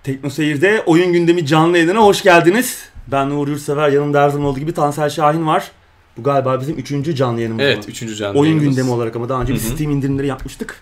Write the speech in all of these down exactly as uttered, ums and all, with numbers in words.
Tekno Seyir'de oyun gündemi canlı yayınına hoş geldiniz. Ben Uğur Yurtsever, yanımda her zaman olduğu gibi Tansel Şahin var. Bu galiba bizim üçüncü canlı yayınımız. Evet, üçüncü canlı oyun yayınımız. gündemi olarak ama daha önce bir Steam indirimleri yapmıştık.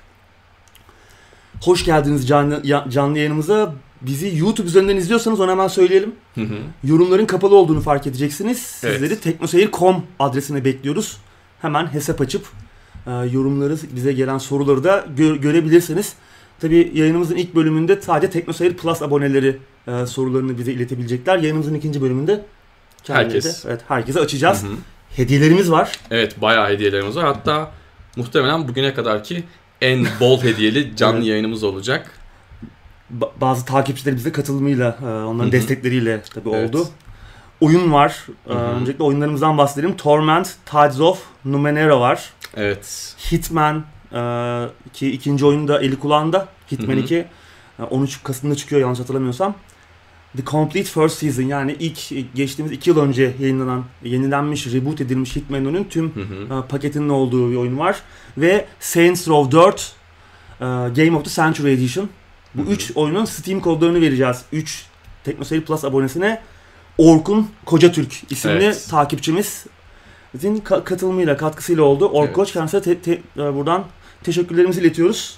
Hoş geldiniz canlı, canlı yayınımıza. Bizi YouTube üzerinden izliyorsanız onu hemen söyleyelim. Hı hı. Yorumların kapalı olduğunu fark edeceksiniz. Sizleri Evet. teknoseyir nokta com adresine bekliyoruz. Hemen hesap açıp e, yorumları, bize gelen soruları da gö- görebilirsiniz. Tabii yayınımızın ilk bölümünde sadece Teknoseyir Plus aboneleri e, sorularını bize iletebilecekler. Yayınımızın ikinci bölümünde Herkes. de, evet, herkese açacağız. Hı hı. Hediyelerimiz var. Evet, bayağı hediyelerimiz var. Hatta muhtemelen bugüne kadarki en bol hediyeli canlı Evet. yayınımız olacak. Ba- bazı takipçilerimizin katılımıyla, e, onların Hı hı. destekleriyle tabii Evet. oldu. Oyun var. E, Hı hı. öncelikle oyunlarımızdan bahsedelim. Torment, Tides of Numenera var. Evet. Hitman e, ki ikinci oyunda eli kulağında. Hitman Hı hı. iki e, on üç Kasım'da çıkıyor yanlış hatırlamıyorsam. The Complete First Season, yani ilk geçtiğimiz iki yıl önce yayınlanan, yenilenmiş, reboot edilmiş Hitman'ın tüm Hı hı. e, paketinin olduğu bir oyun var. Ve Saints Row dört e, Game of the Century Edition. Bu Hı hı. üç oyunun Steam kodlarını vereceğiz. üç Teknoseyir Plus abonesine. Orkun Kocatürk isimli Evet. takipçimiz bizim ka- katılımıyla, katkısıyla oldu. Orkun Evet. Koç, kendisine te- te- buradan teşekkürlerimizi iletiyoruz.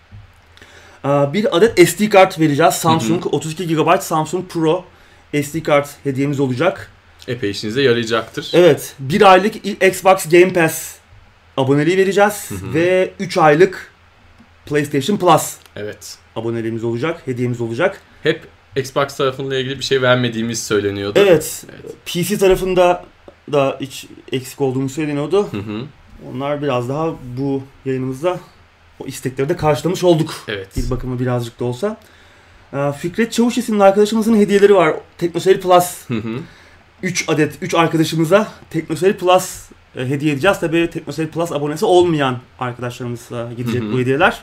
Ee, Bir adet S D kart vereceğiz. Samsung Hı hı. otuz iki gigabayt Samsung Pro S D kart hediyemiz olacak. Epey işinize yarayacaktır. Evet, bir aylık Xbox Game Pass aboneliği vereceğiz. Hı hı. Ve üç aylık PlayStation Plus Evet. aboneliğimiz olacak, hediyemiz olacak. Hep Xbox tarafıyla ilgili bir şey vermediğimiz söyleniyordu. Evet, Evet. P C tarafında da hiç eksik olduğunu söyleniyordu. Hı hı. Onlar biraz daha bu yayınımızda o istekleri de karşılamış olduk. Evet. Bir bakıma birazcık da olsa. Ee, Fikret Çavuş isimli arkadaşımızın hediyeleri var. Teknoseyir Plus. Hı hı. üç adet, üç arkadaşımıza Teknoseyir Plus e, hediye edeceğiz. Tabii Teknoseyir Plus abonesi olmayan arkadaşlarımıza gidecek Hı hı. bu hediyeler.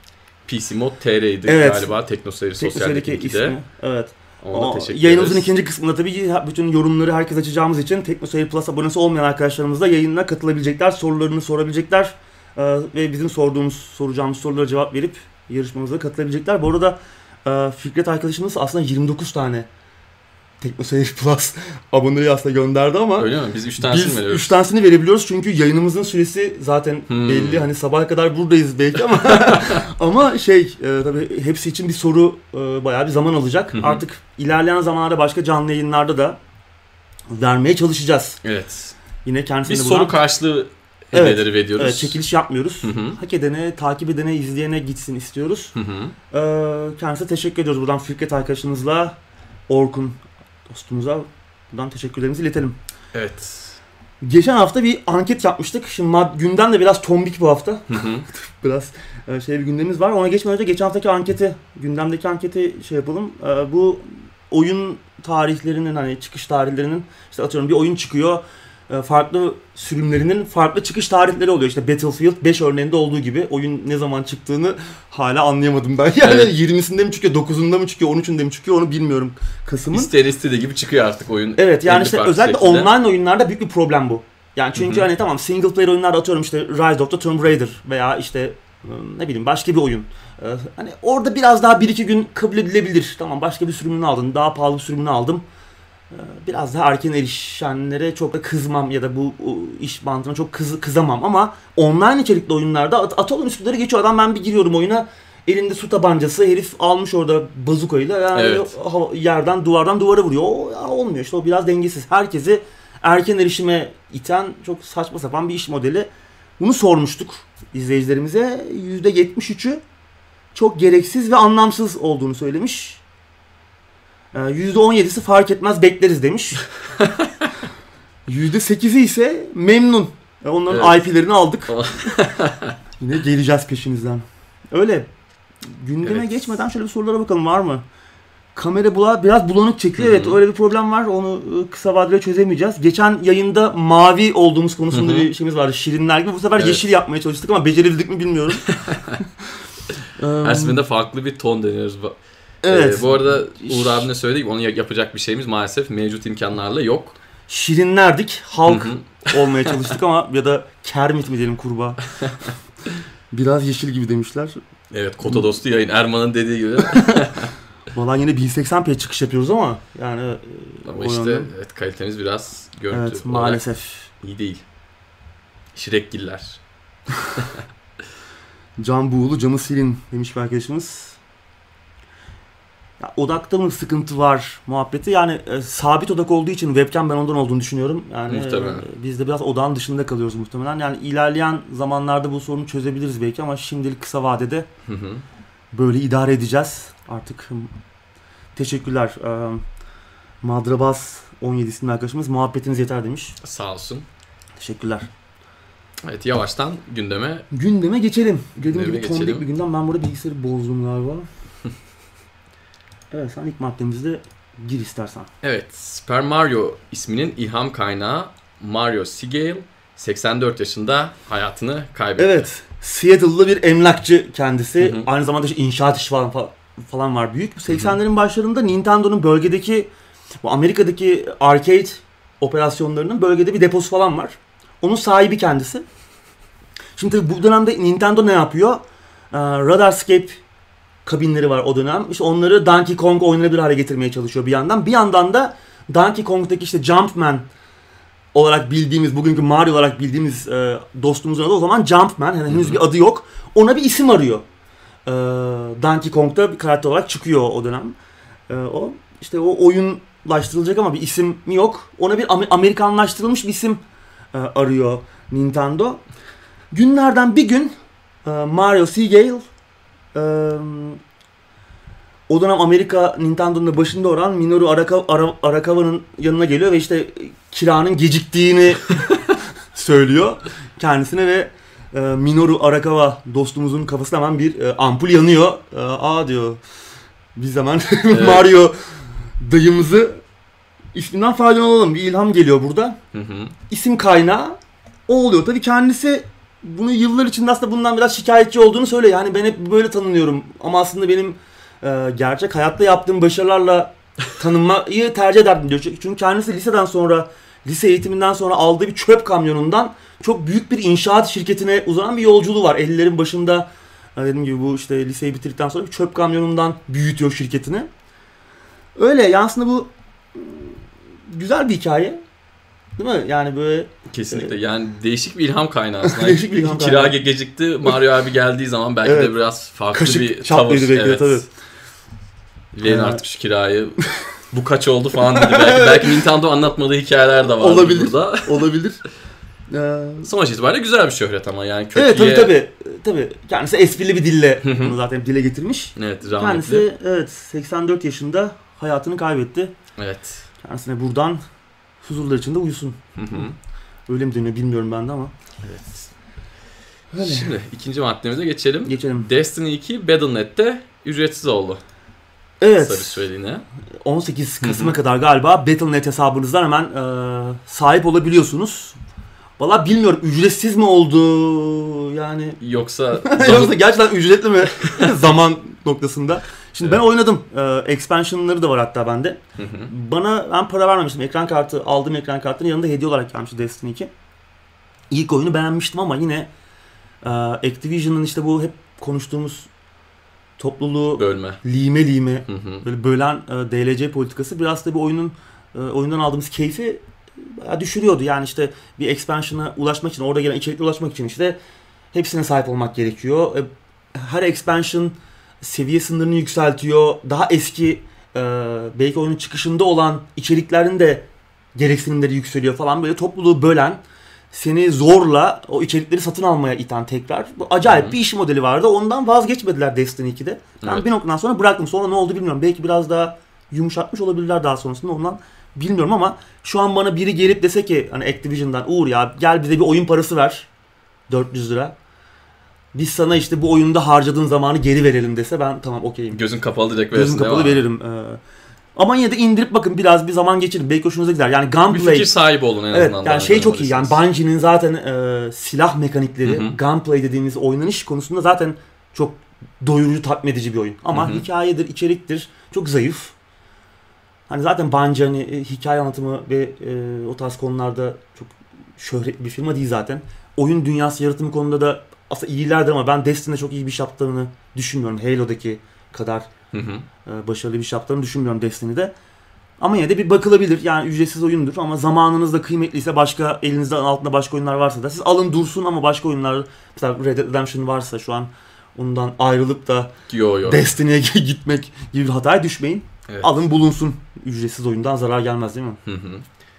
P C Mod T R'ydi Evet. galiba Teknoseyir Sosyal'deki Teknoseyir'deki ikide. ismi. Evet. Ona da O, teşekkür yayınımızın ederiz. ikinci kısmında tabii bütün yorumları herkes açacağımız için Teknoseyir Plus abonesi olmayan arkadaşlarımız da yayınına katılabilecekler, sorularını sorabilecekler ee, ve bizim sorduğumuz, soracağımız sorulara cevap verip yarışmamıza katılabilecekler. Bu arada e, Fikret arkadaşımız aslında yirmi dokuz tane Teknoseyir Plus aboneyi aslında gönderdi ama Öyle mi? Biz üç tanesini biz veriyoruz. üç tanesini verebiliyoruz çünkü yayınımızın süresi zaten Hmm. belli. Hani sabaha kadar buradayız belki ama ama şey e, tabii hepsi için bir soru e, bayağı bir zaman alacak. Hı hı. Artık ilerleyen zamanlarda başka canlı yayınlarda da vermeye çalışacağız. Evet. Yine kendisine Biz buradan- soru karşılığı Evet, hediyeleri veriyoruz. evet, çekiliş yapmıyoruz. Hı hı. Hak edene, takip edene, izleyene gitsin istiyoruz. Hı hı. Ee, kendisine teşekkür ediyoruz. Buradan Fikret arkadaşımızla Orkun dostumuza buradan teşekkürlerimizi iletelim. Evet. Geçen hafta bir anket yapmıştık. Şimdi mad- gündem de biraz tombik bu hafta. Hı hı. Biraz e, şey bir gündemimiz var. Ona geçmeden önce geçen haftaki anketi, gündemdeki anketi şey yapalım. E, bu oyun tarihlerinin, hani çıkış tarihlerinin, işte atıyorum bir oyun çıkıyor. e, Farklı sürümlerinin farklı çıkış tarihleri oluyor. İşte Battlefield beş örneğinde olduğu gibi oyun ne zaman çıktığını hala anlayamadım ben. Yani Evet. yirmisinde mi çıkıyor, dokuzunda mı çıkıyor, on üçünde mi çıkıyor onu bilmiyorum Kasım'ın. İsteyen istediği gibi çıkıyor artık oyun. Evet, yani Belli işte farklı özellikle şekilde. online oyunlarda büyük bir problem bu. Yani çünkü Hı hı. hani tamam, single player oyunlarda atıyorum işte Rise of the Tomb Raider veya işte ne bileyim başka bir oyun. Ee, Hani orada biraz daha bir iki gün kabul edilebilir. Tamam, başka bir sürümünü aldın, daha pahalı bir sürümünü aldım. Ee, Biraz daha erken erişenlere çok da kızmam ya da bu o iş bantına çok kız, kızamam ama online içerikli oyunlarda at, Atol'un üstleri geçiyor. Adam, ben bir giriyorum oyuna, elinde su tabancası, herif almış orada bazukayla yani Evet. hava- yerden duvardan duvara vuruyor. O ya olmuyor işte, o biraz dengesiz. Herkesi erken erişime iten çok saçma sapan bir iş modeli. Bunu sormuştuk izleyicilerimize. yüzde yetmiş üçü çok gereksiz ve anlamsız olduğunu söylemiş. Ee, yüzde on yedisi fark etmez, bekleriz demiş. yüzde sekizi ise memnun. Ee, Onların Evet. I P'lerini aldık. Yine geleceğiz peşinizden. Öyle. Gündeme Evet. geçmeden şöyle bir sorulara bakalım, var mı? Kamera bula biraz bulanık çekiyor. Hı hı. Evet, öyle bir problem var. Onu ı, kısa vadede çözemeyeceğiz. Geçen yayında mavi olduğumuz konusunda Hı hı. bir şeyimiz vardı. Şirinler gibi. Bu sefer Evet. yeşil yapmaya çalıştık ama becerebildik mi bilmiyorum. Her seferinde farklı bir ton deniyoruz. Evet. Ee, bu arada Uğur abine söyledik, onu yapacak bir şeyimiz maalesef mevcut imkanlarla yok. Şirinlerdik. Halk Hı hı. olmaya çalıştık ama ya da Kermit mi diyelim, kurbağa. Biraz yeşil gibi demişler. Evet, Kota dostu yayın. Erman'ın dediği gibi. Valla yine bin seksen p çıkış yapıyoruz ama yani ama işte yönden... evet, kalitemiz biraz görüntü evet, maalesef iyi değil. Şirekgiller. Can buğulu camı silin demiş bir arkadaşımız. Ya, odakta mı sıkıntı var muhabbeti? Yani e, sabit odak olduğu için webcam ben ondan olduğunu düşünüyorum. Yani muhtemelen. E, biz de biraz odağın dışında kalıyoruz muhtemelen. Yani ilerleyen zamanlarda bu sorunu çözebiliriz belki ama şimdilik kısa vadede hı hı. böyle idare edeceğiz. Artık teşekkürler. E, Madrabaz on yedi isimli arkadaşımız muhabbetiniz yeter demiş. Sağ olsun. Teşekkürler. Evet, yavaştan gündeme gündeme geçelim. Dediğim gibi geçelim. tombik bir gündem. Ben burada bilgisayarı bozdum galiba. Evet, sen ilk maddemizde gir istersen. Evet, Super Mario isminin ilham kaynağı Mario Segale seksen dört yaşında hayatını kaybetti. Evet, Seattle'lı bir emlakçı kendisi. Hı hı. Aynı zamanda işte inşaat işi falan, falan var büyük. seksenlerin başlarında Nintendo'nun bölgedeki, bu Amerika'daki arcade operasyonlarının bölgede bir deposu falan var. Onun sahibi kendisi. Şimdi tabii bu dönemde Nintendo ne yapıyor? Ee, Radarscape kabinleri var o dönem. İşte onları Donkey Kong oynanabilir hale getirmeye çalışıyor bir yandan. Bir yandan da Donkey Kong'daki işte Jumpman olarak bildiğimiz, bugünkü Mario olarak bildiğimiz e, dostumuzun adı o zaman Jumpman. Yani henüz bir adı yok. Ona bir isim arıyor. E, Donkey Kong'da bir karakter olarak çıkıyor o dönem. E, o işte o oyunlaştırılacak ama bir isim yok. Ona bir Amerikanlaştırılmış bir isim e, arıyor Nintendo. Günlerden bir gün e, Mario Segale e, o dönem Amerika Nintendo'nun başında olan Minoru Araka, Ara, Arakawa'nın yanına geliyor ve işte kiranın geciktiğini söylüyor kendisine ve e, Minoru Arakawa dostumuzun kafasına hemen bir e, ampul yanıyor. E, Aa diyor, biz hemen evet. Mario dayımızı isminden faydalanalım. Bir ilham geliyor burada. Hı hı. İsim kaynağı o oluyor. Tabii kendisi bunu yıllar içinde aslında bundan biraz şikayetçi olduğunu söylüyor. Yani ben hep böyle tanınıyorum ama aslında benim e, gerçek hayatta yaptığım başarılarla tanınmayı tercih ederdim diyor. Çünkü kendisi liseden sonra, lise eğitiminden sonra aldığı bir çöp kamyonundan çok büyük bir inşaat şirketine uzanan bir yolculuğu var. ellilerin başında dediğim gibi bu işte liseyi bitirdikten sonra bir çöp kamyonundan büyütüyor şirketini. Öyle yani aslında bu güzel bir hikaye. Değil mi? Yani böyle... Kesinlikle. E, yani değişik bir ilham kaynağı aslında. değişik bir ilham kaynağı. Kira gecikti. Mario abi geldiği zaman belki evet. de biraz farklı Kaşık bir tavır. Evet. Tabii. Verin artık şu kirayı. Bu kaç oldu falan dedi. Belki, belki Nintendo anlatmadığı hikayeler de var olabilir, burada. Olabilir. Sonuç itibariyle güzel bir şöhret ama yani kötüye... Evet tabii tabii. Tabii. Kendisi esprili bir dille bunu zaten dile getirmiş. Evet, rahmetli. Kendisi evet seksen dört yaşında hayatını kaybetti. Evet. Kendisine buradan huzurlar içinde uyusun. Hı hı. Öyle mi deniyor bilmiyorum ben de ama. Evet. Öyle. Şimdi ikinci maddemize geçelim. Geçelim. Destiny iki Battle nokta net'te ücretsiz oldu. Evet. Kısa bir süreliğine. on sekiz Kasım'a kadar galiba Battle nokta net hesabınızdan hemen e, sahip olabiliyorsunuz. Valla bilmiyorum, ücretsiz mi oldu yani? Yoksa... Yoksa gerçekten ücretli mi zaman noktasında? Şimdi evet. Ben oynadım. Ee, expansion'ları da var hatta bende. Hı hı. Bana ben para vermemiştim. Ekran kartı, aldığım ekran kartının yanında hediye olarak gelmişti Destiny iki. İlk oyunu beğenmiştim ama yine e, Activision'ın işte bu hep konuştuğumuz topluluğu bölme, lime lime hı hı. böyle bölen e, D L C politikası biraz da bir oyunun e, oyundan aldığımız keyfi bayağı düşürüyordu. Yani işte bir expansion'a ulaşmak için, orada gelen içeriklere ulaşmak için işte hepsine sahip olmak gerekiyor. E, her expansion seviye sınırını yükseltiyor. Daha eski e, belki oyunun çıkışında olan içeriklerin de gereksinimleri yükseliyor falan, böyle topluluğu bölen, seni zorla o içerikleri satın almaya iten tekrar. Bu acayip Hı-hı. bir iş modeli vardı. Ondan vazgeçmediler Destiny ikide. Ben evet. bir noktadan sonra bıraktım. Sonra ne oldu bilmiyorum. Belki biraz daha yumuşatmış olabilirler daha sonrasında. Ondan bilmiyorum ama şu an bana biri gelip dese ki hani Activision'dan, Uğur ya gel bize bir oyun parası ver. dört yüz lira. Biz sana işte bu oyunda harcadığın zamanı geri verelim dese ben tamam okeyim. Gözün kapalı direkt verirsin. Gözün kapalı veririm. Ee, ama yine de indirip bakın biraz bir zaman geçirin. Belki hoşunuza gider. Yani gunplay. Bir fikir sahibi olun en evet, azından. Yani şey çok iyi. Yani Bungie'nin zaten e, silah mekanikleri, hı hı. gunplay dediğimiz oynanış konusunda zaten çok doyurucu, tatmin edici bir oyun. Ama hı hı. hikayedir, içeriktir çok zayıf. Hani zaten Bungie hani e, hikaye anlatımı ve e, o tarz konularda çok şöhretli bir firma değil zaten. Oyun dünyası yaratımı konuda da aslında iyilerdir ama ben Destiny'de çok iyi bir iş yaptığını düşünmüyorum. Halo'daki kadar Hı hı. Ee, başarılı bir iş yaptığını düşünmüyorum Destiny'de. Ama yine de bir bakılabilir. Yani ücretsiz oyundur ama zamanınız da kıymetliyse, başka elinizde altında başka oyunlar varsa da siz alın dursun, ama başka oyunlar, mesela Red Dead Redemption varsa şu an, ondan ayrılıp da yo, yo. Destiny'ye gitmek gibi bir hataya düşmeyin. Evet. Alın bulunsun. Ücretsiz oyundan zarar gelmez değil mi? Hı hı.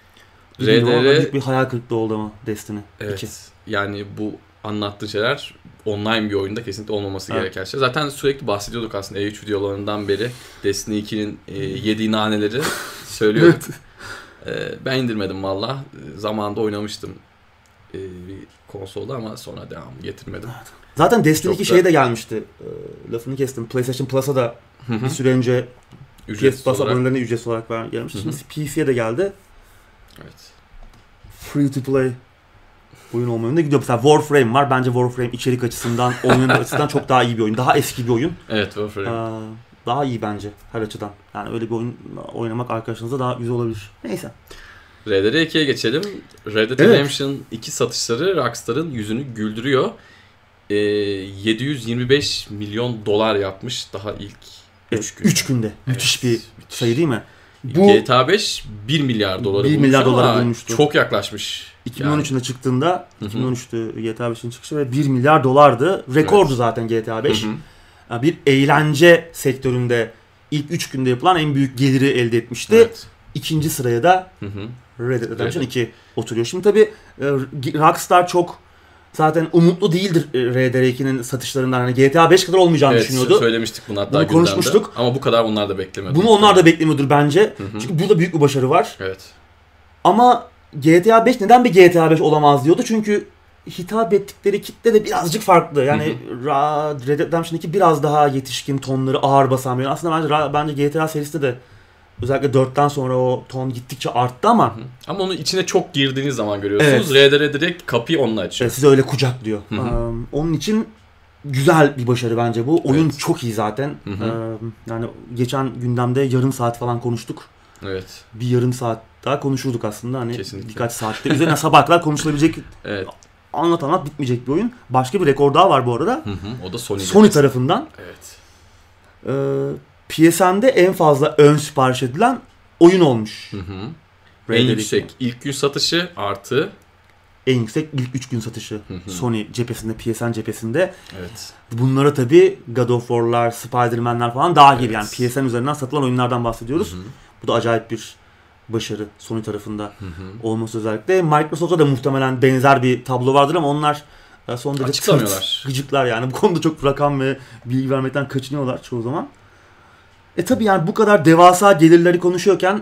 R D R... Büyük bir hayal kırıklığı oldu ama Destiny evet. iki. Yani bu anlattığı şeyler online bir oyunda kesinlikle olmaması evet. gereken şey. Zaten sürekli bahsediyorduk aslında E üç videolarından beri. Destiny ikinin e, yediği naneleri söylüyorduk. Evet. e, ben indirmedim valla. E, zamanında oynamıştım e, bir konsolda ama sonra devam getirmedim. Evet. Zaten Destiny iki şeye de gelmişti. E, lafını kestim. PlayStation Plus'a da bir süre önce P S Plus abonelerine ücretsiz olarak ver, gelmişti. Şimdi P C'ye de geldi. Evet. Free to play oyun olma yönünde gidiyor. Mesela Warframe var. Bence Warframe içerik açısından, oyun açısından çok daha iyi bir oyun. Daha eski bir oyun. Evet, Warframe. Ee, daha iyi bence her açıdan. Yani öyle bir oyun oynamak arkadaşlarınızla daha güzel olabilir. Neyse. R D R ikiye geçelim. Red Dead Redemption evet. iki satışları Rockstar'ın yüzünü güldürüyor. Ee, yedi yüz yirmi beş milyon dolar yapmış daha ilk üç günde. üç günde. Evet. Müthiş bir müthiş. sayı değil mi? Bu G T A beş bir milyar doları bir milyar dolara bulmuştu. Çok yaklaşmış. iki bin on üç'ünde yani. çıktığında, iki bin on üç'tü G T A beş'in çıkışı ve bir milyar dolardı. Rekordu evet. zaten G T A beş. Hı hı. Yani bir eğlence sektöründe ilk üç günde yapılan en büyük geliri elde etmişti. Evet. İkinci sıraya da hı hı. Red Dead Redemption evet. iki oturuyor. Şimdi tabii Rockstar çok zaten umutlu değildir R D R iki'nin satışlarından. Hani G T A beş kadar olmayacağını evet, düşünüyordu. Söylemiştik bunu hatta bunu konuşmuştuk. Ama bu kadar onlar da beklemiyordu. Bunu onlar da beklemiyordur bence. Hı hı. Çünkü burada büyük bir başarı var. Evet. Ama G T A beş neden bir G T A beş olamaz diyordu. Çünkü hitap ettikleri kitle de birazcık farklı. Yani hı hı. Red Dead Redemption iki biraz daha yetişkin tonları ağır basan bir oyun. Aslında bence bence G T A serisi de özellikle dörtten sonra o ton gittikçe arttı ama. Hı hı. Ama onun içine çok girdiğiniz zaman görüyorsunuz. Evet. R D R direkt kapıyı onunla açıyor. Evet, size öyle kucaklıyor. Hı hı. Um, onun için güzel bir başarı bence bu. Oyun evet. çok iyi zaten. Hı hı. Um, yani geçen gündemde yarım saat falan konuştuk. Evet. Bir yarım saat daha konuşurduk aslında. Hani kesinlikle. Birkaç saatte. Üzerine sabah kadar konuşulabilecek, evet. anlat anlat bitmeyecek bir oyun. Başka bir rekor daha var bu arada. Hı hı. O da Sony, Sony tarafından. Evet. Ee, P S N'de en fazla ön sipariş edilen oyun olmuş. Hı hı. En yüksek ilk gün satışı artı en yüksek ilk üç gün satışı hı hı. Sony cephesinde, P S N cephesinde. Evet. Bunlara tabii God of War'lar, Spider-Man'ler falan dahil. Evet. Yani P S N üzerinden satılan oyunlardan bahsediyoruz. Hı hı. Bu da acayip bir başarı Sony tarafında hı hı. olması özellikle. Microsoft'a da muhtemelen benzer bir tablo vardır ama onlar son derece açıklamıyorlar. Gıcıklar yani. Bu konuda çok rakam ve bilgi vermekten kaçınıyorlar çoğu zaman. E tabii yani bu kadar devasa gelirleri konuşuyorken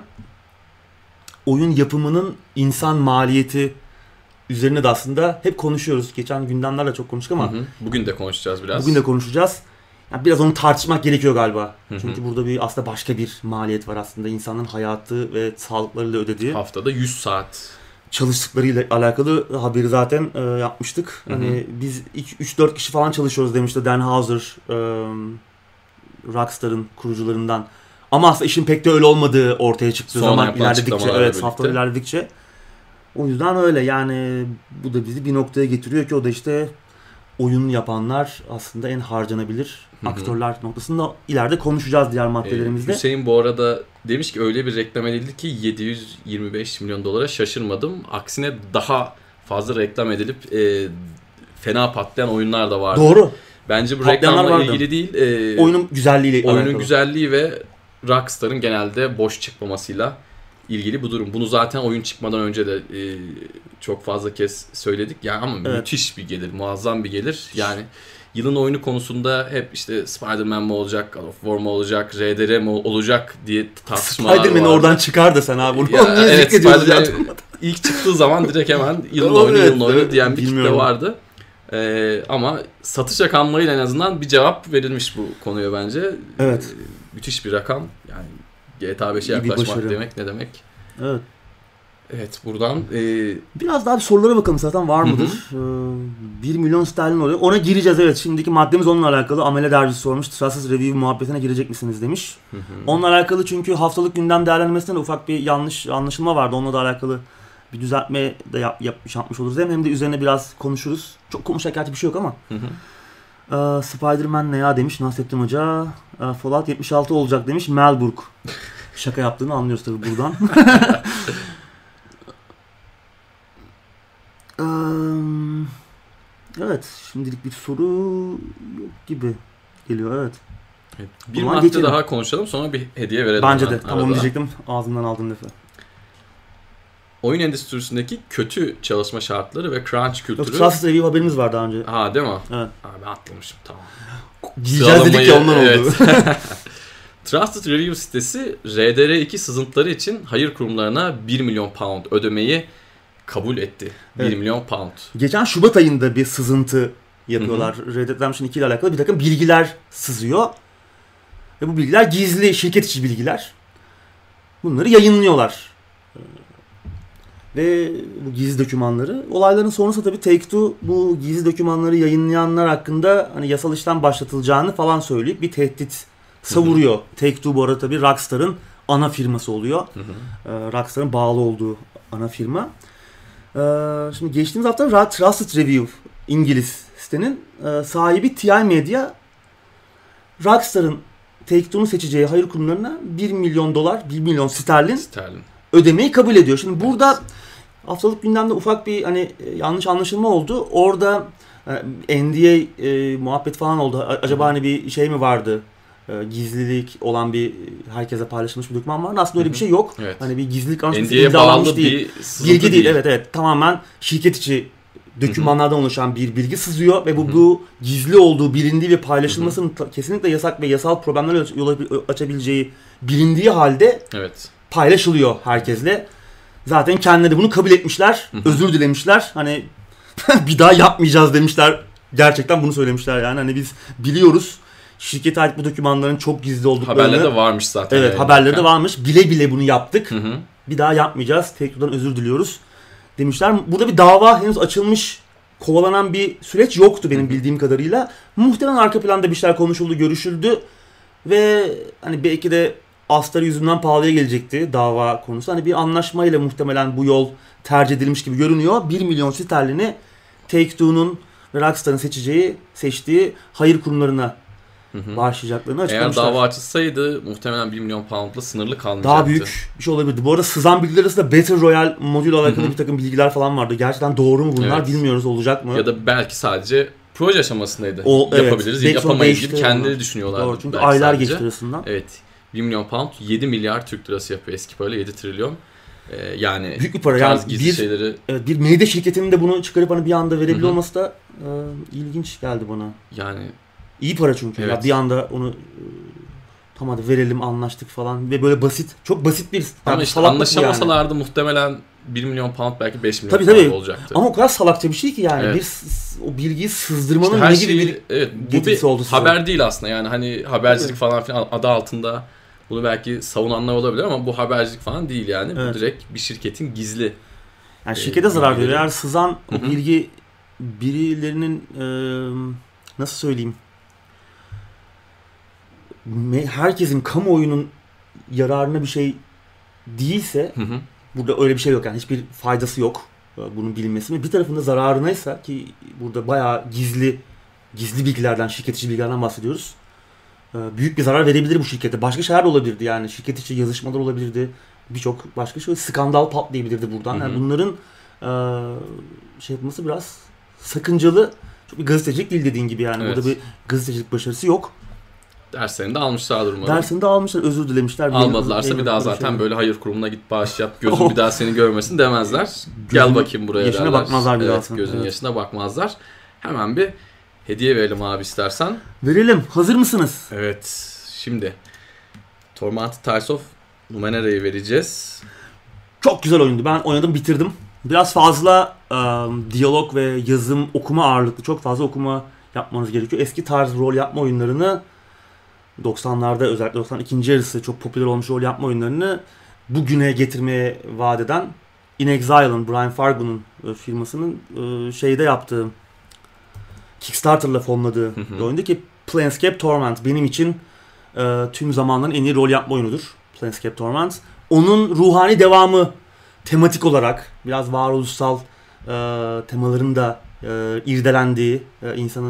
oyun yapımının insan maliyeti üzerine de aslında hep konuşuyoruz. Geçen gündemlerle çok konuştuk ama. Hı hı. Bugün de konuşacağız biraz. Bugün de konuşacağız. Yani biraz onu tartışmak gerekiyor galiba. Hı hı. Çünkü burada bir aslında başka bir maliyet var aslında. İnsanların hayatı ve sağlıklarıyla ödediği. Haftada yüz saat. Çalıştıklarıyla alakalı haberi zaten e, yapmıştık. Hı hı. Hani biz üç dört kişi falan çalışıyoruz demişti Dan Houser, e, Rockstar'ın kurucularından. Ama aslında işin pek de öyle olmadığı ortaya çıktığı Sonra zaman ilerledikçe, evet, haftalar birlikte. ilerledikçe. O yüzden öyle yani bu da bizi bir noktaya getiriyor ki o da işte oyun yapanlar aslında en harcanabilir hı hı. aktörler noktasında ileride konuşacağız diğer maddelerimizde. Ee, Hüseyin bu arada demiş ki öyle bir reklam edildi ki yedi yüz yirmi beş milyon dolara şaşırmadım. Aksine daha fazla reklam edilip e, fena patlayan oyunlar da vardı. Doğru. Bence bu reklamla vardı. ilgili değil. E, oyunun güzelliğiyle Oyunun alakalı. güzelliği ve Rockstar'ın genelde boş çıkmamasıyla ilgili bu durum. Bunu zaten oyun çıkmadan önce de e, çok fazla kez söyledik. Yani ama evet. müthiş bir gelir, muazzam bir gelir. Yani yılın oyunu konusunda hep işte Spider-Man mi olacak, God of War mu olacak, R D R mi olacak diye tartışmalar vardı. Spider-Man'i oradan çıkar da sen abi. Bunu ya, evet, Spider-Man ilk çıktığı zaman direkt hemen yılın oyunu, evet, yılın oyunu evet, diyen bir bilmiyorum. kitle vardı. Ee, ama satış rakamlarıyla en azından bir cevap verilmiş bu konuya bence. Evet. Ee, müthiş bir rakam. Yani G T A beşe yaklaşmak demek ne demek? Evet. Evet buradan... E... Biraz daha bir sorulara bakalım zaten var mıdır? Ee, bir milyon sterlin oluyor. Ona gireceğiz evet. Şimdiki maddemiz onunla alakalı. Amele Derviş sormuş. Trustless Review muhabbetine girecek misiniz demiş. Hı hı. Onunla alakalı çünkü haftalık gündem değerlendirmesinde de ufak bir yanlış anlaşılma vardı. Onunla da alakalı bir düzeltme de yap, yapmış, yapmış oluruz. Hem de üzerine biraz konuşuruz. Çok konuşacak gerçi bir şey yok ama. Hı hı. Ee, Spider-Man ne ya demiş Nasrettin Hoca. Ee, Fallout yetmiş altı olacak demiş Melburg. Şaka yaptığını anlıyoruz tabii buradan. ee, evet, şimdilik bir soru yok gibi geliyor, evet. evet bir madde geçelim. Daha konuşalım, sonra bir hediye verelim. Bence de, tam onu diyecektim, ağzımdan aldım lafı. Oyun endüstrisindeki kötü çalışma şartları ve crunch kültürü... Yok, Trust Review haberimiz var daha önce. Ha, değil mi? Evet. Ha, ben atlamışım, tamam. Diyeceğiz dedik ya, ondan evet. oldu. Trusted Review sitesi R D R iki sızıntıları için hayır kurumlarına bir milyon pound ödemeyi kabul etti. Evet. bir milyon pound. Geçen Şubat ayında bir sızıntı yapıyorlar. Red Dead Redemption iki ile alakalı bir takım bilgiler sızıyor. Ve bu bilgiler gizli, şirket içi bilgiler. Bunları yayınlıyorlar. Ve bu gizli dokümanları. Olayların sonrası tabii Take-Two bu gizli dokümanları yayınlayanlar hakkında hani yasal işlem başlatılacağını falan söyleyip bir tehdit savuruyor. Take-Two bu arada tabii Rockstar'ın ana firması oluyor. Hı hı. Ee, Rockstar'ın bağlı olduğu ana firma. Ee, şimdi geçtiğimiz hafta Trusted Review İngiliz sitenin e, sahibi T I Media Rockstar'ın Take-Two'nun seçeceği hayır kurumlarına bir milyon dolar, bir milyon sterlin, sterlin ödemeyi kabul ediyor. Şimdi burada evet. haftalık gündemde ufak bir hani yanlış anlaşılma oldu. Orada e, N D A e, muhabbet falan oldu. Acaba hani bir şey mi vardı? E, gizlilik olan bir herkese paylaşılmış bir doküman vardı. Aslında öyle bir şey yok. Evet. Hani bir gizlilik anlaşması imzalanmış değil. Bilgi değil. değil. Evet evet. Tamamen şirket içi dokümanlardan oluşan bir bilgi sızıyor ve bu Hı-hı. bu gizli olduğu bilindiği ve paylaşılmasının Hı-hı. kesinlikle yasak ve yasal problemler yol açabileceği bilindiği halde evet. paylaşılıyor herkesle. Zaten kendileri bunu kabul etmişler, Hı-hı. özür dilemişler. Hani bir daha yapmayacağız demişler. Gerçekten bunu söylemişler yani. Hani biz biliyoruz şirkete ait bu dokümanların çok gizli olduklarını. Haberleri de varmış zaten. Evet, yani. haberleri de varmış. Bile bile bunu yaptık. Hı-hı. Bir daha yapmayacağız. Take-Two'dan özür diliyoruz demişler. Burada bir dava henüz açılmış, kovalanan bir süreç yoktu benim bildiğim kadarıyla. Muhtemelen arka planda bir şeyler konuşuldu, görüşüldü ve hani belki de astarı yüzünden pahalıya gelecekti dava konusu. Hani bir anlaşmayla muhtemelen bu yol tercih edilmiş gibi görünüyor. bir milyon sterlini Take-Two'nun ve Rockstar'ın seçeceği, seçtiği hayır kurumlarına Hı-hı. bağışlayacaklarını açıklamışlar. Eğer dava açılsaydı muhtemelen bir milyon poundla sınırlı kalmayacaktı. Daha büyük bir şey olabilirdi. Bu arada sızan bilgiler arasında Battle Royale modül alakalı Hı-hı. bir takım bilgiler falan vardı. Gerçekten doğru mu bunlar evet. bilmiyoruz, olacak mı? Ya da belki sadece proje aşamasındaydı. O, Yapabiliriz, evet. yapamayız gibi kendileri düşünüyorlardı. Doğru, çünkü aylar sadece. geçti arasından. Evet. bir milyon pound yedi milyar Türk lirası yapıyor eski parayla, yedi trilyon. Ee, yani büyük bir para. Yani gizli bir, şeyleri... evet, bir medya şirketinin de bunu çıkarıp hani bir anda verebiliyor olması da e, ilginç geldi bana. Yani İyi para çünkü. Evet. Ya bir anda onu e, tam hadi verelim, anlaştık falan ve böyle basit, çok basit bir ama yani işte anlaşamasalardı yani. Muhtemelen bir milyon pound belki beş milyon tabii, pound tabii. olacaktı. Ama o kadar salakça bir şey ki yani evet. bir o bilgiyi sızdırmanın işte ne gibi şeyi, bir evet, bu bir oldu haber size. Değil aslında yani hani habercilik evet. falan filan adı altında bunu belki savunanlar olabilir ama bu habercilik falan değil yani. Evet. Bu direkt bir şirketin gizli. Yani şirkete e, zarar veriyor. Eğer sızan o bilgi birilerinin e, nasıl söyleyeyim herkesin kamuoyunun yararına bir şey değilse hı hı. burada öyle bir şey yok yani hiçbir faydası yok bunun bilinmesi. Bir tarafında zararınaysa ki burada bayağı gizli gizli bilgilerden, şirket içi bilgilerden bahsediyoruz. Büyük bir zarar verebilir bu şirkete. Başka şeyler de olabilirdi yani. Şirket içi yazışmalar olabilirdi. Birçok başka şey, skandal patlayabilirdi buradan. Hı hı. Yani bunların şey yapması biraz sakıncalı. Çok bir gazetecilik değil dediğin gibi yani. Evet. Burada bir gazetecilik başarısı yok. Derslerini de almışlar umarım. Derslerini de almışlar, özür dilemişler. Almadılarsa bir daha zaten şey böyle hayır kurumuna git bağış yap, gözün bir daha seni görmesin demezler. Gel bakayım buraya yaşına derler. Bakmazlar bir evet, daha. Gözün evet. yaşına bakmazlar. Hemen bir hediye verelim abi istersen. Verelim. Hazır mısınız? Evet. Şimdi Tormented Tales of Numenera'yı vereceğiz. Çok güzel oyundu. Ben oynadım, bitirdim. Biraz fazla um, diyalog ve yazım, okuma ağırlıklı. Çok fazla okuma yapmanız gerekiyor. Eski tarz rol yapma oyunlarını doksanlarda özellikle doksan ikinci yarısı çok popüler olmuş rol yapma oyunlarını bugüne getirmeye vaat eden In Exile'ın, Brian Fargo'nun firmasının şeyde yaptığı Kickstarter'la fonladığı bir oyundu ki Planescape Torment benim için e, tüm zamanların en iyi rol yapma oyunudur. Planescape Torment. Onun ruhani devamı tematik olarak biraz varoluşsal e, temaların da e, irdelendiği, e, insanın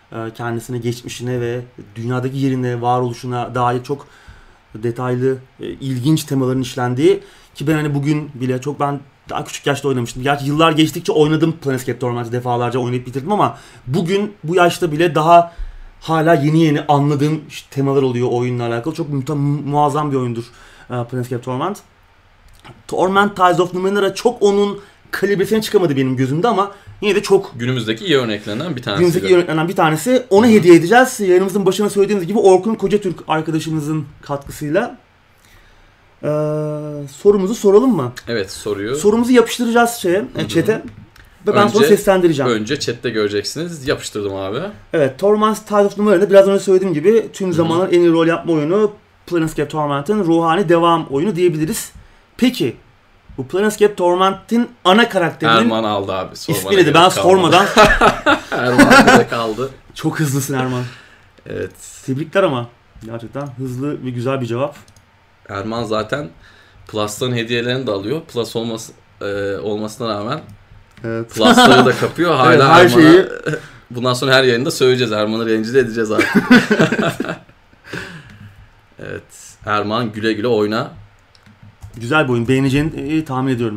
kendisine, geçmişine ve dünyadaki yerine, varoluşuna dair çok detaylı, ilginç temaların işlendiği, ki ben hani bugün bile çok, ben daha küçük yaşta oynamıştım. Gerçi yıllar geçtikçe oynadım Planescape Torment'i, defalarca oynayıp bitirdim ama bugün bu yaşta bile daha hala yeni yeni anladığım işte temalar oluyor oyunla alakalı. Çok mu- muazzam bir oyundur Planescape Torment. Torment Tides of Numenera çok onun kalibresine çıkamadı benim gözümde ama yine de çok günümüzdeki iyi örneklerinden bir tanesi. günümüzdeki iyi örneklerinden bir tanesi. Onu hediye edeceğiz. Yayınımızın başına söylediğimiz gibi Orkun Kocatürk arkadaşımızın katkısıyla. Ee, sorumuzu soralım mı? Evet, soruyu. Sorumuzu yapıştıracağız şeye, Hı-hı. chat'e. Ve ben önce, sonra seslendireceğim. Önce chat'te göreceksiniz. Yapıştırdım abi. Evet, Torment Tides of Numenera biraz önce söylediğim gibi tüm zamanların en iyi rol yapma oyunu, Planescape Torment'ın ruhani devam oyunu diyebiliriz. Peki bu Planescape Torment'in ana karakterinin Erman aldı abi. İsmi neydi? Ben sormadan. Erman direkt aldı. Çok hızlısın Erman. Evet. Tebrikler ama. Gerçekten hızlı ve güzel bir cevap. Erman zaten Plus'ların hediyelerini de alıyor. Plus olması, e, olmasına rağmen evet. Plus'ları da kapıyor. Hala evet, her Erman'a, şeyi... bundan sonra her yayında söyleyeceğiz. Erman'ı rencide edeceğiz artık. Evet. Erman güle güle oyna. Güzel bir oyun. Beğeneceğini tahmin ediyorum.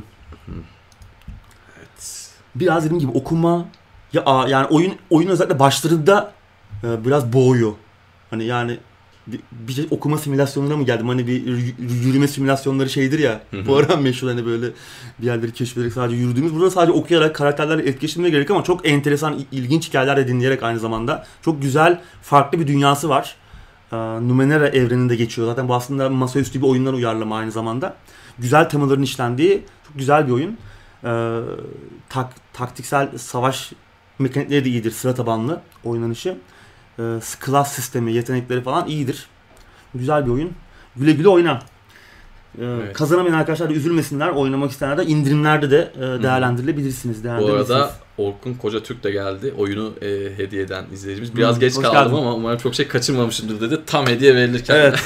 Evet. Biraz dediğim gibi okuma ya yani oyun oyun özellikle başlarında e, biraz boğuyor. Hani yani bir, bir şey okuma simülasyonuna mı geldim? Hani bir yürüme simülasyonları şeydir ya. Hı hı. Bu ara meşhur hani böyle bir yerleri keşfederek sadece yürüdüğümüz. Burada sadece okuyarak karakterlerle etkileşimine gerek ama çok enteresan, ilginç hikayeler de dinleyerek aynı zamanda. Çok güzel, farklı bir dünyası var. Numenera evreninde geçiyor. Zaten bu aslında masaüstü bir oyundan uyarlama aynı zamanda. Güzel temaların işlendiği çok güzel bir oyun. Ee, tak, taktiksel savaş mekanikleri de iyidir. Sıra tabanlı oynanışı. Ee, class sistemi, yetenekleri falan iyidir. Güzel bir oyun. Güle güle oyna. Ee, evet. Kazanamayan arkadaşlar da üzülmesinler. Oynamak isteyenler de indirimlerde de e, değerlendirilebilirsiniz. Bu arada Orkun Kocatürk de geldi. Oyunu e, hediye eden izleyicimiz. Biraz hmm, geç kaldım geldin. Ama umarım çok şey kaçırmamışımdır dedi. Tam hediye verilirken. Evet.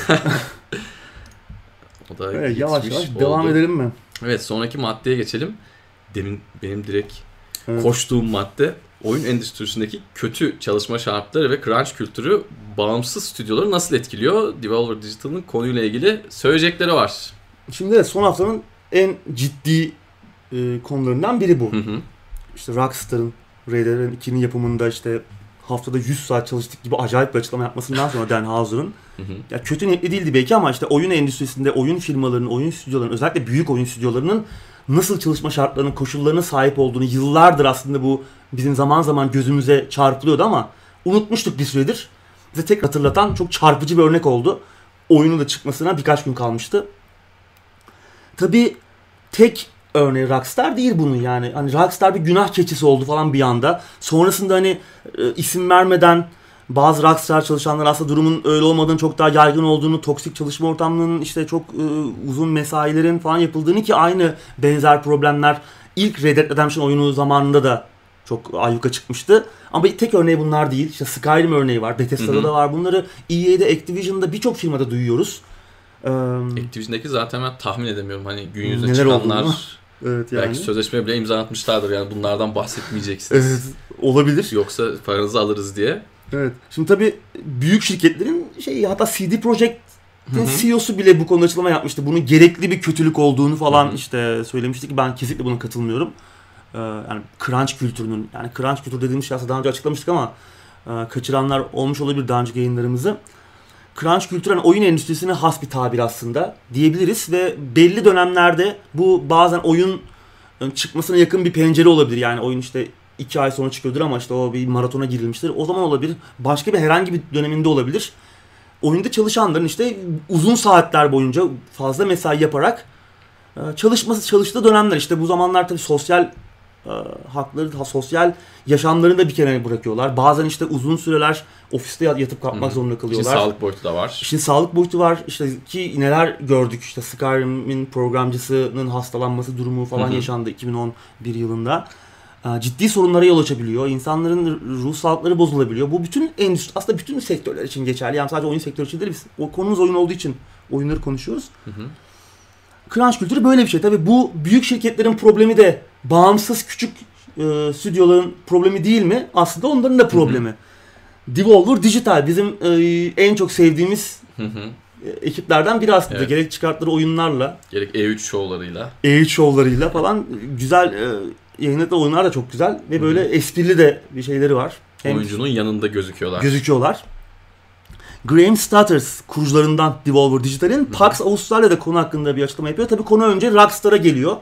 O da evet, yavaş yavaş oldu. Devam edelim mi? Evet, sonraki maddeye geçelim. Demin benim direkt evet. koştuğum madde. Oyun endüstrisindeki kötü çalışma şartları ve crunch kültürü bağımsız stüdyoları nasıl etkiliyor? Devolver Digital'ın konuyla ilgili söyleyecekleri var. Şimdi de son haftanın en ciddi e, konularından biri bu. Hı hı. İşte Rockstar'ın Red Dead ikinin yapımında işte haftada yüz saat çalıştık gibi acayip bir açıklama yapmasından sonra Dan Houser'ın ya kötü niyetli değildi belki ama işte oyun endüstrisinde oyun firmalarının, oyun stüdyolarının, özellikle büyük oyun stüdyolarının nasıl çalışma şartlarının, koşullarına sahip olduğunu yıllardır aslında bu bizim zaman zaman gözümüze çarpılıyordu ama unutmuştuk bir süredir. Bize tek hatırlatan çok çarpıcı bir örnek oldu. Oyunun da çıkmasına birkaç gün kalmıştı. Tabii tek örneği Rockstar değil bunun yani. Hani Rockstar bir günah keçisi oldu falan bir anda. Sonrasında hani e, isim vermeden bazı Rockstar çalışanlar aslında durumun öyle olmadığını, çok daha yaygın olduğunu, toksik çalışma ortamlarının işte çok e, uzun mesailerin falan yapıldığını, ki aynı benzer problemler ilk Red Dead Redemption oyunu zamanında da çok ayyuka çıkmıştı. Ama tek örneği bunlar değil. İşte Skyrim örneği var, Bethesda'da hı hı. da var. Bunları E A'de, Activision'da birçok firmada duyuyoruz. Ee, Activision'daki zaten ben tahmin edemiyorum. Hani gün yüzüne çıkanlar evet yani. Belki sözleşmeye bile imza atmışlardır. Yani bunlardan bahsetmeyeceksiniz. Evet, olabilir. Yoksa paranızı alırız diye. Evet. Şimdi tabii büyük şirketlerin şey, hatta C D Projekt'in C E O'su bile bu konuda açıklama yapmıştı. Bunun gerekli bir kötülük olduğunu falan Hı-hı. işte söylemişti ki ben kesinlikle buna katılmıyorum. Ee, yani crunch kültürünün, yani crunch kültürü dediğimiz şey aslında daha önce açıklamıştık ama e, kaçıranlar olmuş olabilir daha önceki yayınlarımızı. Crunch kültürü yani oyun endüstrisine has bir tabir aslında diyebiliriz ve belli dönemlerde bu bazen oyun çıkmasına yakın bir pencere olabilir. Yani oyun işte iki ay sonra çıkıyordur ama işte o bir maratona girilmiştir. O zaman olabilir. Başka bir herhangi bir döneminde olabilir. Oyunda çalışanların işte uzun saatler boyunca fazla mesai yaparak çalışması çalıştığı dönemler. İşte bu zamanlar tabii sosyal e, hakları, sosyal yaşamlarını da bir kenara bırakıyorlar. Bazen işte uzun süreler ofiste yatıp kalkmak Hı-hı. zorunda kalıyorlar. İşin sağlık boyutu da var. İşin sağlık boyutu var. İşte ki neler gördük. İşte Skyrim'in programcısının hastalanması durumu falan Hı-hı. yaşandı iki bin on bir yılında. Ciddi sorunlara yol açabiliyor. İnsanların ruh sağlıkları bozulabiliyor. Bu bütün endüstri, aslında bütün sektörler için geçerli. Yani sadece oyun sektörü için değil. Biz, o konumuz oyun olduğu için oyunları konuşuyoruz. Hı hı. Crunch kültürü böyle bir şey. Tabii bu büyük şirketlerin problemi de bağımsız küçük e, stüdyoların problemi değil mi? Aslında onların da problemi. Hı hı. Devolver Digital bizim e, en çok sevdiğimiz Hı hı. ekiplerden biri aslında. Evet. Gerek çıkarttıkları oyunlarla, Gerek E üç şovlarıyla. E üç şovlarıyla falan güzel e, yayınladıkları oyunlar da çok güzel ve böyle Hı hı. esprili de bir şeyleri var. Hem Oyuncunun yanında gözüküyorlar. gözüküyorlar. Graham Stutters kurucularından Devolver Digital'in PAX Avustralya'da konu hakkında bir açıklama yapıyor. Tabii konu önce Rockstar'a geliyor.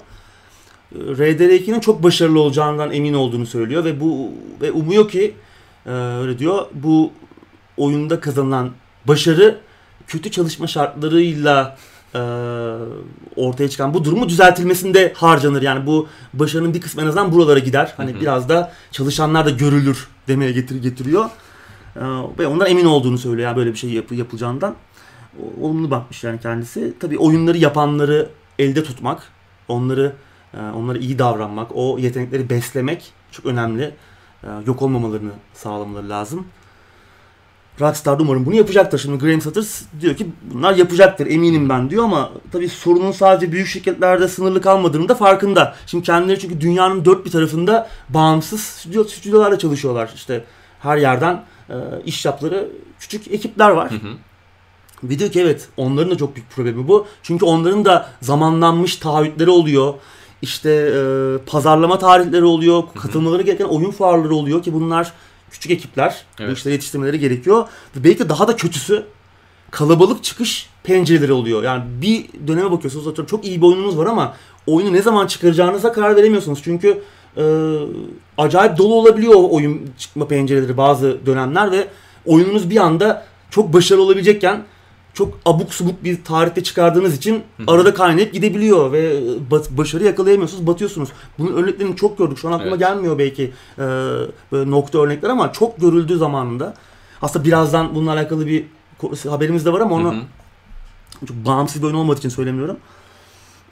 R D R iki'nin çok başarılı olacağından emin olduğunu söylüyor ve bu ve umuyor ki e, öyle diyor. Bu oyunda kazanılan başarı kötü çalışma şartlarıyla e, ortaya çıkan bu durumu düzeltilmesinde harcanır. Yani bu başarının bir kısmı en azından buralara gider. Hani Hı hı. biraz da çalışanlar da görülür demeye getir getiriyor. E, ve ondan emin olduğunu söylüyor yani böyle bir şey yap, yapılacağından. O- Olumlu bakmış yani kendisi. Tabii oyunları yapanları elde tutmak, onları e, onlara iyi davranmak, o yetenekleri beslemek çok önemli. E, yok olmamalarını sağlamaları lazım. Rockstar umarım bunu yapacaktır. Şimdi Graham Stutters diyor ki bunlar yapacaktır eminim ben diyor ama tabii sorunun sadece büyük şirketlerde sınırlı kalmadığını da farkında. Şimdi kendileri çünkü dünyanın dört bir tarafında bağımsız stüdyo, stüdyolarla çalışıyorlar. İşte her yerden e, iş yaptıkları küçük ekipler var. Hı hı. Ve diyor ki evet onların da çok büyük problemi bu. Çünkü onların da zamanlanmış taahhütleri oluyor. İşte e, pazarlama tarihleri oluyor. Katılmaları gereken oyun fuarları oluyor ki bunlar küçük ekipler. Evet. Bu işleri yetiştirmeleri gerekiyor. Ve belki de daha da kötüsü kalabalık çıkış pencereleri oluyor. Yani bir döneme bakıyorsunuz atıyorum çok iyi bir oyununuz var ama oyunu ne zaman çıkaracağınıza karar veremiyorsunuz. Çünkü e, acayip dolu olabiliyor o oyun çıkma pencereleri bazı dönemler ve oyununuz bir anda çok başarılı olabilecekken çok abuk subuk bir tarihte çıkardığınız için Hı hı. arada kaynayıp gidebiliyor ve bat- başarı yakalayamıyorsunuz, batıyorsunuz. Bunun örneklerini çok gördük. Şu an aklıma Evet. gelmiyor belki e, böyle nokta örnekler ama çok görüldüğü zamanında. Aslında birazdan bununla alakalı bir ko- haberimiz de var ama onu Hı hı. çok bağımsız bir oyun olmadığı için söylemiyorum. Ee,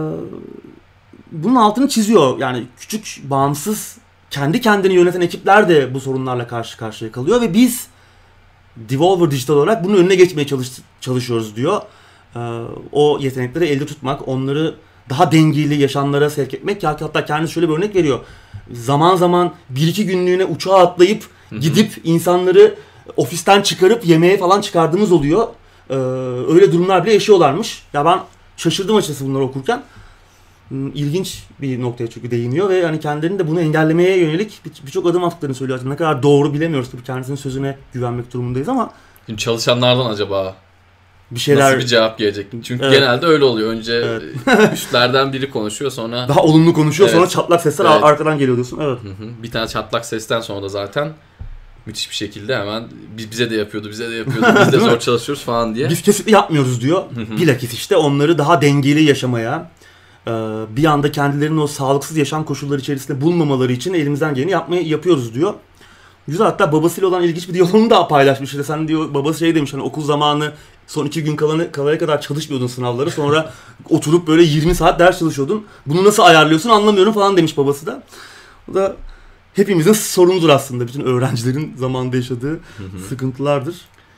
bunun altını çiziyor. Yani küçük, bağımsız, kendi kendini yöneten ekipler de bu sorunlarla karşı karşıya kalıyor ve biz Devolver Digital olarak bunun önüne geçmeye çalış, çalışıyoruz diyor. Ee, o yetenekleri elde tutmak, onları daha dengeli yaşamlara sevk etmek. Hatta kendisi şöyle bir örnek veriyor. Zaman zaman bir iki günlüğüne uçağa atlayıp Hı hı. gidip insanları ofisten çıkarıp yemeğe falan çıkardığımız oluyor. Ee, öyle durumlar bile yaşıyorlarmış. Ya ben şaşırdım açıkçası bunları okurken. Hmm, İlginç bir noktaya çünkü değiniyor ve yani kendilerinin de bunu engellemeye yönelik bir- birçok adım attıklarını söylüyor. Ne kadar doğru bilemiyoruz tabii kendisinin sözüne güvenmek durumundayız ama Şimdi çalışanlardan acaba bir şeyler nasıl bir cevap gelecek? Çünkü Evet. genelde öyle oluyor. Önce Evet. üstlerden biri konuşuyor sonra daha olumlu konuşuyor Evet. sonra çatlak sesler Evet. arkadan geliyor diyorsun. Evet. Hı hı. bir tane çatlak sesten sonra da zaten müthiş bir şekilde hemen "Biz- bize de yapıyordu, bize de yapıyordu, biz de Değil mi? zor çalışıyoruz falan diye. Biz kesinlikle yapmıyoruz diyor. Hı hı. Bilakis işte onları daha dengeli yaşamaya, e, bir anda kendilerini o sağlıksız yaşam koşulları içerisinde bulmamaları için elimizden geleni yapmayı yapıyoruz diyor. Güzel, hatta babasıyla olan ilginç bir diyaloğunu da paylaşmış. İşte sen diyor, babası şey demiş hani okul zamanı son iki gün kalanı kalaya kadar çalışmıyordun sınavları. Sonra oturup böyle yirmi saat ders çalışıyordun. Bunu nasıl ayarlıyorsun anlamıyorum falan demiş babası da. O da hepimizin sorunudur aslında. Bütün öğrencilerin zamanında yaşadığı Hı hı. sıkıntılardır.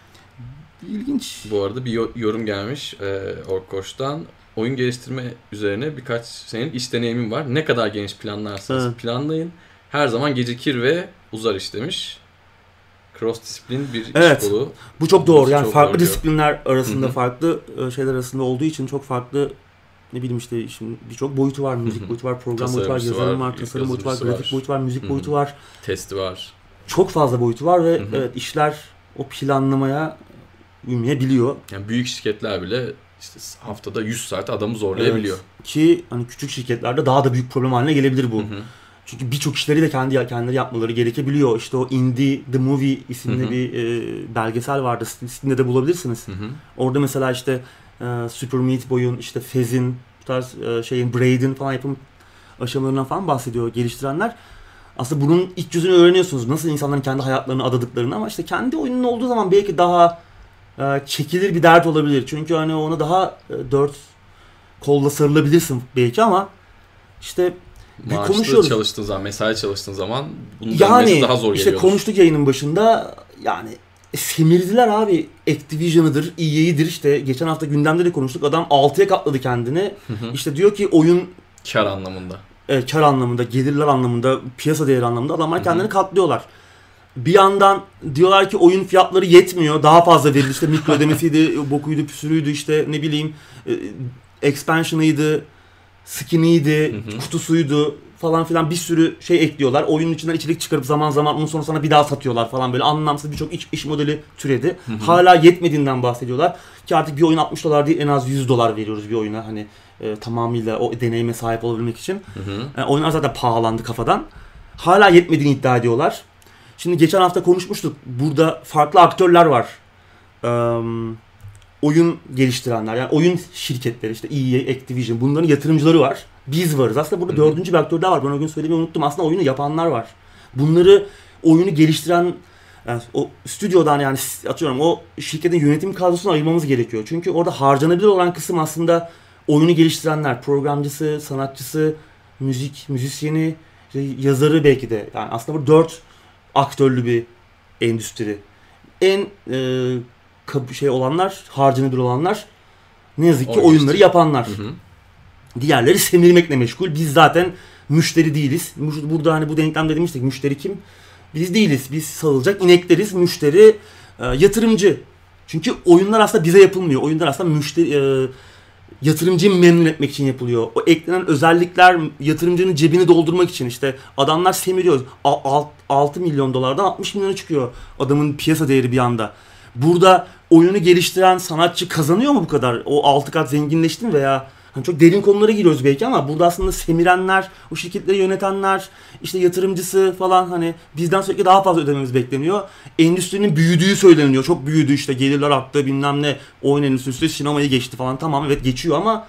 İlginç. Bu arada bir yo- yorum gelmiş e, Orkoş'tan. Oyun geliştirme üzerine birkaç senelik iş deneyimim var. Ne kadar geniş planlarsanız Evet. planlayın. Her zaman gecikir ve uzar iş demiş. Cross disiplin bir Evet. iş kolu. Bu çok doğru. Yani Çok farklı doğru diyor. disiplinler arasında, Hı hı. farklı e, şeyler arasında olduğu için çok farklı, ne bileyim işte şimdi birçok boyutu var. Müzik Hı hı. boyutu var, program boyutu var, Tasarımcısı yazarım var, var, tasarım boyutu var, yazılımcısı grafik var. boyutu var, müzik Hı hı. boyutu var. Testi var. Çok fazla boyutu var ve Hı hı. evet işler o planlamaya uymayabiliyor. Yani büyük şirketler bile işte haftada yüz saat adamı zorlayabiliyor. Evet. Ki hani küçük şirketlerde daha da büyük problem haline gelebilir bu. Hı hı. Çünkü birçok işleri de kendi kendileri yapmaları gerekebiliyor. İşte o Indie The Movie isimli Hı hı. bir e, belgesel vardı. Steam'de de bulabilirsiniz. Hı hı. Orada mesela işte e, Super Meat Boy'un, işte Fez'in, bu tarz e, şeyin, Braid'in falan yapım aşamalarından falan bahsediyor geliştirenler. Aslında bunun iç yüzünü öğreniyorsunuz. Nasıl insanların kendi hayatlarını adadıklarını, ama işte kendi oyunun olduğu zaman belki daha e, çekilir bir dert olabilir. Çünkü hani ona daha e, dört kolla sarılabilirsin belki ama işte bir Maaşlı konuşuyoruz. çalıştığın zaman, mesai çalıştığın zaman bunun Yani dönmesi daha zor işte geliyordur. konuştuk yayının başında, yani semirdiler abi. Activision'ıdır, E A'dir, işte geçen hafta gündemde de konuştuk. Adam altıya katladı kendini. Hı hı. İşte diyor ki oyun Kar anlamında. e, kar anlamında, gelirler anlamında, piyasa değeri anlamında adamlar Hı hı. kendini katlıyorlar. bir yandan diyorlar ki oyun fiyatları yetmiyor. Daha fazla verilir. İşte mikro ödemesiydi, bokuydu, püsürüydü, işte ne bileyim e, expansion'ıydı, skin'iydi, hı hı. kutusuydu falan filan, bir sürü şey ekliyorlar. Oyunun içinden içerik çıkarıp zaman zaman onun sonra sana bir daha satıyorlar falan, böyle anlamsız birçok iş, iş modeli türedi. Hı hı. Hala yetmediğinden bahsediyorlar ki artık bir oyun altmış dolar değil, en az yüz dolar veriyoruz bir oyuna, hani e, tamamıyla o deneyime sahip olabilmek için. Hı hı. Yani oyunlar zaten pahalandı kafadan. Hala yetmediğini iddia ediyorlar. Şimdi geçen hafta konuşmuştuk. Burada farklı aktörler var. Ee, oyun geliştirenler, yani oyun şirketleri, işte E A, Activision, bunların yatırımcıları var. Biz varız. Aslında burada Hı-hı. dördüncü bir aktör daha var. Ben o gün söylemeyi unuttum. Aslında oyunu yapanlar var. Bunları, oyunu geliştiren, yani o stüdyodan, yani atıyorum o şirketin yönetim kadrosunu ayırmamız gerekiyor. Çünkü orada harcanabilir olan kısım aslında oyunu geliştirenler, programcısı, sanatçısı, müzik, müzisyeni, yazarı belki de. Yani aslında bu dört aktörlü bir endüstri. En e, şey olanlar, harcanabilir olanlar ne yazık ki o oyunları işte. yapanlar. Hı hı. Diğerleri semirmekle meşgul. Biz zaten müşteri değiliz. Burada hani bu denklemde demiştik, müşteri kim? Biz değiliz. Biz sağılacak inekleriz. Müşteri e, yatırımcı. Çünkü oyunlar aslında bize yapılmıyor. Oyunlar aslında müşteri e, yatırımcıyı memnun etmek için yapılıyor. O eklenen özellikler yatırımcının cebini doldurmak için. İşte adamlar semiriyor. altı milyon dolardan altmış milyona çıkıyor adamın piyasa değeri bir anda. Burada oyunu geliştiren sanatçı kazanıyor mu bu kadar? O altı kat zenginleşti mi veya hani çok derin konulara giriyoruz belki, ama burada aslında semirenler, o şirketleri yönetenler, işte yatırımcısı falan, hani bizden sürekli daha fazla ödememiz bekleniyor. Endüstrinin büyüdüğü söyleniyor. Çok büyüdü, işte gelirler arttı, bilmem ne. Oyun endüstrisi sinemayı geçti falan. Tamam, evet geçiyor ama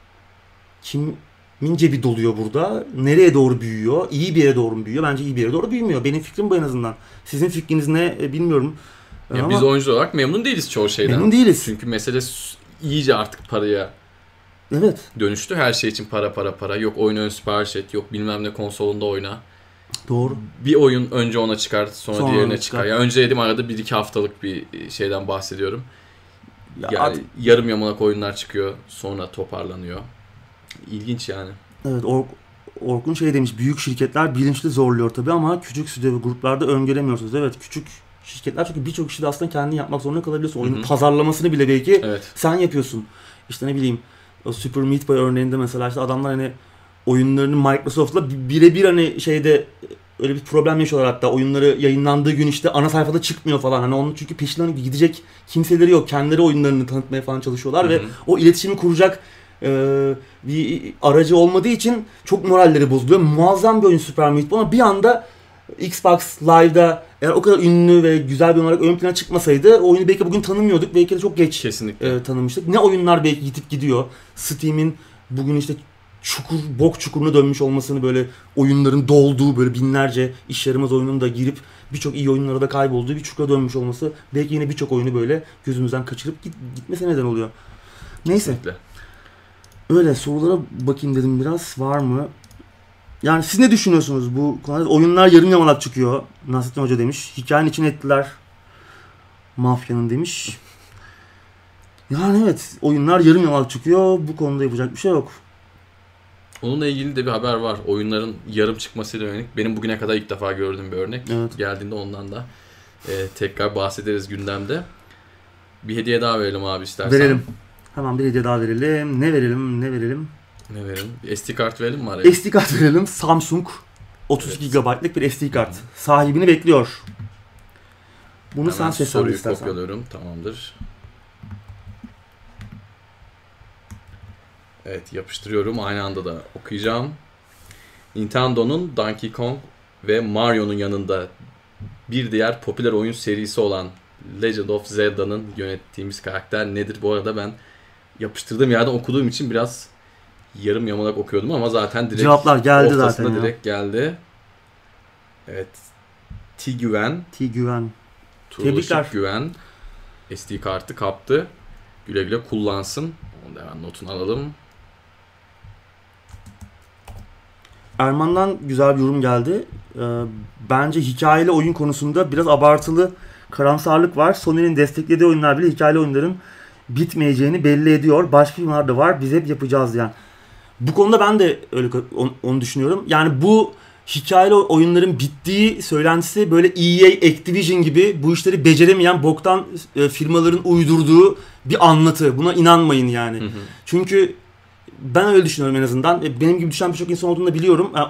kimin cebi doluyor burada? Nereye doğru büyüyor? İyi bir yere doğru mu büyüyor? Bence iyi bir yere doğru büyümüyor. Benim fikrim bu en azından. Sizin fikriniz ne bilmiyorum. Ya biz oyuncu olarak memnun değiliz çoğu şeyden. Memnun değiliz. Çünkü mesele iyice artık paraya evet. dönüştü. Her şey için para para para. Yok oyunu ön sipariş et. Yok bilmem ne konsolunda oyna. Doğru. Bir oyun önce ona çıkar, sonra, sonra diğerine çıkar. çıkar. Ya önce dedim arada bir iki haftalık bir şeyden bahsediyorum. Ya yani artık yarım yamalak oyunlar çıkıyor, sonra toparlanıyor. İlginç yani. Evet, Or Orkun şey demiş, büyük şirketler bilinçli zorluyor tabii ama küçük stüdyo ve gruplarda öngöremiyorsunuz. Evet, küçük şirketler, çünkü birçok işi de aslında kendin yapmak zorunda kalabiliyorsun. Oyunun Hı-hı. pazarlamasını bile belki evet. sen yapıyorsun. İşte ne bileyim, o Super Meat Boy örneğinde mesela işte adamlar hani oyunlarını Microsoft'la birebir hani şeyde öyle bir problem yaşıyorlar, hatta oyunları yayınlandığı gün işte ana sayfada çıkmıyor falan. Hani onun çünkü peşinden gidecek kimseleri yok. Kendileri oyunlarını tanıtmaya falan çalışıyorlar. Hı-hı. Ve o iletişimi kuracak e, bir aracı olmadığı için çok moralleri bozuluyor. Muazzam bir oyun Super Meat Boy ama bir anda Xbox Live'da eğer o kadar ünlü ve güzel bir olarak ön plana çıkmasaydı oyunu belki bugün tanımıyorduk. Belki de çok geç e, tanımıştık. Ne oyunlar belki gidip gidiyor. Steam'in bugün işte çukur, bok çukuruna dönmüş olmasını, böyle oyunların dolduğu, böyle binlerce iş yaramaz oyunun da girip birçok iyi oyunlara da kaybolduğu bir çukura dönmüş olması belki yine birçok oyunu böyle gözümüzden kaçırıp git, gitmesine neden oluyor. Neyse. Kesinlikle. Öyle sorulara bakayım dedim biraz. Var mı? Yani siz ne düşünüyorsunuz bu konuda? Oyunlar yarım yamalak çıkıyor. Nasrettin Hoca demiş. Hikayenin içine ettiler mafyanın demiş. Yani evet, oyunlar yarım yamalak çıkıyor. Bu konuda yapacak bir şey yok. Onunla ilgili de bir haber var. Oyunların yarım çıkmasıyla yönelik. Benim bugüne kadar ilk defa gördüğüm bir örnek. Evet. Geldiğinde ondan da e, tekrar bahsederiz gündemde. Bir hediye daha verelim abi istersen. Verelim. Hemen bir hediye daha verelim. Ne verelim? Ne verelim? Ne verelim? S D kart verelim mi araya? S D kart verelim. Samsung otuz iki evet. gigabaytlık bir S D kart. Hmm. Sahibini bekliyor. Bunu hemen sen seslendir istersen. Soruyu kopyalıyorum. Tamamdır. Evet, yapıştırıyorum. Aynı anda da okuyacağım. Nintendo'nun Donkey Kong ve Mario'nun yanında bir diğer popüler oyun serisi olan Legend of Zelda'nın yönettiğimiz karakter nedir? Bu arada ben yapıştırdığım yerden okuduğum için biraz yarım yamalak okuyordum ama zaten direkt cevaplar geldi zaten ya. Direkt geldi. Evet. T-Güven. T-Güven. Tebrikler. Güven. S D kartı kaptı. Güle güle kullansın. Onu da hemen notunu alalım. Erman'dan güzel bir yorum geldi. Ee, bence hikayeli oyun konusunda biraz abartılı karamsarlık var. Sony'nin desteklediği oyunlar bile hikayeli oyunların bitmeyeceğini belli ediyor. Başka firmalar da var. Biz hep yapacağız yani. Bu konuda ben de öyle onu düşünüyorum. Yani bu hikayeli oyunların bittiği söylentisi böyle E A, Activision gibi bu işleri beceremeyen boktan e, firmaların uydurduğu bir anlatı. Buna inanmayın yani. Hı hı. Çünkü ben öyle düşünüyorum en azından. Benim gibi düşünen birçok insan olduğunu da biliyorum. Yani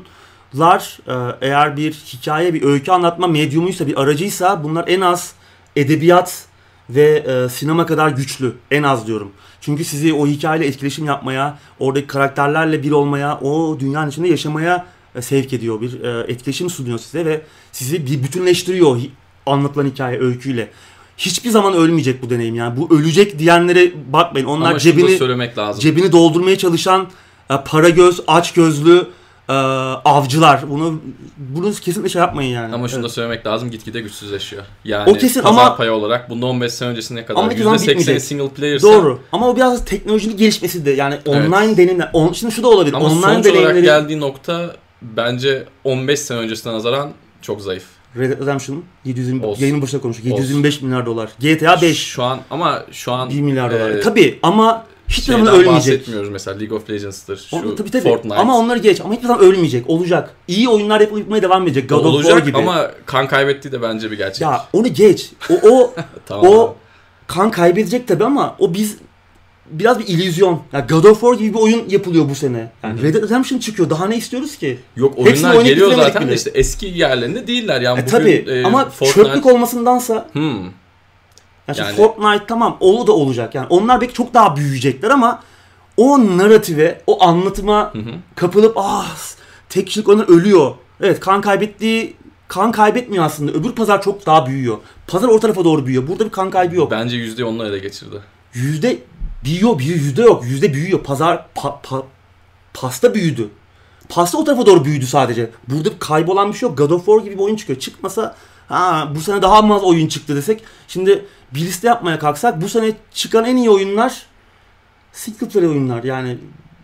oyunlar e, eğer bir hikaye, bir öykü anlatma medyumuysa, bir aracıysa bunlar en az edebiyat ve e, sinema kadar güçlü. En az diyorum. Çünkü sizi o hikayeyle etkileşim yapmaya, oradaki karakterlerle bir olmaya, o dünyanın içinde yaşamaya e, sevk ediyor. Bir e, etkileşim sunuyor size ve sizi bir bütünleştiriyor anlatılan hikaye, öyküyle. Hiçbir zaman ölmeyecek bu deneyim yani. Bu ölecek diyenlere bakmayın. Onlar ama cebini söylemek lazım. cebini doldurmaya çalışan e, para göz, aç gözlü e, avcılar. Bunu bunu kesinlikle şey yapmayın yani. Ama şunu evet. da söylemek lazım. Gitgide güçsüzleşiyor. Yani o kesin pazar ama payı olarak bundan on beş sene öncesine kadar ama yüzde sekseni single player'sa. Doğru. Ama o biraz teknolojinin gelişmesi de yani online evet. deneyimler. On, şimdi şu da olabilir. Ama online sonuç deneyimleri... olarak geldiği nokta bence on beş sene öncesine nazaran çok zayıf. Red Dead Redemption yedi yüz yirmi yayının başında konuştuk. yedi yüz yirmi beş milyar dolar. G T A beş şu an ama şu an bir milyar dolar. E, tabii ama hiçbir zaman ölmeyecek. Bahsetmiyoruz mesela League of Legends'tır, şu Onu, tabii, tabii. Fortnite. Ama onları geç. Ama hiçbir zaman ölmeyecek. Olacak. İyi oyunlar yapılmaya devam edecek. God of War gibi. Ama kan kaybettiği de bence bir gerçek. Ya onu geç. O o tamam. o kan kaybedecek tabii ama o biz biraz bir illüzyon. Yani God of War gibi bir oyun yapılıyor bu sene. Yani Hı-hı. Red Dead Redemption çıkıyor. Daha ne istiyoruz ki? Yok oyunlar geliyor zaten de işte eski yerlerinde değiller. Yani e, bugün, tabii e, ama Fortnite... çöplük olmasındansa Hmm. Yani, yani Fortnite tamam o da olacak. Yani onlar belki çok daha büyüyecekler ama o narrative, o anlatıma hı hı. kapılıp ah tek kişilik onlar ölüyor. Evet kan kaybettiği kan kaybetmiyor aslında. Öbür pazar çok daha büyüyor. Pazar o tarafa doğru büyüyor. Burada bir kan kaybı yok. Bence yüzde onları ele geçirdi. Yüzde büyüyor, büyüyor, yüzde yok. Yüzde büyüyor. Pazar pa, pa, pasta büyüdü. Pasta o tarafa doğru büyüdü sadece. Burada kaybolan bir şey yok. God of War gibi bir oyun çıkıyor. Çıkmasa ha bu sene daha az oyun çıktı desek. Şimdi bir liste yapmaya kalksak bu sene çıkan en iyi oyunlar single player oyunlar. Yani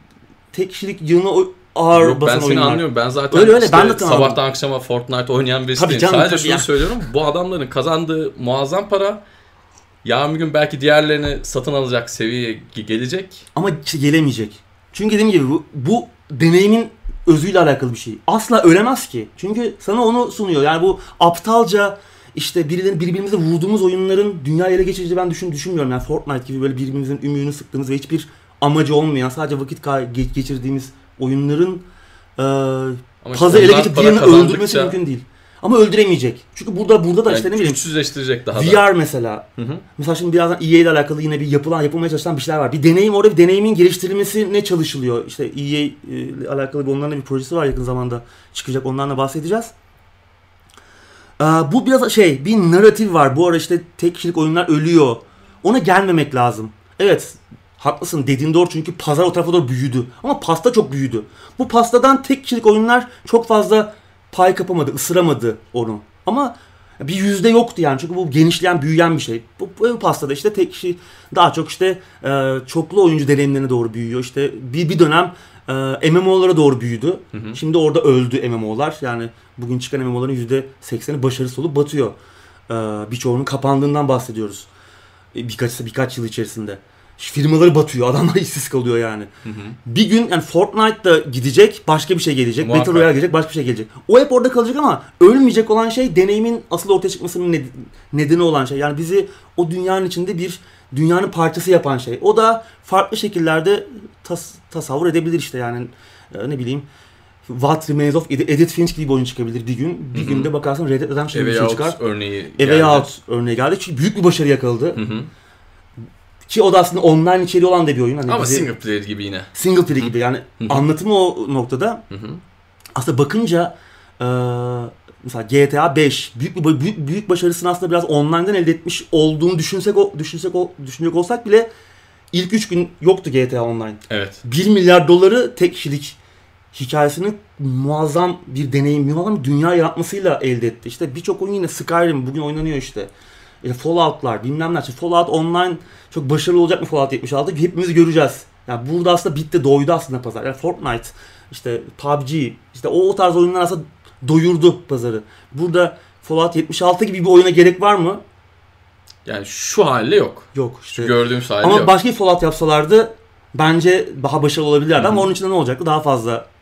tek kişilik yığına ağır Yok, basan oyunlar. Ben seni anlıyorum. Ben zaten öyle, öyle. Işte Ben de sabahtan akşama Fortnite oynayan birisiyim. Sadece şunu ya. söylüyorum. Bu adamların kazandığı muazzam para yarın bir gün belki diğerlerini satın alacak seviyeye gelecek. Ama işte gelemeyecek. Çünkü dediğim gibi bu, bu deneyimin özüyle alakalı bir şey. Asla ölemez ki. Çünkü sana onu sunuyor. Yani bu aptalca işte birilerini birbirimize vurduğumuz oyunların dünyayı ele geçireceğini ben düşün, düşünmüyorum. Yani Fortnite gibi böyle birbirimizin ümüğünü sıktığımız ve hiçbir amacı olmayan sadece vakit geçirdiğimiz oyunların e, pazı ele geçirip birini öldürmesi mümkün değil. Ama öldüremeyecek. Çünkü burada burada da yani işte ne bileyim güçsüzleştirecek daha V R da. mesela. Hı hı. Mesela şimdi birazdan E A ile alakalı yine bir yapılan yapılmaya çalışılan bir şeyler var. Bir deneyim orada bir deneyimin geliştirilmesine çalışılıyor. İşte E A ile alakalı bir onların bir projesi var yakın zamanda çıkacak. Ondan da bahsedeceğiz. Ee, bu biraz şey bir narratif var. Bu ara işte tek kişilik oyunlar ölüyor. Ona gelmemek lazım. Evet haklısın dediğin doğru çünkü pazar o tarafa doğru büyüdü. Ama pasta çok büyüdü. Bu pastadan tek kişilik oyunlar çok fazla pay kapamadı, ısıramadı onu. Ama bir yüzde yoktu yani çünkü bu genişleyen, büyüyen bir şey. Bu, bu pastada işte tek kişi daha çok işte e, çoklu oyuncu deneyimlerine doğru büyüyor. İşte bir bir dönem e, M M O'lara doğru büyüdü. Hı hı. Şimdi orada öldü M M O'lar. Yani bugün çıkan M M O'ların yüzde sekseni başarısız olup batıyor. E, birçoğunun kapandığından bahsediyoruz. E, birkaç birkaç yıl içerisinde. Firmaları batıyor. Adamlar işsiz kalıyor yani. Hı hı. Bir gün yani Fortnite da gidecek, başka bir şey gelecek. Muhakkak. Battle Royale gelecek, başka bir şey gelecek. O hep orada kalacak ama ölmeyecek olan şey deneyimin asıl ortaya çıkmasının ned- nedeni olan şey. Yani bizi o dünyanın içinde bir dünyanın parçası yapan şey. O da farklı şekillerde tas- tasavvur edebilir işte yani e, ne bileyim What Remains of Edith Finch gibi bir oyun çıkabilir bir gün. Bir hı hı. günde bakarsan Red Dead Redemption bir şey çıkar. Örneği A Way Out örneği geldi. Çünkü büyük bir başarı yakaladı. Hı hı. Ki o da aslında online içeriği olan da bir oyun. Hani ama single player gibi yine. Single player gibi yani Hı-hı. anlatımı o noktada. Hı-hı. Aslında bakınca e, mesela G T A beş büyük bir büyük, büyük başarısını aslında biraz online'dan elde etmiş olduğunu düşünsek o düşünsek o düşünecek olsak bile ilk üç gün yoktu G T A Online. Evet. bir milyar doları tek kişilik hikayesinin muazzam bir deneyim, muazzam bir dünya yaratmasıyla elde etti. İşte birçok oyun yine Skyrim bugün oynanıyor işte. E, Fallout'lar bilmem ne. Fallout Online çok başarılı olacak mı Fallout yetmiş altı? Hepimiz göreceğiz. Yani burada aslında bitti, doydu aslında pazar. Yani Fortnite, işte P U B G, işte o, o tarz oyunlar aslında doyurdu pazarı. Burada Fallout yetmiş altı gibi bir oyuna gerek var mı? Yani şu haliyle yok. Yok işte. Şu gördüğümüz haliyle ama yok. Ama başka bir Fallout yapsalardı bence daha başarılı olabilirlerdi. Hı-hı. Ama onun için de ne olacaktı? Daha fazla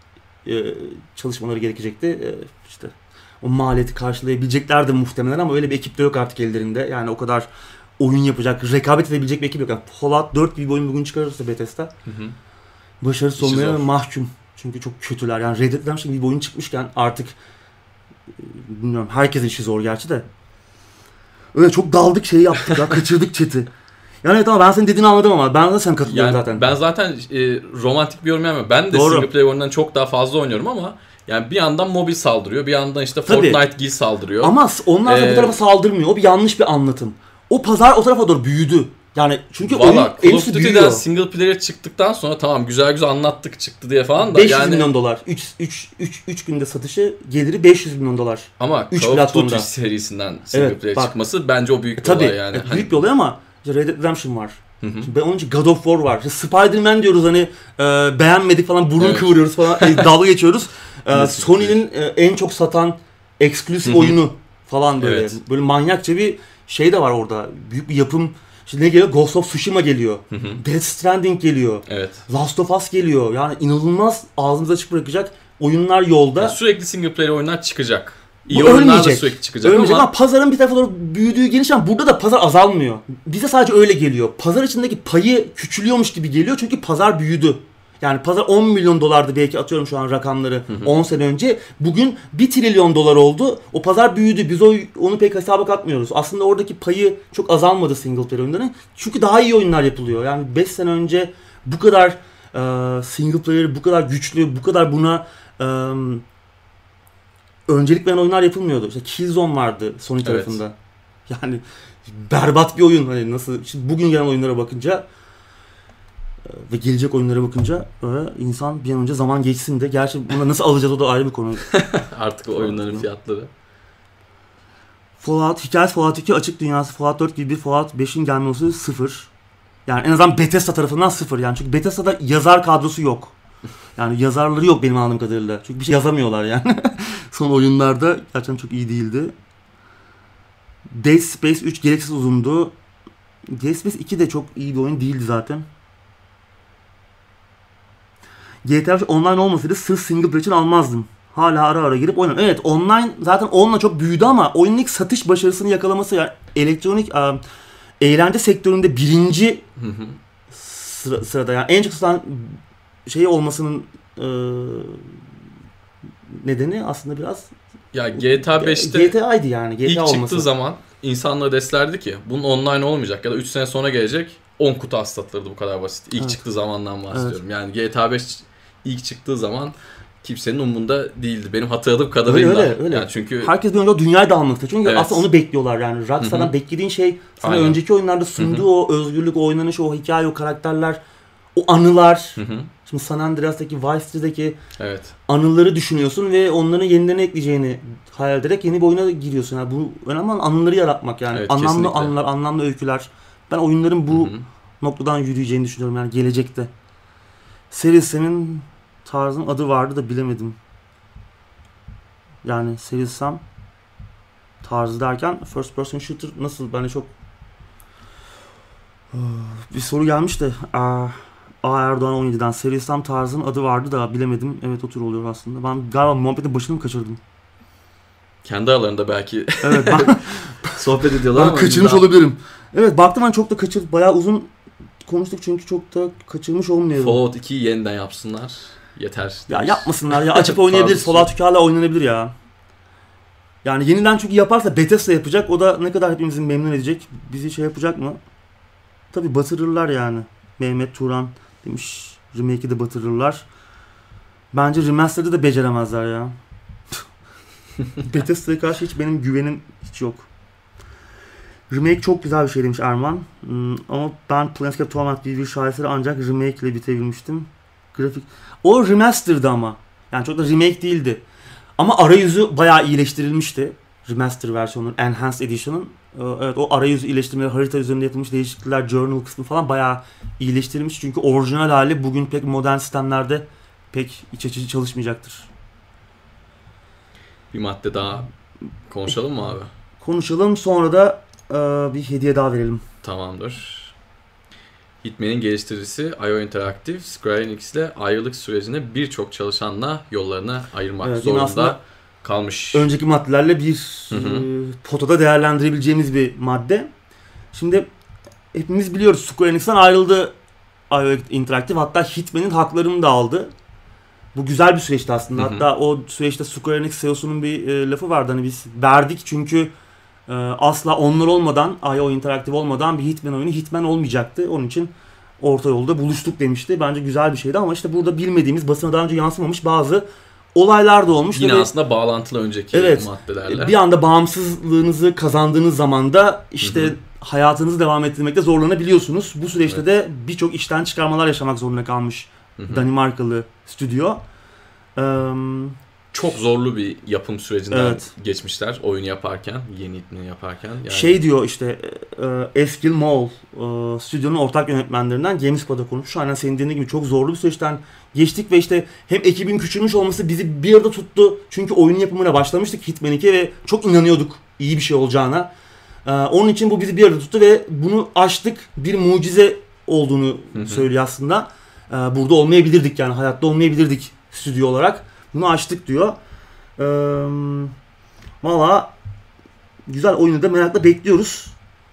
e, çalışmaları gerekecekti. E, işte o maliyeti karşılayabileceklerdi muhtemelen ama öyle bir ekip de yok artık ellerinde. Yani o kadar oyun yapacak, rekabet edebilecek bir ekip yok. Yani Fallout dört gibi bir oyun bugün çıkarırsa Bethesda hı hı. başarısız olmaya mahkum. Çünkü çok kötüler. Yani Red Dead Redemption gibi bir oyun çıkmışken artık bilmiyorum, herkesin işi zor gerçi de. Öyle çok daldık şeyi yaptık ya, kaçırdık chat'i. Yani tamam, ben senin dediğini anladım ama ben de sen katılıyorum yani zaten. Ben zaten e, romantik bir yorum yapmıyorum. Ben de Doğru. single player oyundan çok daha fazla oynuyorum ama yani bir yandan mobil saldırıyor, bir yandan işte Tabii. Fortnite Gil saldırıyor. Ama onlar da ee... bu tarafa saldırmıyor. O bir yanlış bir anlatım. O pazar o tarafa doğru büyüdü. Yani çünkü Valla Call of Duty'den single player çıktıktan sonra tamam güzel güzel anlattık çıktı diye falan da beş yüz yani... milyon dolar. üç günde satışı geliri beş yüz milyon dolar. Ama Call of Duty serisinden single evet, player bak, çıkması bence o büyük bir tabii, olay yani. Evet, büyük bir olay ama Red Dead Redemption var. Hı hı. Ben onun için God of War var. Spider-Man diyoruz hani e, beğenmedik falan, burun evet. kıvırıyoruz falan, e, dalga geçiyoruz. E, Sony'nin e, en çok satan eksklusif oyunu falan böyle. Evet. Böyle manyakça bir şey de var orada. Büyük bir yapım. Şimdi ne geliyor? Ghost of Tsushima geliyor. Hı hı. Death Stranding geliyor. Evet. Last of Us geliyor. Yani inanılmaz ağzımıza açık bırakacak oyunlar yolda. Yani sürekli single player oyunlar çıkacak. İyi oyunlar da sürekli çıkacak ölmeyecek ama... ama pazarın bir tarafa doğru büyüdüğü geliş ama burada da pazar azalmıyor. Bize sadece öyle geliyor. Pazar içindeki payı küçülüyormuş gibi geliyor çünkü pazar büyüdü. Yani pazar on milyon dolardı belki, atıyorum şu an rakamları, hı hı. on sene önce. Bugün bir trilyon dolar oldu. O pazar büyüdü. Biz o, onu pek hesaba katmıyoruz. Aslında oradaki payı çok azalmadı single player oyunların. Çünkü daha iyi oyunlar yapılıyor. Yani beş sene önce bu kadar e, single player, bu kadar güçlü, bu kadar buna e, öncelik veren oyunlar yapılmıyordu. İşte Killzone vardı Sony tarafında. Evet. Yani berbat bir oyun. Hani nasıl? Şimdi bugün gelen oyunlara bakınca ve gelecek oyunlara bakınca öyle insan bir an önce zaman geçsin de. Gerçi bunu nasıl alacağız o da ayrı bir konu. Artık o oyunların fiyatları. Fallout, hikayesi Fallout iki, açık dünyası Fallout dört gibi, Fallout beşin gelme olasılığı sıfır. Yani en azından Bethesda tarafından sıfır yani. Çünkü Bethesda'da yazar kadrosu yok. Yani yazarları yok benim anladığım kadarıyla. Çünkü bir şey yazamıyorlar yani. Son oyunlarda gerçekten çok iyi değildi. Dead Space üç gereksiz uzundu. Dead Space iki de çok iyi bir oyun değildi zaten. G T A beş online olmasaydı sırf single player için almazdım. Hala ara ara girip oynarım. Evet, online zaten onunla çok büyüdü ama oyunun ilk satış başarısını yakalaması, yani elektronik e, eğlence sektöründe birinci sıra, sırada yani en çok satan şey olmasının e, nedeni aslında biraz ya G T A beşte G T A'ydı yani. G T A ilk olması. çıktığı zaman insanlara deslerdi ki bunun online olmayacak ya da üç sene sonra gelecek, on kutu satılırdı, bu kadar basit. İlk evet. çıktığı zamandan bahsediyorum. Evet. Yani G T A beş ilk çıktığı zaman kimsenin umurunda değildi. Benim hatırladığım kadarıyla. Öyle öyle. öyle. Yani çünkü herkes bir önce o dünyayı da almakta. Çünkü evet. aslında onu bekliyorlar yani. Rockstar'dan beklediğin şey sana Aynen. önceki oyunlarda sunduğu Hı-hı. o özgürlük, o oynanış, o hikaye, o karakterler, o anılar. Hı-hı. Şimdi San Andreas'taki, Vice City'deki evet. anıları düşünüyorsun ve onların yenilerini ekleyeceğini hayal ederek yeni bir oyuna giriyorsun. Yani bu önemli olan anıları yaratmak yani. Evet, anlamlı kesinlikle. anılar, anlamlı öyküler. Ben oyunların bu Hı-hı. noktadan yürüyeceğini düşünüyorum yani gelecekte. Serisinin tarzın adı vardı da bilemedim. Yani Serious Sam tarzı derken first person shooter nasıl? Bence çok bir soru gelmiş de A Erdoğan on yediden Serious Sam tarzın adı vardı da bilemedim. Evet, o tür oluyor aslında. Ben galiba muhabbetin başını mı kaçırdım? Kendi aralarında belki evet, ben, sohbet ediyorlar ben ama kaçırmış daha... olabilirim. Evet, baktım ben çok da kaçırdım. Bayağı uzun konuştuk çünkü çok da kaçırmış olmayalım. Fallout ikiyi yeniden yapsınlar. Yeter. Ya yapmasınlar ya. Açıp oynayabilir. Fallout iki hala oynanabilir ya. Yani yeniden çünkü yaparsa Bethesda yapacak. O da ne kadar hepimizi memnun edecek. Bizi şey yapacak mı? Tabii batırırlar yani. Mehmet Turan demiş. Remake'i de batırırlar. Bence Remastered'ı da beceremezler ya. Bethesda'ya karşı hiç benim güvenim hiç yok. Remake çok güzel bir şey demiş Erman. Hmm, ama ben Planescape Torment diye bir şaheseri ancak remake ile bitebilmiştim. Grafik. O remaster'dı ama. Yani çok da remake değildi. Ama arayüzü bayağı iyileştirilmişti. Remaster versiyonunun, Enhanced Edition'ın. Evet, o arayüzü iyileştirmeleri, harita üzerinde yapılmış değişiklikler, journal kısmı falan bayağı iyileştirilmiş. Çünkü orijinal hali bugün pek modern sistemlerde pek iç açıcı çalışmayacaktır. Bir madde daha konuşalım mı abi? Konuşalım, sonra da e, bir hediye daha verelim. Tamamdır. Hitman'in geliştiricisi I O Interactive, Square Enix ile ayrılık sürecinde birçok çalışanla yollarını ayırmak Evet, zorunda kalmış. Önceki maddelerle bir Hı hı. e, potada değerlendirebileceğimiz bir madde. Şimdi hepimiz biliyoruz Square Enix'ten ayrıldı I O Interactive, hatta Hitman'in haklarını da aldı. Bu güzel bir süreçti aslında. Hı hı. Hatta o süreçte Square Enix C E O'sunun bir e, lafı vardı, hani biz verdik çünkü e, asla onlar olmadan, I O Interactive olmadan bir Hitman oyunu Hitman olmayacaktı. Onun için orta yolda buluştuk demişti. Bence güzel bir şeydi ama işte burada bilmediğimiz, basına daha önce yansımamış bazı olaylar da olmuş. Yine ve aslında bağlantılı önceki evet, maddelerle. bir anda bağımsızlığınızı kazandığınız zaman da işte Hı hı. hayatınızı devam ettirmekte zorlanabiliyorsunuz. Bu süreçte Evet. de birçok işten çıkarmalar yaşamak zorunda kalmış Hı hı. Danimarkalı stüdyo. Ee, Çok zorlu bir yapım sürecinden Evet. geçmişler oyunu yaparken, yeni Hitman'ı yaparken. Yani... Şey diyor işte e, Eskil Moll e, stüdyonun ortak yönetmenlerinden GameSpot'a konuşmuş. Aynen senin dediğin gibi çok zorlu bir süreçten geçtik ve işte hem ekibin küçülmüş olması bizi bir arada tuttu. Çünkü oyun yapımına başlamıştık Hitman ikiye ve çok inanıyorduk iyi bir şey olacağına. Ee, onun için bu bizi bir arada tuttu ve bunu aştık. Bir mucize olduğunu Hı hı. söylüyor aslında. Ee, burada olmayabilirdik, yani hayatta olmayabilirdik stüdyo olarak. Bunu aştık diyor. Ee, Valla güzel, oyunu da merakla bekliyoruz.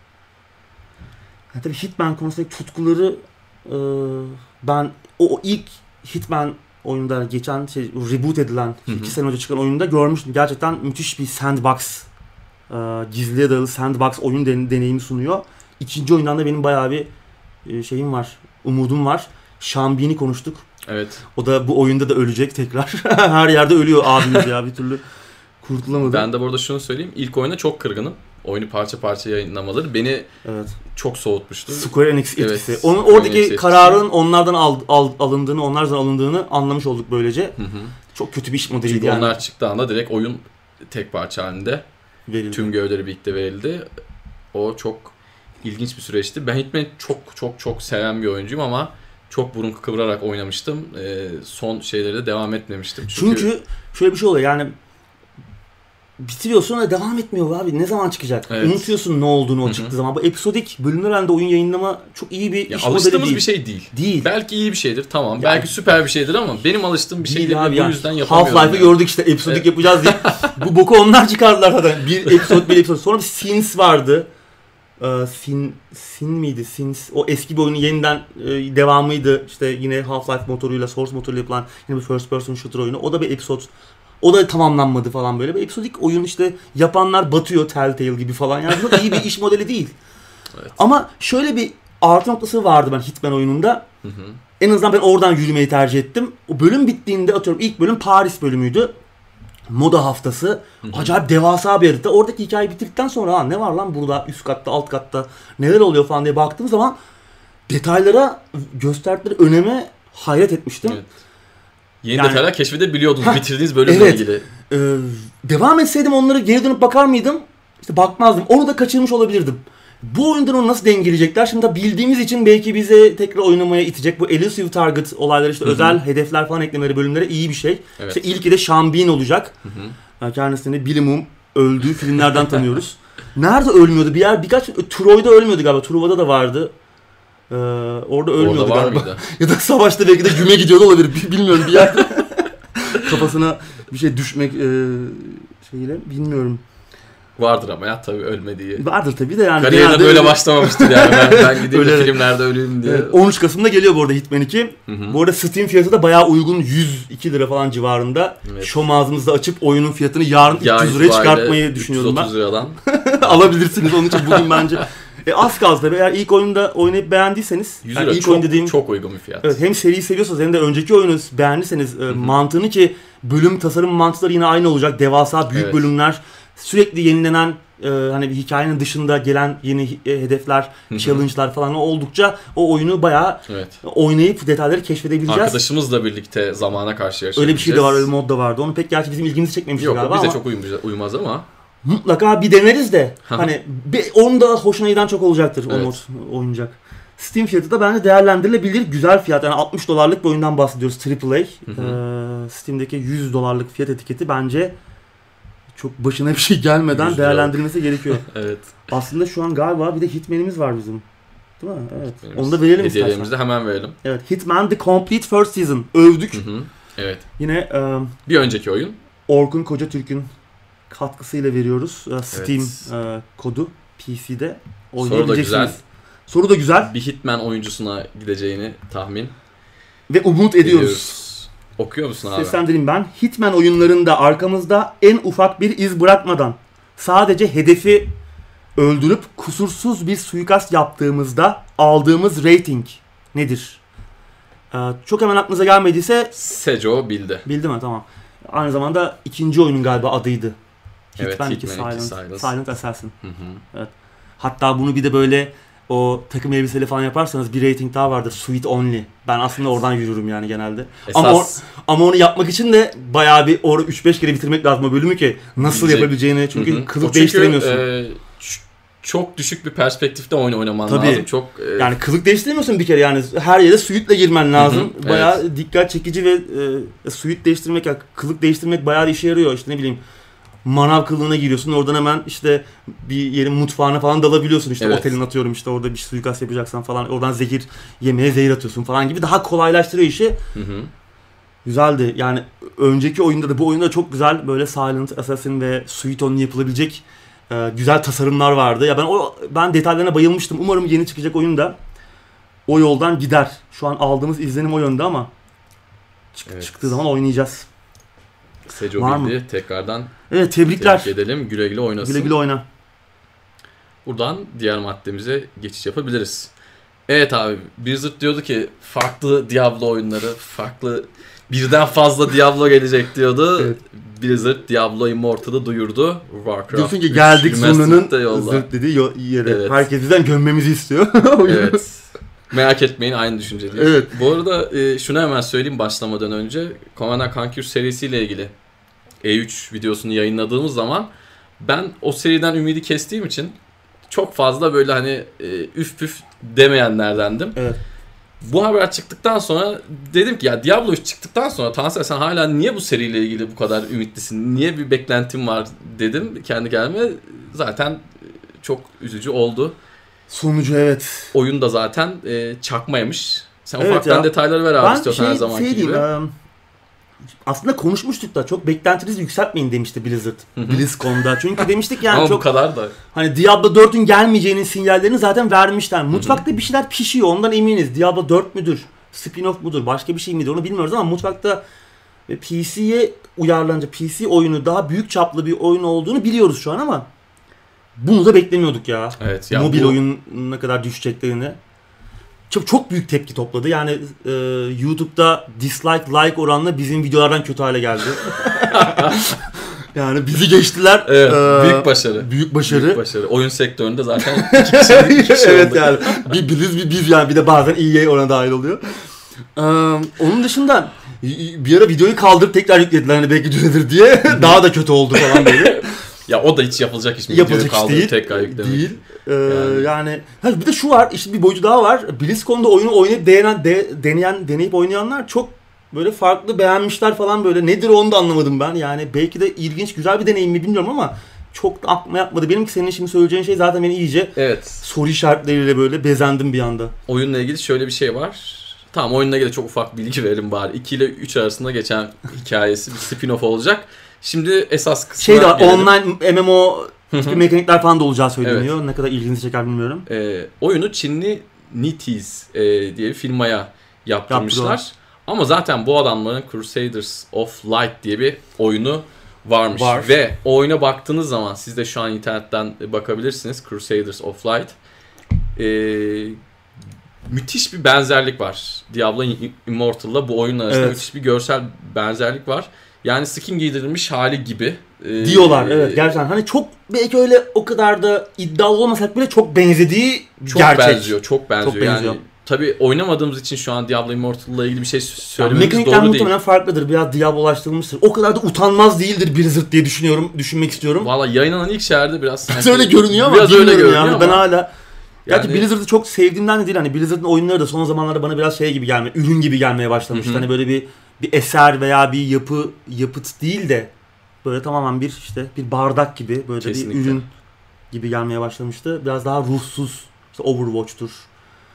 Yani tabii Hitman konusundaki tutkuları e, ben o, o ilk Hitman oyunda geçen şey, reboot edilen Hı hı. iki sene önce çıkan oyunda görmüştüm. Gerçekten müthiş bir sandbox, e, gizliye dayalı sandbox oyun den- deneyimi sunuyor. İkinci oyundan da benim bayağı bir e, şeyim var, umudum var. Sean Bean'i konuştuk. Evet. O da bu oyunda da ölecek tekrar. Her yerde ölüyor abimiz ya, bir türlü kurtulamadı. Ben de burada şunu söyleyeyim. İlk oyuna çok kırgınım. Oyunu parça parça yayınlamaları beni Evet. çok soğutmuştu. Square Enix etkisi. Evet, Onun Square oradaki Enix etkisi. kararın onlardan al, al, alındığını, onlardan alındığını anlamış olduk böylece. Hı hı. Çok kötü bir iş modeliydi Çünkü yani. onlar çıktığı anda direkt oyun tek parça halinde Verildi. tüm gövdeleri birlikte verildi. O çok ilginç bir süreçti. Ben Hitman'i çok çok çok seven bir oyuncuyum ama çok burun kıvırarak oynamıştım. Ee, son şeylere de devam etmemiştim. Çünkü, Çünkü şöyle bir şey oluyor yani, bitiriyorsun ve devam etmiyor abi. Ne zaman çıkacak? Evet. Unutuyorsun ne olduğunu o Hı hı. çıktığı zaman. Bu episodik bölümler halinde oyun yayınlama çok iyi bir ya iş modeli alıştığımız değil. bir şey değil. Değil. Belki iyi bir şeydir, tamam. Yani- Belki süper bir şeydir ama benim alıştığım bir şey Değil değil. abi Bu yani. yüzden yapamıyorum. Half-Life'ı yani. gördük işte, episodik Evet. yapacağız diye. Bu boku onlar çıkardılar zaten. Bir episode bir episode. Sonra bir Sins vardı. Ee, Sin, Sin miydi? Sins. O eski bir oyunun yeniden e, devamıydı. İşte yine Half-Life motoruyla, Source motoruyla yapılan yine bir first person shooter oyunu. O da bir episode. O da tamamlanmadı falan böyle. Bir episodik oyun işte, yapanlar batıyor Telltale gibi falan. Yani çok iyi bir iş modeli değil. Evet. Ama şöyle bir artı noktası vardı ben Hitman oyununda. Hı hı. En azından ben oradan yürümeyi tercih ettim. O bölüm bittiğinde, atıyorum ilk bölüm Paris bölümüydü. Moda haftası. Hı hı. Acayip devasa bir harita. Oradaki hikayeyi bitirdikten sonra ha, ne var lan burada üst katta, alt katta neler oluyor falan diye baktığım zaman detaylara gösterdikleri öneme hayret etmiştim. Evet. Yeni Yani- detaylar keşfedebiliyordunuz bitirdiğiniz bölümle evet. ilgili. Ee, devam etseydim onları geri dönüp bakar mıydım? İşte bakmazdım. Onu da kaçırmış olabilirdim. Bu oyundan onu nasıl dengeleyecekler? Şimdi tabii bildiğimiz için belki bize tekrar oynamaya itecek. Bu elusive target olayları, işte Hı hı. özel hedefler falan eklemeleri bölümlere iyi bir şey. Evet. İşte ilki de Sean Bean olacak. Hı hı. Yani kendisini bilimum öldüğü filmlerden tanıyoruz. Nerede ölmüyordu? Bir yer birkaç Troy'da ölmüyordu galiba. Truva'da da vardı. Ee, orada ölmüyordu Orada var galiba. mıydı? Ya da savaşta belki de güme gidiyordu olabilir. Bilmiyorum, bir yerde kafasına bir şey düşmek e, şeyle bilmiyorum. Vardır ama ya tabii ölmediği. Vardır tabii de yani. Kariyerine genelde böyle öyle- başlamamıştır yani. Ben, ben gideyim de Öyle. filmlerde öleyim diye. Evet, on üç Kasım'da geliyor bu arada Hitman iki. Hı hı. Bu arada Steam fiyatı da bayağı uygun. yüz iki lira falan civarında. Evet. Şom ağzımızda açıp oyunun fiyatını yarın Ya üç yüz liraya itibariyle çıkartmayı düşünüyorum ben. üç yüz otuz liradan. Alabilirsiniz onun için bugün bence. E, az kaldı tabii. Eğer ilk oyunda oynayıp beğendiyseniz. yüz yani lira ilk çok, oyun dediğim, çok uygun bir fiyat. evet, hem seriyi seviyorsanız hem de önceki oyunu beğendiyseniz e, hı. mantığını, ki bölüm tasarım mantıkları yine aynı olacak. Devasa büyük Evet. bölümler. Sürekli yenilenen e, hani bir hikayenin dışında gelen yeni e, hedefler, Hı hı. challenge'lar falan oldukça o oyunu bayağı Evet. oynayıp detayları keşfedebileceğiz. Arkadaşımızla birlikte zamana karşı yaşayabileceğiz. Öyle bir şey de var, öyle mod da vardı. Onu pek gerçi bizim ilgimizi çekmemişti Yok galiba bize ama çok uymaz, uymaz ama. mutlaka bir deneriz de. Hı hı. Hani bir, onun da hoşuna giden çok olacaktır o Evet. mod oyuncak. Steam fiyatı da bence değerlendirilebilir. Güzel fiyat. Yani altmış dolarlık bir oyundan bahsediyoruz. Triple A. Hı hı. Ee, Steam'deki yüz dolarlık fiyat etiketi bence çok başına bir şey gelmeden yüz lira. değerlendirilmesi gerekiyor. Evet. Aslında şu an galiba bir de Hitman'imiz var bizim. Değil mi? Evet. Hitman'imiz. Onu da verelim Hediyelerimizi istersen. de hemen verelim. Evet. Hitman The Complete First Season. Övdük. Hı hı. Evet. Yine e, Bir önceki oyun. Orkun Kocatürk'ün katkısıyla veriyoruz. E, Steam Evet. e, kodu P C'de Soru da oynayabileceksiniz. güzel. Soru da güzel. Bir Hitman oyuncusuna gideceğini tahmin Ve umut ediyoruz. ediyoruz. Okuyor musun abi? Seslendireyim ben. Hitman oyunlarında arkamızda en ufak bir iz bırakmadan sadece hedefi öldürüp kusursuz bir suikast yaptığımızda aldığımız rating nedir? Ee, çok hemen aklınıza gelmediyse Sejo bildi. bildi mi? Tamam. Aynı zamanda ikinci oyunun galiba adıydı. Evet, Hitman iki Hitman iki Silent, Silence. Silent Assassin. Hı hı. Hatta bunu bir de böyle o takım elbiseli falan yaparsanız bir rating daha vardır. Sweet Only. Ben aslında oradan yürürüm yani genelde. Esas Ama, o, ama onu yapmak için de bayağı bir orada üç beş kere bitirmek lazım o bölümü ki nasıl Bilecek. yapabileceğini. Çünkü Hı hı. O kılık çünkü, değiştiremiyorsun. e, ç- çok düşük bir perspektifte oyun oynaman Tabii. lazım. Çok e, Yani kılık değiştiremiyorsun bir kere yani. Her yere suite'le girmen lazım. Hı hı, Bayağı evet. dikkat çekici ve e, suite değiştirmek, yani kılık değiştirmek bayağı işe yarıyor. İşte ne bileyim manav kılığına giriyorsun. Oradan hemen işte bir yerin mutfağına falan dalabiliyorsun. İşte Evet. otelin atıyorum işte orada bir suikast yapacaksan falan. Oradan zehir, yemeğe zehir atıyorsun falan gibi. Daha kolaylaştırıyor işi. Hı hı. Güzeldi. Yani önceki oyunda da bu oyunda çok güzel böyle Silent Assassin ve Sweet Only yapılabilecek e, güzel tasarımlar vardı. Ya ben o ben detaylarına bayılmıştım. Umarım yeni çıkacak oyun da o yoldan gider. Şu an aldığımız izlenim o yönde ama çık- Evet. çıktığı zaman oynayacağız. Sejo Var bildi. Tekrardan Evet, tebrikler. tebrik edelim. Güle güle oynasın. Güle güle oyna. Buradan diğer maddemize geçiş yapabiliriz. Evet abi, Blizzard diyordu ki farklı Diablo oyunları, farklı birden fazla Diablo gelecek diyordu. Evet. Blizzard Diablo Immortal'ı duyurdu. Warcraft Diyorsun ki üç geldik remastered sonunun da yolla. zırt dediği yo- yere. Evet. Herkes bizden gömmemizi istiyor. Evet. Merak etmeyin, aynı düşüncedeyiz. Evet. Bu arada e, şunu hemen söyleyeyim başlamadan önce. Command and Conquer serisiyle ilgili E üç videosunu yayınladığımız zaman ben o seriden ümidi kestiğim için çok fazla böyle hani e, üf püf demeyenlerdendim. Evet. Bu haber çıktıktan sonra dedim ki ya Diablo üç çıktıktan sonra Tansel sen hala niye bu seriyle ilgili bu kadar ümitlisin? Niye bir beklentin var dedim kendi kendime. Zaten çok üzücü oldu. Sonucu evet. Oyun da zaten e, çakmaymış. Sen Evet ufaktan ya. detayları ver abi Ben istiyorsan şey, her zamanki şey gibi. diyeyim, e, aslında konuşmuştuk da çok beklentinizi yükseltmeyin demişti Blizzard. Hı hı. BlizzCon'da. Çünkü demiştik yani Ama çok bu kadar da. hani Diablo dört'ün gelmeyeceğinin sinyallerini zaten vermişler. Mutfakta bir şeyler pişiyor, ondan eminiz. Diablo dört müdür? Spin-off mudur? Başka bir şey midir? Onu bilmiyoruz ama mutfakta P C'ye uyarlanacak, P C oyunu daha büyük çaplı bir oyun olduğunu biliyoruz şu an ama bunu da beklemiyorduk ya. Evet ya Mobil bu, oyun ne kadar düşeceklerini. Çok çok büyük tepki topladı. Yani e, YouTube'da dislike like oranla bizim videolardan kötü hale geldi. Yani bizi geçtiler. evet, Ee, büyük başarı. Büyük başarı. Büyük başarı. Oyun sektöründe zaten iki kişi, iki kişi Evet oldu. yani. Bir biz bir biz yani bir de bazen E A ona dahil oluyor. Ee, onun dışında bir ara videoyu kaldırıp tekrar yüklediler hani belki düzelir diye. Daha da kötü oldu falan böyle. Ya o da hiç yapılacak iş mi? Yapılacak Videoyu iş kaldırıp değil. tekrar yüklemek. Değil. Ee, Yani. yani ha, bir de şu var, işte bir boyutu daha var. BlizzCon'da oyunu oynayıp deneyen, de, deneyen, deneyip oynayanlar çok böyle farklı beğenmişler falan böyle. Nedir onu da anlamadım ben. Yani belki de ilginç, güzel bir deneyim mi bilmiyorum ama çok da aklıma yatmadı. Benim ki senin şimdi söyleyeceğin şey zaten beni iyice Evet. soru işaretleriyle böyle bezendim bir anda. Oyunla ilgili şöyle bir şey var. Tamam, oyunla ilgili çok ufak bilgi verelim bari. iki ile üç arasında geçen hikayesi bir spin-off olacak. Şimdi esas kısmına Şey de var, gelelim. online M M O tipi mekanikler falan da olacağı söyleniyor. Evet. Ne kadar ilginizi çeker bilmiyorum. Ee, oyunu Çinli Nitiz e, diye bir firmaya yaptırmışlar. Yaptılar. Ama zaten bu adamların Crusaders of Light diye bir oyunu varmış. Var. Ve o oyuna baktığınız zaman siz de şu an internetten bakabilirsiniz. Crusaders of Light. Ee, müthiş bir benzerlik var. Diablo Immortal'la bu oyun arasında Evet. müthiş bir görsel benzerlik var. Yani skin giydirilmiş hali gibi. Ee, Diyorlar evet gerçekten. Hani çok belki öyle o kadar da iddialı olmasak bile çok benzediği Çok gerçek. benziyor, çok benziyor. Çok benziyor. Yani tabii oynamadığımız için şu an Diablo Immortal'la ilgili bir şey Yani söylememiz mekanikler doğru değil. muhtemelen farklıdır. Biraz Diablo'laştırılmıştır. O kadar da utanmaz değildir Blizzard diye düşünüyorum, düşünmek istiyorum. Valla yayınlanan ilk şehirde biraz sanki öyle görünüyor ama biraz öyle bilmiyorum görünüyor yani. ama Ben hala gerçi yani- Blizzard'ı çok sevdiğimden de değil, hani Blizzard'ın oyunları da son zamanlarda bana biraz şey gibi gelme, ürün gibi gelmeye başlamıştı. Hı hı. Hani böyle bir bir eser veya bir yapı yapıt değil de böyle tamamen bir işte bir bardak gibi böyle Kesinlikle. bir ürün gibi gelmeye başlamıştı. Biraz daha ruhsuz. İşte Overwatch'tur.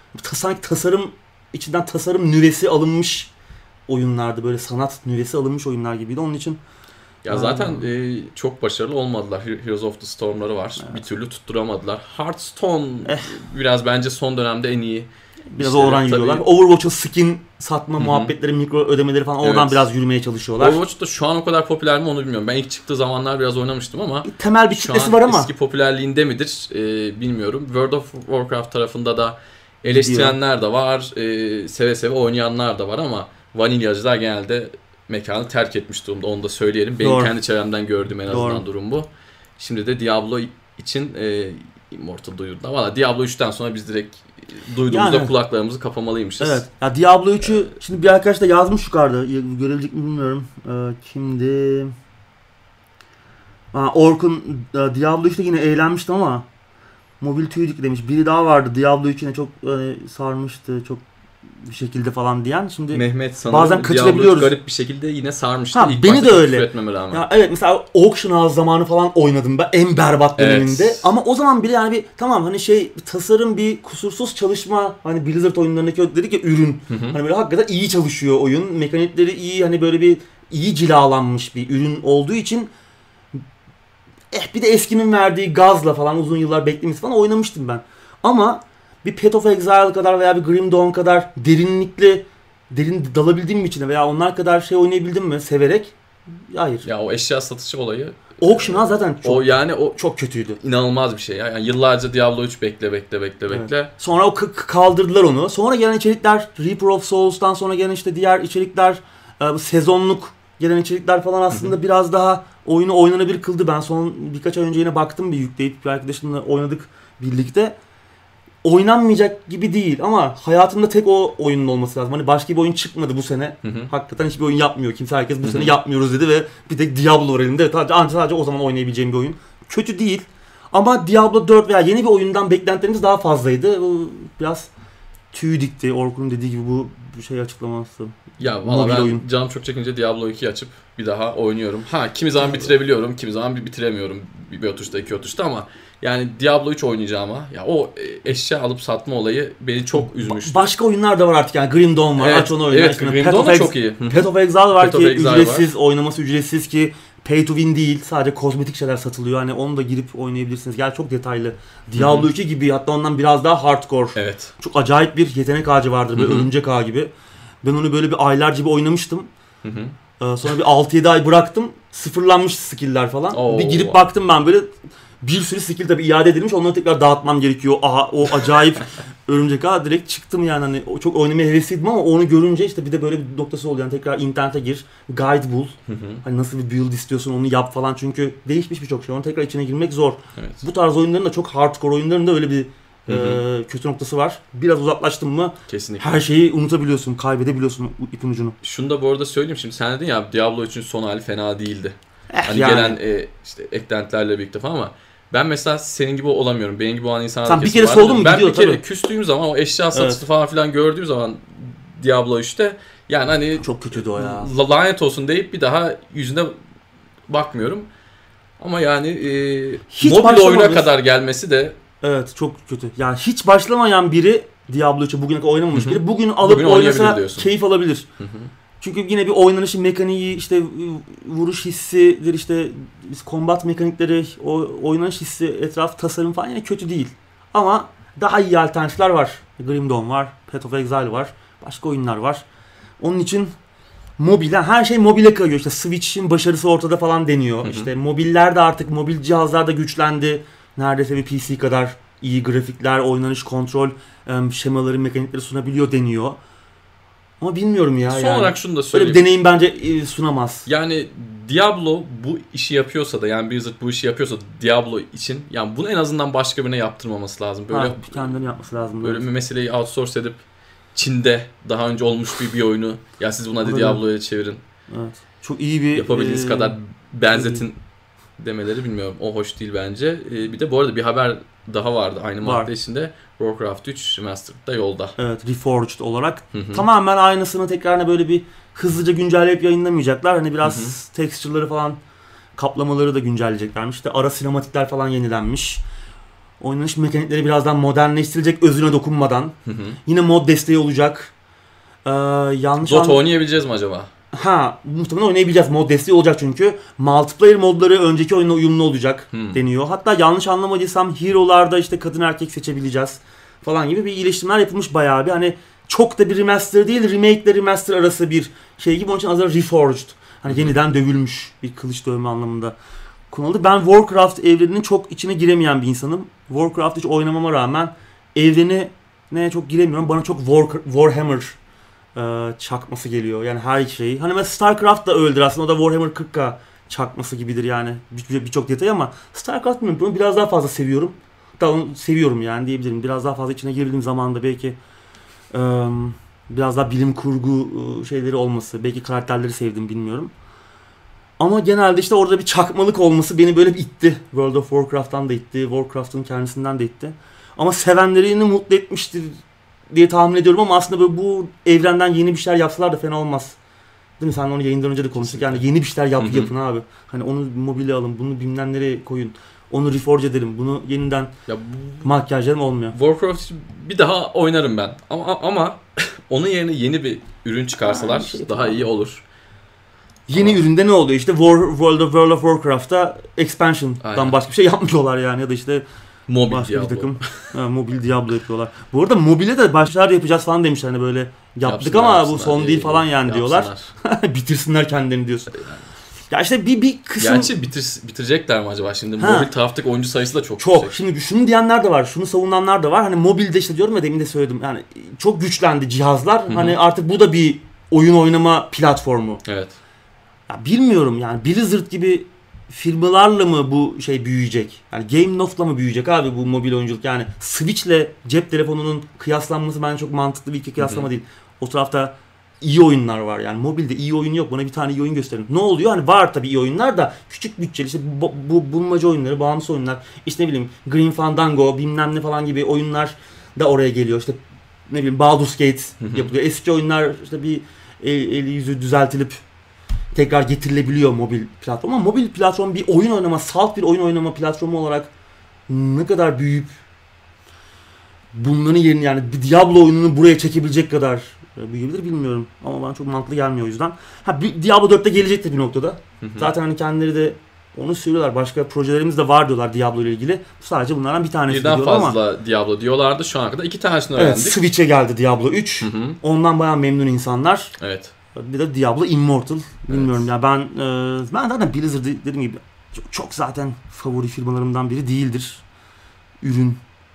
sanki tasarım içinden tasarım nüvesi alınmış oyunlardı. Böyle sanat nüvesi alınmış oyunlar gibiydi. Onun için ya zaten e, çok başarılı olmadılar. Heroes of the Storm'ları var. Evet. Bir türlü tutturamadılar. Hearthstone eh. biraz bence son dönemde en iyi. Biraz işte, oradan yürüyorlar. Tabii... Overwatch'un skin satma Hı-hı. muhabbetleri, mikro ödemeleri falan oradan evet. biraz yürümeye çalışıyorlar. Overwatch da şu an o kadar popüler mi onu bilmiyorum. Ben ilk çıktığı zamanlar biraz oynamıştım ama temel bir kitlesi var ama eski popülerliğinde midir e, bilmiyorum. World of Warcraft tarafında da eleştirenler de var. E, seve seve oynayanlar da var ama vanilyacılar genelde mekanı terk etmiş durumda. Onu da söyleyelim. Benim Doğru. kendi çevremden gördüğüm en azından Doğru. durum bu. Şimdi de Diablo için e, Immortal duyurdular. Valla Diablo üçten sonra biz direkt duyduğumuzda yani, kulaklarımızı kapamalıymışız. Evet. Ya Diablo üçü evet. şimdi bir arkadaş da yazmış yukarıda. Görebilecek mi bilmiyorum. Ee, kimdi? Aa, Orkun Diablo üçte yine eğlenmişti ama mobil tüydük demiş. Biri daha vardı. Diablo üçüne çok e, sarmıştı. Çok bir şekilde falan diyen. Şimdi Mehmet sanırım bazen kaçırabiliyoruz. Garip bir şekilde yine sarmıştı. Ha, beni de öyle. Ya, evet mesela Auction House zamanı falan oynadım ben en berbat döneminde. Evet. Ama o zaman bile yani bir tamam hani şey tasarım bir kusursuz çalışma hani Blizzard oyunlarındaki dedik ya ürün. Hı hı. Hani böyle hakikaten iyi çalışıyor oyun. Mekanikleri iyi hani böyle bir iyi cilalanmış bir ürün olduğu için eh bir de eskinin verdiği gazla falan uzun yıllar beklemiş falan oynamıştım ben. Ama bir Path of Exile kadar veya bir Grim Dawn kadar derinlikli, derin dalabildim mi içine veya onlar kadar şey oynayabildim mi severek? Hayır. Ya o eşya satışı olayı. Auction zaten çok o yani o çok kötüydü. İnanılmaz bir şey ya. Yani yıllarca Diablo üç bekle bekle bekle bekle. Evet. Sonra o k- kaldırdılar onu. Sonra gelen içerikler Reaper of Souls'tan sonra gelen işte diğer içerikler, bu sezonluk gelen içerikler falan aslında Hı-hı. biraz daha oyunu oynanabilir kıldı. Ben son birkaç ay önce yine baktım bir yükleyip bir arkadaşımla oynadık birlikte. Oynanmayacak gibi değil ama hayatımda tek o oyunun olması lazım. Hani başka bir oyun çıkmadı bu sene. Hı hı. Hakikaten hiçbir oyun yapmıyor. Kimse herkes bu hı hı. sene yapmıyoruz dedi ve bir tek Diablo var elinde. Sadece, sadece o zaman oynayabileceğim bir oyun. Kötü değil. Ama Diablo dört veya yeni bir oyundan beklentilerimiz daha fazlaydı. Bu biraz tüy dikti. Orkun'un dediği gibi bu şey açıklaması. Ya valla ben oyun. Canım çok çekince Diablo ikiyi açıp bir daha oynuyorum. Ha kimi zaman bitirebiliyorum, kimi zaman bir bitiremiyorum. Bir, bir otuşta, iki otuşta ama yani Diablo üç oynayacağıma ya o eşya alıp satma olayı beni çok üzmüştü. Başka oyunlar da var artık yani Grim Dawn var. Evet, aç onu oyna. Evet, Grim Dawn da çok iyi. Path of Exile var Path ki Exile ücretsiz, var. Oynaması ücretsiz ki pay to win değil. Sadece kozmetik şeyler satılıyor. Hani onu da girip oynayabilirsiniz. Gel çok detaylı. Diablo iki gibi hatta ondan biraz daha hardcore. Evet. Çok acayip bir yetenek ağacı vardır. Böyle örümcek ağı gibi. Ben onu böyle bir aylarca bir oynamıştım. Hı hı. Ee, sonra bir altı yedi ay bıraktım. Sıfırlanmış skill'ler falan. Oo. Bir girip baktım ben böyle bir sürü skill tabii iade edilmiş. Onları tekrar dağıtmam gerekiyor. Aha o acayip örümcek ağı direkt çıktım yani. Hani çok oynamaya hevesliydim ama onu görünce işte bir de böyle bir noktası oluyor. Yani tekrar internete gir, guide bul. Hı hı. Hani nasıl bir build istiyorsun onu yap falan. Çünkü değişmiş birçok şey. Onu tekrar içine girmek zor. Evet. Bu tarz oyunların da çok hardcore oyunların da öyle bir Hı hı. E, kötü noktası var. Biraz uzaklaştın mı Kesinlikle. Her şeyi unutabiliyorsun, kaybedebiliyorsun ipin ucunu. Şunu da bu arada söyleyeyim şimdi sen dedin ya Diablo üçün son hali fena değildi. Eh, hani yani. gelen e, işte eklentilerle birlikte falan ama ben mesela senin gibi olamıyorum. Benim gibi olan insanlar Sen bir kere soldun mu ben gidiyor bir kere tabii. küstüğüm zaman o eşya satışı evet. falan filan gördüğüm zaman Diablo üçte yani hani çok kötüydü o ya. Lanet olsun deyip bir daha yüzüne bakmıyorum. Ama yani e, hiç mobil oyuna kadar gelmesi de evet çok kötü. Yani hiç başlamayan biri Diablo üçü bugüne kadar oynamamış biri bugün alıp bugün oynasa keyif alabilir. Hı hı. Çünkü yine bir oynanışı mekaniği işte vuruş hissidir işte combat mekanikleri o oynanış hissi etraf tasarım falan yine kötü değil. Ama daha iyi alternatifler var. Grim Dawn var, Path of Exile var, başka oyunlar var. Onun için mobil her şey mobile kayıyor. İşte Switch'in başarısı ortada falan deniyor. Hı hı. İşte mobiller de artık mobil cihazlar da güçlendi. Neredeyse bir P C kadar iyi grafikler, oynanış, kontrol şemaları, mekanikleri sunabiliyor deniyor. Ama bilmiyorum ya. Son yani. olarak şunu da söyleyeyim. Böyle bir deneyim bence sunamaz. Yani Diablo bu işi yapıyorsa da yani Blizzard bu işi yapıyorsa Diablo için yani bunu en azından başka birine yaptırmaması lazım. Böyle ha, kendini yapması lazım. Böyle bir meseleyi outsource edip Çin'de daha önce olmuş bir, bir oyunu ya siz bunu hadi Diablo'ya çevirin. Evet. Çok iyi bir yapabildiğiniz e, kadar benzetin demeleri bilmiyorum. O hoş değil bence. E, bir de bu arada bir haber daha vardı aynı Var. madde içinde. Warcraft üç Remastered'da yolda. Evet, Reforged olarak. Hı hı. Tamamen aynısını tekrar böyle bir hızlıca güncelleyip yayınlamayacaklar. Hani biraz hı hı. texture'ları falan kaplamaları da güncelleyeceklermiş. İşte ara sinematikler falan yenilenmiş. Oynanış mekanikleri birazdan modernleştirilecek özüne dokunmadan. Hı hı. Yine mod desteği olacak. Ee, yanlış Dota an... oynayabileceğiz mi acaba? Ha, muhtemelen oynayabileceğiz. Mod desteği olacak çünkü. Multiplayer modları önceki oyunla uyumlu olacak Hmm. deniyor. Hatta yanlış anlamadıysam Hero'larda işte kadın erkek seçebileceğiz falan gibi bir iyileştirmeler yapılmış bayağı bir. Hani çok da bir remaster değil, remake ile remaster arası bir şey gibi. Onun için aslında reforged. Hani hmm. yeniden dövülmüş bir kılıç dövme anlamında kullanıldı. Ben Warcraft evreninin çok içine giremeyen bir insanım. Warcraft hiç oynamama rağmen evreni ne çok giremiyorum. Bana çok War, Warhammer çakması geliyor. Yani her şeyi. Hani mesela StarCraft da öyledir aslında. O da Warhammer kırk K çakması gibidir yani. Birçok detay ama StarCraft bilmiyorum. Bunu biraz daha fazla seviyorum. Daha onu seviyorum yani diyebilirim. Biraz daha fazla içine girdiğim zamanda belki ıı, biraz daha bilim kurgu şeyleri olması. Belki karakterleri sevdim bilmiyorum. Ama genelde işte orada bir çakmalık olması beni böyle bir itti. World of Warcraft'tan da itti. Warcraft'ın kendisinden de itti. Ama sevenlerini mutlu etmiştir diye tahmin ediyorum ama aslında böyle bu evrenden yeni bir şeyler yapsalar da fena olmaz. Değil mi? Sen onu yayından önce de konuştuk. Yani yeni bir şeyler yap, yapın abi. Hani onu mobile alın, bunu bilmem nereye koyun. Onu reforge edelim. Bunu yeniden ya bu, makyajlarım olmuyor. Warcraft bir daha oynarım ben. Ama ama onun yerine yeni bir ürün çıkarsalar şey daha iyi olur. Yeni ama üründe ne oluyor? İşte War, World of World of Warcraft'ta expansion'dan aynen başka bir şey yapmıyorlar yani ya da işte mobil başka Diablo. Bir takım ha, mobil Diablo yapıyorlar. Bu arada mobile de başlar yapacağız falan demişler hani böyle yaptık yapsınlar, ama bu son değil falan yani yapsınlar diyorlar. Bitirsinler kendilerini diyorsun. Yani. Ya işte bir bir kısım. Gerçi bitir, bitirecekler mi acaba şimdi? Ha. Mobil taraftaki oyuncu sayısı da çok Çok. yüksek. Şimdi şunu diyenler de var. Şunu savunanlar da var. Hani mobilde işte diyorum ya demin de söyledim. Yani çok güçlendi cihazlar. Hı-hı. Hani artık bu da bir oyun oynama platformu. Evet. Ya bilmiyorum yani Blizzard gibi firmalarla mı bu şey büyüyecek? Yani GameLoft'la mı büyüyecek abi bu mobil oyunculuk? Yani Switch'le cep telefonunun kıyaslanması bence çok mantıklı bir iki kıyaslama Hı-hı. değil. O tarafta iyi oyunlar var yani mobilde iyi oyun yok. Bana bir tane iyi oyun gösterin. Ne oluyor? Hani var tabii iyi oyunlar da küçük bütçeli işte bu, bu bulmaca oyunları, bağımsız oyunlar. İşte ne bileyim Green Fandango bilmem ne falan gibi oyunlar da oraya geliyor. İşte ne bileyim Baldur's Gate Hı-hı. yapılıyor. Eski oyunlar işte bir el, eli yüzü düzeltilip tekrar getirilebiliyor mobil platform ama mobil platform bir oyun oynama, salt bir oyun oynama platformu olarak ne kadar büyüyüp bunların yerini yani bir Diablo oyununu buraya çekebilecek kadar büyüyebilir bilmiyorum. Ama bana çok mantıklı gelmiyor o yüzden. Ha Diablo dörtte gelecekti bir noktada. Hı hı. Zaten hani kendileri de onu söylüyorlar. Başka projelerimiz de var diyorlar Diablo ile ilgili. Sadece bunlardan bir tanesi Birden diyorlar fazla ama Diablo diyorlardı. Şu ana kadar iki tanesini öğrendik. Evet, Switch'e geldi Diablo üç. Hı hı. Ondan bayağı memnun insanlar. Evet. Bir de Diablo Immortal. Bilmiyorum evet. ya ben e, ben zaten Blizzard dediğim gibi çok, çok zaten favori firmalarımdan biri değildir. Ürün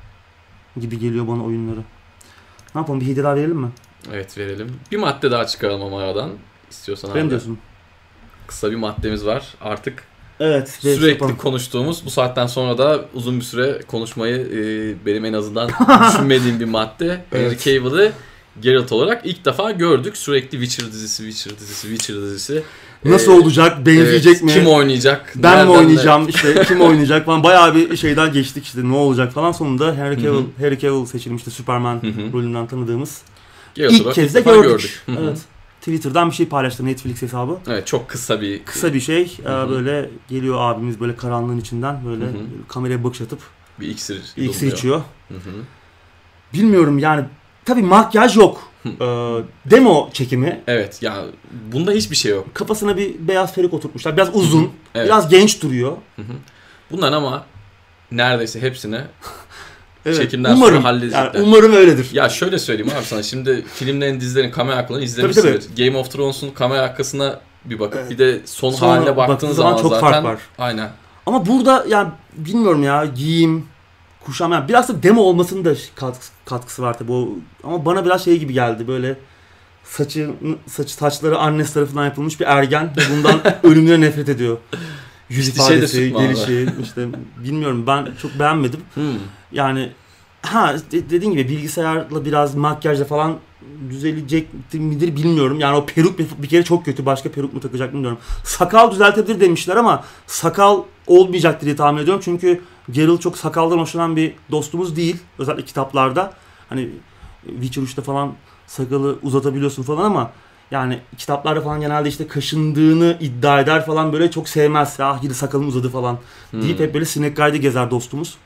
gibi geliyor bana oyunları. Ne yapalım bir hediye daha verelim mi? Evet verelim. Bir madde daha çıkaralım ama aradan. İstiyorsan abi. Benim diyorsun. Kısa bir maddemiz var. Artık evet, sürekli yapalım. Konuştuğumuz bu saatten sonra da uzun bir süre konuşmayı e, benim en azından düşünmediğim bir madde. Evet. Henry Cavill'ı Geralt olarak ilk defa gördük. Sürekli Witcher dizisi, Witcher dizisi, Witcher dizisi. Nasıl ee, olacak? Benzeyecek evet, mi? Kim oynayacak? Ben Nereden mi oynayacağım? Ne? İşte kim oynayacak falan. Bayağı bir şeyden geçtik işte ne olacak falan. Sonunda Henry Cavill, Henry Cavill seçilmişti Superman Hı-hı. rolünden tanıdığımız. Geralt ilk kez de gördük. gördük. Hı-hı. Evet. Twitter'dan bir şey paylaştı Netflix hesabı. Evet çok kısa bir kısa bir şey. Hı-hı. Böyle geliyor abimiz böyle karanlığın içinden böyle Hı-hı. kameraya bakış atıp bir iksir, iksir içiyor. Hı-hı. Bilmiyorum yani tabii makyaj yok. Ee, demo çekimi. Evet ya bunda hiçbir şey yok. Kafasına bir beyaz peruk oturtmuşlar. Biraz uzun, evet. biraz genç duruyor. Bunlar ama neredeyse hepsini evet. çekimden umarım, sonra halledecekler. Yani umarım öyledir. Ya şöyle söyleyeyim abi sana şimdi filmlerin dizilerin kamera arkalarını izlemişsindir. Tabii, tabii. Game of Thrones'un kamera arkasına bir bakıp evet. bir de son sonra haline baktığın zaman, zaman çok zaten fark var. Aynen. Ama burada yani bilmiyorum ya giyim kuşam yani biraz da demo olmasının da katkısı, katkısı var tabii o ama bana biraz şey gibi geldi böyle saçı saçı saçları annesi tarafından yapılmış bir ergen ve bundan ölümüne nefret ediyor. Yüz ifadesi, şey gelişi işte bilmiyorum ben çok beğenmedim. Hmm. Yani ha dediğin gibi bilgisayarla biraz makyajla falan düzelecek midir bilmiyorum. Yani o peruk bir kere çok kötü. Başka peruk mu takacak bilmiyorum. Sakal düzeltebilir demişler ama sakal olmayacaktır diye tahmin ediyorum. Çünkü Geralt çok sakaldan hoşlanan bir dostumuz değil. Özellikle kitaplarda. Hani Witcher üçte falan sakalı uzatabiliyorsun falan ama yani kitaplarda falan genelde işte kaşındığını iddia eder falan böyle çok sevmez. Ah yine sakalım uzadı falan deyip hmm. hep böyle sinek kaydı gezer dostumuz.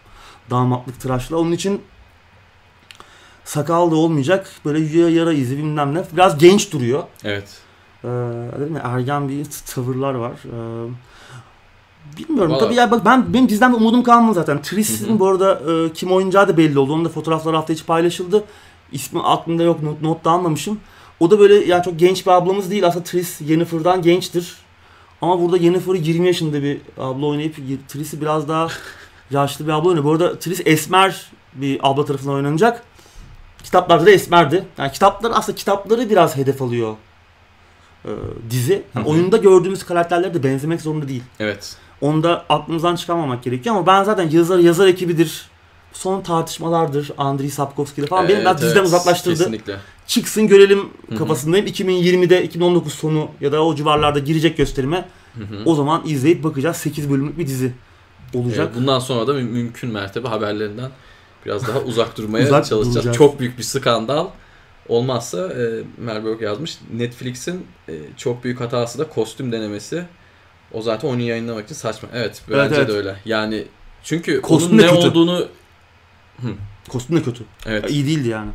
damatlık tıraşla. Onun için sakal da olmayacak. Böyle yara izi bilmem ne. Biraz genç duruyor. Evet. Ee, değil mi? Ergen bir tavırlar var. Ee, bilmiyorum. Vallahi. Tabii ya bak ben benim diziden bir umudum kalmadı zaten. Triss'in bu arada e, kim oynayacağı da belli oldu. Onun da fotoğrafları hafta içi paylaşıldı. İsmi aklımda yok. Not, not da almamışım. O da böyle yani çok genç bir ablamız değil. Aslında Triss Yennefer'dan gençtir. Ama burada Yennefer'ı yirmi yaşında bir abla oynayıp Triss'i biraz daha yaşlı bir abla oynuyor. Bu arada Triss esmer bir abla tarafından oynanacak. Kitaplarda da esmerdi. Yani kitaplar aslında kitapları biraz hedef alıyor e, dizi. Yani oyunda gördüğümüz karakterlere de benzemek zorunda değil. Evet. Onu da aklımızdan çıkarmamak gerekiyor ama ben zaten yazar yazar ekibidir. Son tartışmalardır Andrei Sapkowski ile falan Evet, beni biraz diziden evet, uzaklaştırdı. Kesinlikle. Çıksın görelim Hı-hı. kafasındayım. iki bin yirmide iki bin on dokuz sonu ya da o civarlarda girecek gösterime. Hı-hı. O zaman izleyip bakacağız. sekiz bölümlük bir dizi olacak. Evet, bundan sonra da mü- mümkün mertebe haberlerinden biraz daha uzak durmaya Uzak çalışacağız. duracağız. Çok büyük bir skandal olmazsa e, Melberg yazmış. Netflix'in e, çok büyük hatası da kostüm denemesi. O zaten onu yayınlamak için saçma. Evet, bence evet, evet. de öyle. Yani çünkü kostüm onun ne kötü. olduğunu Hı. Kostüm de kötü. Evet. Ya, iyi değildi yani.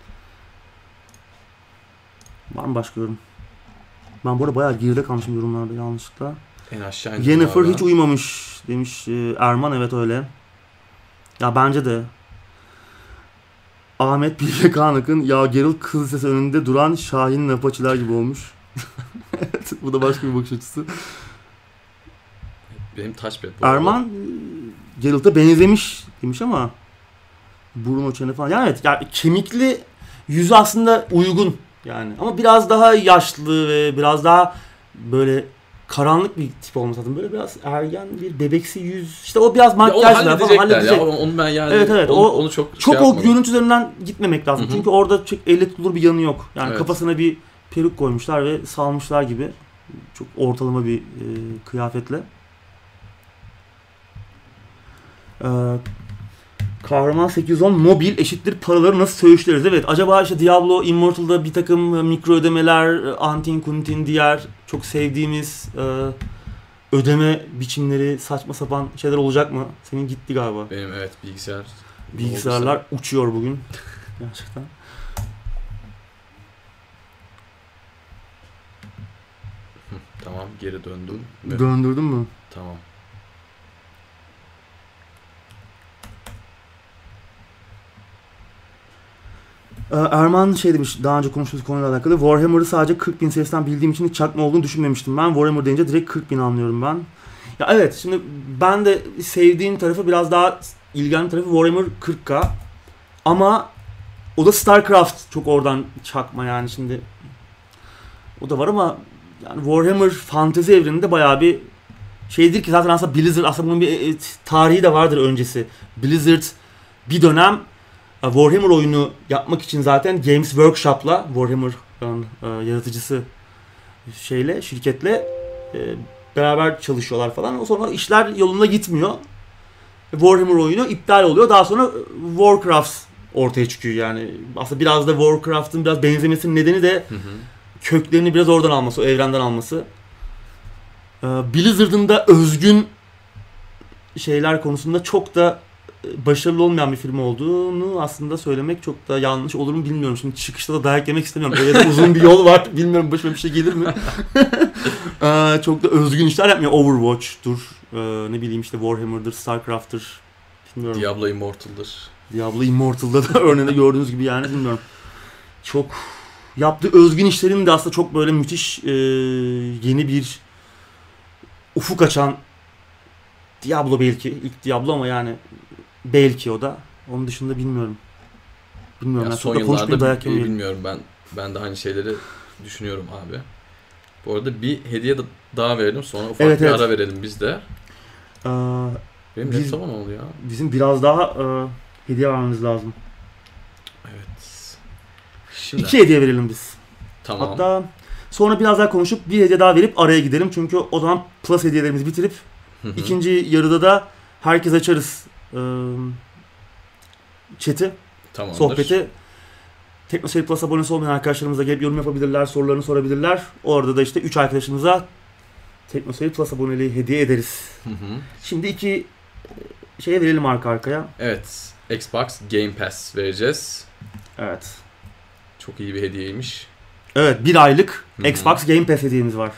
Var mı başka yorum? Ben bu arada bayağı geride kalmışım yorumlarda yanlışlıkla. En aşağı Yennefer hiç uyumamış demiş Erman. Evet öyle. Ya bence de. Ahmet Bilge Kanık'ın ya Geralt kız lisesi önünde duran Şahin'in apaçiler gibi olmuş. Evet, bu da başka bir bakış açısı. Benim touchpad bu Erman arada. Geralt'a benzemiş demiş ama burun o çene falan. Yani evet yani kemikli yüzü aslında uygun yani ama biraz daha yaşlı ve biraz daha böyle karanlık bir tip olması lazım. Böyle biraz ergen bir bebeksi yüz. İşte o biraz makyajla falan halledecek. Ya, onu ben yani evet evet onu, o onu çok çok şey o görüntü üzerinden gitmemek lazım. Hı-hı. Çünkü orada çok elle tutulur bir yanı yok. Yani evet. kafasına bir peruk koymuşlar ve salmışlar gibi. Çok ortalama bir e, kıyafetle. Ee, Kahraman sekiz yüz on mobil eşittir paraları nasıl söğüşleriz? Evet acaba işte Diablo Immortal'da bir takım mikro ödemeler, Antin Kuntin diğer çok sevdiğimiz e, ödeme biçimleri saçma sapan şeyler olacak mı? Senin gitti galiba. Benim evet bilgisayar. Bilgisayarlar olursa... uçuyor bugün. Gerçekten. Tamam geri döndüm. Döndürdün mü? Tamam. Erman şey demiş daha önce konuştuğumuz konuyla alakalı Warhammer'ı sadece kırk bin serisinden bildiğim için hiç çakma olduğunu düşünmemiştim ben. Warhammer deyince direkt kırk bin anlıyorum ben. Ya evet şimdi ben de sevdiğim tarafı biraz daha ilgilendiğim tarafı Warhammer kırk K ama o da StarCraft çok oradan çakma yani şimdi o da var ama yani Warhammer fantezi evreninde bayağı bir şeydir ki zaten aslında Blizzard aslında bunun bir tarihi de vardır öncesi. Blizzard bir dönem Warhammer oyunu yapmak için zaten Games Workshop'la Warhammer e, yaratıcısı şeyle şirketle e, beraber çalışıyorlar falan. O sonra işler yolunda gitmiyor. Warhammer oyunu iptal oluyor. Daha sonra Warcraft ortaya çıkıyor yani. Aslında biraz da Warcraft'ın biraz benzemesinin nedeni de hı hı. köklerini biraz oradan alması, o evrenden alması. E, Blizzard'ın da özgün şeyler konusunda çok da başarılı olmayan bir film olduğunu aslında söylemek çok da yanlış olur mu bilmiyorum. Şimdi çıkışta da dayak yemek istemiyorum. Öyle de uzun bir yol var. Bilmiyorum başıma bir şey gelir mi? ee, çok da özgün işler yapmıyor. Overwatch'tur, ee, ne bileyim işte Warhammer'dır, StarCraft'tır. Bilmiyorum. Diablo Immortal'dır. Diablo Immortal'da da örneğinde gördüğünüz gibi yani bilmiyorum. Çok yaptığı özgün işlerin de aslında çok böyle müthiş e, yeni bir ufuk açan Diablo belki. İlk Diablo ama yani belki o da. Onun dışında bilmiyorum. Bilmiyorum. Ya Yani son yıllarda bilmiyorum ben. Ben de aynı şeyleri düşünüyorum abi. Bu arada bir hediye daha verelim. Sonra ufak evet, bir evet. ara verelim biz de. Ee, Benim biz, ne zaman oldu ya? Bizim biraz daha e, hediye vermemiz lazım. Evet. Şimdi. İki hediye verelim biz. Tamam. Hatta sonra biraz daha konuşup bir hediye daha verip araya gidelim. Çünkü o zaman plus hediyelerimizi bitirip ikinci yarıda da herkes açarız e, chat'i, Tamamdır. sohbeti. TeknoSeyir Plus abonesi olmayan arkadaşlarımız da gelip yorum yapabilirler, sorularını sorabilirler. Orada da işte üç arkadaşımıza TeknoSeyir Plus aboneliği hediye ederiz. Hı hı. Şimdi iki şeye verelim arka arkaya. Evet. Xbox Game Pass vereceğiz. Evet. Çok iyi bir hediyeymiş. Evet, bir aylık Hı-hı. Xbox Game Pass hediyemiz var.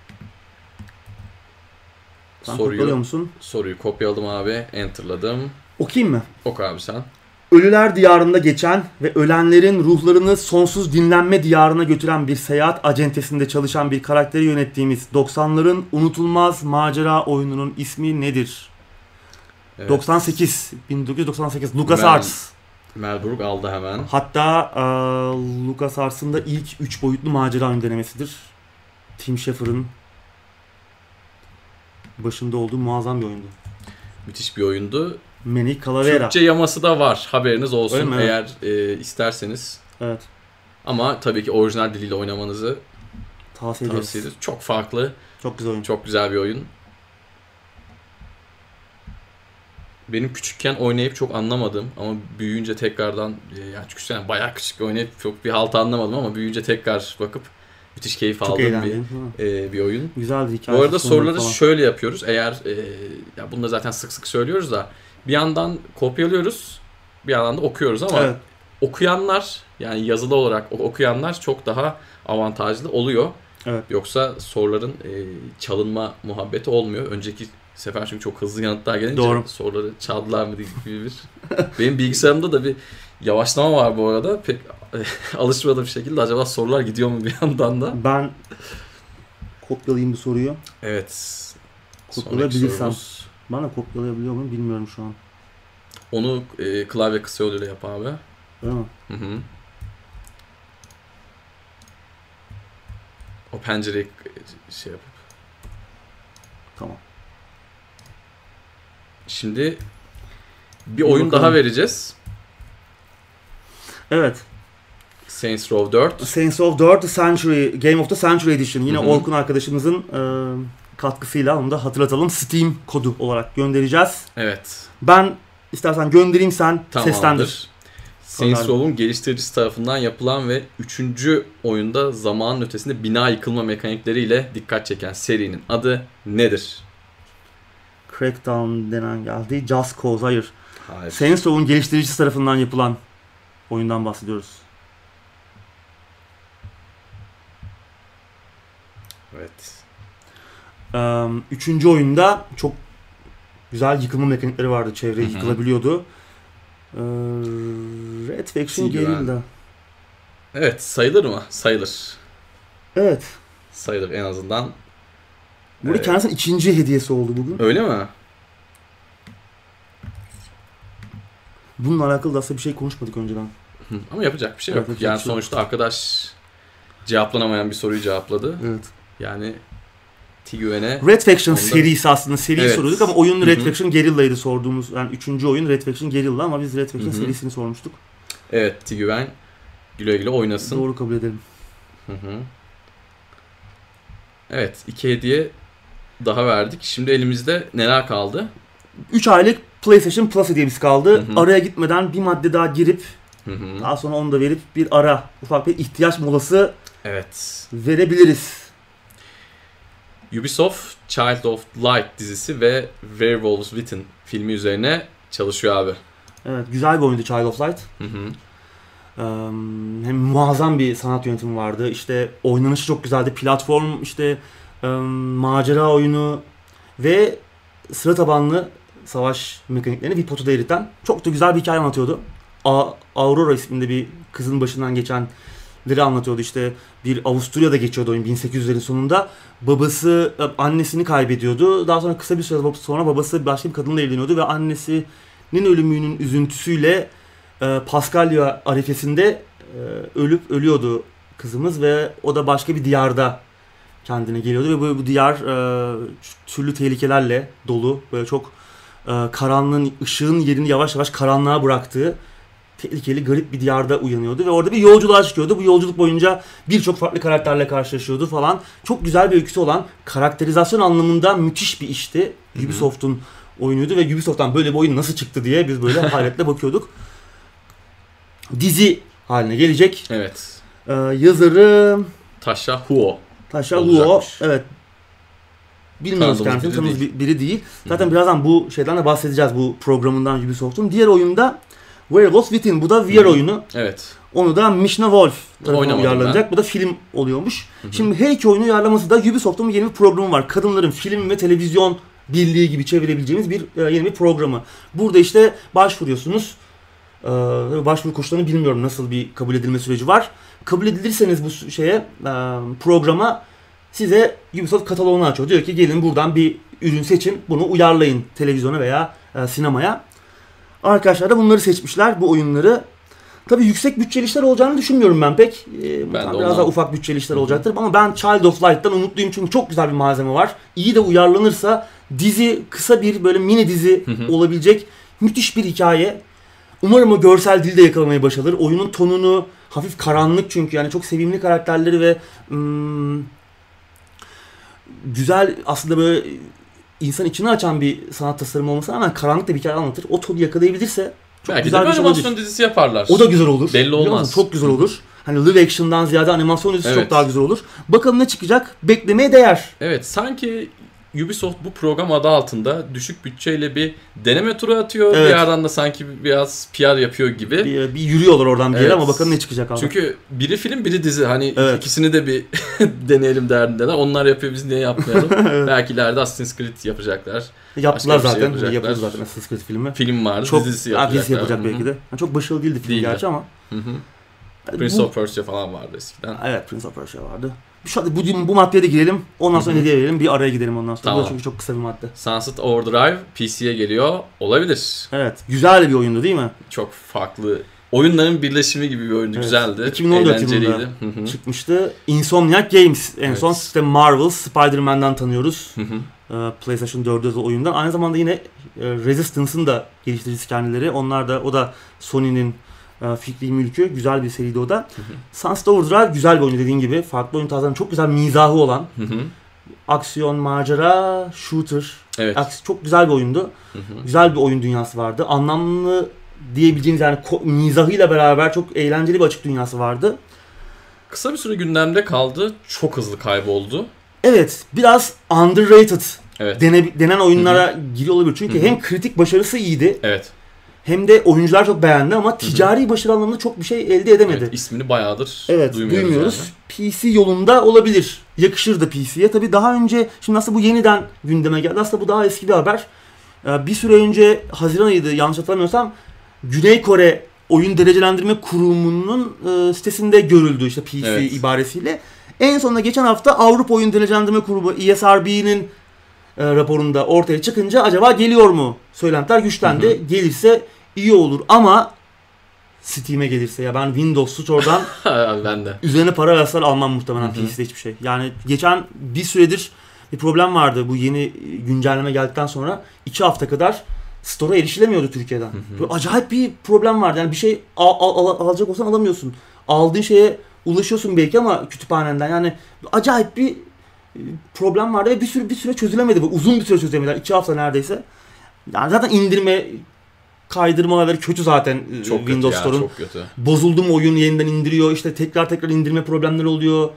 Sen soruyu, kopyalıyor musun? Soruyu kopyaladım abi. Enter'ladım. Okuyayım mı? Oku abi sen. Ölüler diyarında geçen ve ölenlerin ruhlarını sonsuz dinlenme diyarına götüren bir seyahat acentesinde çalışan bir karakteri yönettiğimiz doksanların unutulmaz macera oyununun ismi nedir? Evet. doksan sekiz. bin dokuz yüz doksan sekiz. LucasArts. Arts. Melburg aldı hemen. Hatta e, LucasArts'ın da ilk üç boyutlu macera oyun denemesidir. Tim Schafer'ın başında olduğu muazzam bir oyundu. Müthiş bir oyundu. Manic Calavera. Türkçe yaması da var. Haberiniz olsun mi? eğer e, isterseniz. Evet. Ama tabii ki orijinal diliyle oynamanızı Tavsiye ederiz. tavsiye ederiz. Çok farklı. Çok güzel oyun. Çok güzel bir oyun. Benim küçükken oynayıp çok anlamadım ama büyüyünce tekrardan e, yani küçükken bayağı küçük oynayıp çok bir halt anlamadım ama büyüyünce tekrar bakıp müthiş keyif çok aldığım bir, e, bir oyun. Güzel bir hikaye. Bu arada soruları falan. şöyle yapıyoruz. Eğer e, ya bunu da zaten sık sık söylüyoruz da bir yandan kopyalıyoruz, bir yandan da okuyoruz ama evet. okuyanlar yani yazılı olarak okuyanlar çok daha avantajlı oluyor. Evet. Yoksa soruların e, çalınma muhabbeti olmuyor. Önceki sefer çünkü çok hızlı yanıtlar gelince Doğru. soruları çaldılar mı gibi bir. Benim bilgisayarımda da bir yavaşlama var bu arada. Pek alışmadığım bir şekilde acaba sorular gidiyor mu bir yandan da. Ben kopyalayayım bu soruyu. Evet. Kopyalayabilirsem. Bana kopyalayabiliyor muyum bilmiyorum şu an. Onu e, klavye kısa yoluyla yap abi. Öyle mi? Hı hı. O pencereyi şey yapıp. Tamam. Şimdi bir Bir oyun bakalım. daha vereceğiz. Evet. Saints Row dört. Saints Row dört The Century, Game of the Century Edition. Yine Hı hı. Orkun arkadaşımızın e, katkısıyla onu da hatırlatalım. Steam kodu olarak göndereceğiz. Evet. Ben istersen göndereyim, sen Tamamdır. seslendir. Saints Önemli. Row'un geliştiricisi tarafından yapılan ve üçüncü oyunda zamanın ötesinde bina yıkılma mekanikleriyle dikkat çeken serinin adı nedir? Crackdown denen geldi. Just Cause, hayır. Hayır. Saints Row'un geliştiricisi tarafından yapılan oyundan bahsediyoruz. Evet. Ee, üçüncü oyunda çok güzel yıkılma mekanikleri vardı. Çevre Hı hı. yıkılabiliyordu. Ee, Red Faction Güven. Guerrilla. Evet, sayılır mı? Sayılır. Evet. Sayılır en azından. Bu Evet. kendisinin ikinci hediyesi oldu bugün. Öyle mi? Bununla alakalı da aslında bir şey konuşmadık önceden. Hı. Ama yapacak bir şey Evet, yok. yapacak Yani bir şey yok. sonuçta arkadaş cevaplanamayan bir soruyu cevapladı. Evet. Yani Tigüen'e Red Faction Onda... serisi aslında seri Evet. soruyorduk ama oyun Red Hı-hı. Faction Guerrilla'ydı sorduğumuz. Yani üçüncü oyun Red Faction Guerrilla ama biz Red Faction Hı-hı. serisini sormuştuk. Evet, Tigüen güle güle oynasın. Doğru kabul edelim. Hı hı. Evet, iki hediye daha verdik. Şimdi elimizde neler kaldı? üç aylık PlayStation Plus hediyemiz kaldı. Hı hı. Araya gitmeden bir madde daha girip Hı hı. daha sonra onu da verip bir ara, ufak bir ihtiyaç molası Evet. verebiliriz. Ubisoft Child of Light dizisi ve Werewolves Within filmi üzerine çalışıyor abi. Evet, güzel bir oyundu Child of Light. Hı hı. Ee, hem muazzam bir sanat yönetimi vardı. İşte oynanışı çok güzeldi. Platform, işte e, macera oyunu ve sıra tabanlı savaş mekaniklerini bir potada eriten çok da güzel bir hikaye anlatıyordu. A- Aurora isminde bir kızın başından geçenleri anlatıyordu. İşte bir Avusturya'da geçiyordu oyun bin sekiz yüzlerin sonunda. Babası annesini kaybediyordu. Daha sonra kısa bir süre sonra babası başka bir kadınla evleniyordu ve annesinin ölümünün üzüntüsüyle e, Paskalya arifesinde e, ölüp ölüyordu kızımız ve o da başka bir diyarda kendine geliyordu ve bu, bu diyar e, türlü tehlikelerle dolu, böyle çok e, karanlığın, ışığın yerini yavaş yavaş karanlığa bıraktığı tehlikeli, garip bir diyarda uyanıyordu ve orada bir yolculuğa çıkıyordu. Bu yolculuk boyunca birçok farklı karakterle karşılaşıyordu falan. Çok güzel bir öyküsü olan, karakterizasyon anlamında müthiş bir işti. Hı-hı. Ubisoft'un oyunuydu ve Ubisoft'tan böyle bir oyun nasıl çıktı diye biz böyle hayretle bakıyorduk. Dizi haline gelecek. Evet. Ee, yazarı Tasha Huo. Tasha Huo. Olacakmış. Evet. bilmiyoruz Tanıdığımız kendisini, biri tanıdığımız değil. bir- biri değil. Zaten birazdan bu şeyden de bahsedeceğiz, bu programından Ubisoft'un. Diğer oyunda Werewolf Within, bu da V R Hı. oyunu. Evet. Onu da Mishna Wolf tarafından Oynamadım uyarlanacak. ben. Bu da film oluyormuş. Hı hı. Şimdi her iki oyunu uyarlaması da Ubisoft'un yeni bir programı var. Kadınların film ve televizyon birliği gibi çevirebileceğimiz bir e, yeni bir programı. Burada işte başvuruyorsunuz. Ee, başvuru koşullarını bilmiyorum, nasıl bir kabul edilme süreci var. Kabul edilirseniz bu şeye, e, programa, size Ubisoft kataloğunu açıyor. Diyor ki gelin buradan bir ürün seçin, bunu uyarlayın televizyona veya e, sinemaya. Arkadaşlar da bunları seçmişler, bu oyunları. Tabii yüksek bütçeli işler olacağını düşünmüyorum ben pek. Ee, Ben de biraz ondan... daha ufak bütçeli işler olacaktır. Ama ben Child of Light'tan umutluyum çünkü çok güzel bir malzeme var. İyi de uyarlanırsa dizi, kısa bir böyle mini dizi Hı hı. olabilecek müthiş bir hikaye. Umarım o görsel dilde yakalamayı başarır. Oyunun tonunu, hafif karanlık çünkü yani çok sevimli karakterleri ve hmm, güzel, aslında böyle insan içini açan bir sanat tasarımı olmasına rağmen karanlık da bir hikaye anlatır. O tonu yakalayabilirse çok Belki güzel de bir bir şey animasyon olabilir. dizisi yaparlar. O da güzel olur. Belli Biliyor musun? olmaz. Çok güzel olur. Hani live action'dan ziyade animasyon dizisi Evet. çok daha güzel olur. Bakalım ne çıkacak? Beklemeye değer. Evet, sanki Ubisoft bu program adı altında düşük bütçeyle bir deneme turu atıyor. Evet. Bir yandan da sanki biraz P R yapıyor gibi. Bir, bir yürüyorlar oradan bir yere, Evet. ama bakalım ne çıkacak abi. Çünkü biri film biri dizi. Hani Evet. ikisini de bir deneyelim derdindeler. Onlar yapıyor, biz niye yapmayalım? Belki ileride Assassin's Creed yapacaklar. Yaptılar başka bir şey zaten. yapacaklar. Yapıldı zaten Assassin's Creed filmi. Film vardı, Çok dizisi Ha, yapacaklar. dizisi yapacak Hı hı. belki de. Yani çok başarılı değildi film Değildi. gerçi ama. Hı hı. Yani Prince bu- of Persia falan vardı eskiden. Evet, Prince of Persia vardı. Şu bu, bu maddeye de girelim. Ondan sonra Hı hı. hediye verelim. Bir araya gidelim ondan sonra. Tamam. Bu da çünkü çok kısa bir madde. Sunset Overdrive P C'ye geliyor. Olabilir. Evet. Güzel bir oyundu değil mi? Çok farklı. Oyunların birleşimi gibi bir oyundu. Evet. Güzeldi. iki bin on dört Eğlenceliydi. yılında Hı hı. çıkmıştı. Insomniac Games. En Evet. son işte Marvel, Spider-Man'den tanıyoruz. Hı hı. Ee, PlayStation dörtte de oyundan. Aynı zamanda yine e, Resistance'ın da geliştiricisi kendileri. Onlar da, o da Sony'nin e, fikri mülkü. Güzel bir seriydi o da. Hı hı. Sunset Overdrive güzel bir oyun dediğin gibi. Farklı oyun tarzlarının çok güzel mizahı olan. Hı hı. Aksiyon, macera, shooter. Evet. Aks- Çok güzel bir oyundu. Hı hı. Güzel bir oyun dünyası vardı. Anlamlı diyebileceğimiz, yani ko- mizahıyla beraber çok eğlenceli bir açık dünyası vardı. Kısa bir süre gündemde kaldı. Çok hızlı kayboldu. Evet, biraz underrated Evet. dene, denen oyunlara giriyor olabilir. Çünkü Hı hı. hem kritik başarısı iyiydi, Evet. hem de oyuncular çok beğendi ama ticari başarı anlamında çok bir şey elde edemedi. Evet. İsmini bayağıdır Evet, duymuyoruz. duymuyoruz. yani. P C yolunda olabilir. Yakışır da P C'ye. Tabii daha önce, şimdi aslında bu yeniden gündeme geldi. Aslında bu daha eski bir haber. Ee, Bir süre önce, Haziran ayıydı yanlış hatırlamıyorsam, Güney Kore Oyun Derecelendirme Kurumu'nun e, sitesinde görüldü işte P C Evet. ibaresiyle. En sonunda geçen hafta Avrupa Oyun Derecelendirme Kurumu E S R B'nin e, raporunda ortaya çıkınca acaba geliyor mu? Söylentiler güçlendi. Hı hı. Gelirse iyi olur ama Steam'e gelirse, ya ben Windows Store'dan ben de. üzerine para verseler almam muhtemelen. Hı hı. P C'de hiçbir şey. Yani geçen bir süredir bir problem vardı bu yeni güncelleme geldikten sonra. iki hafta kadar Store'a erişilemiyordu Türkiye'den. Hı hı. Böyle acayip bir problem vardı. Yani bir şey al, al, al- alacak olsan alamıyorsun. Aldığın şeye ulaşıyorsun belki ama kütüphanenden. Yani acayip bir e, problem vardı ve bir süre bir süre çözülemedi bu. Uzun bir süre çözülemediler. iki hafta neredeyse. Yani zaten indirme, kaydırmaları kötü zaten e, Çok kötü Windows ya, Store'un. çok kötü. Bozuldu mu oyun yeniden indiriyor. İşte tekrar tekrar indirme problemleri oluyor.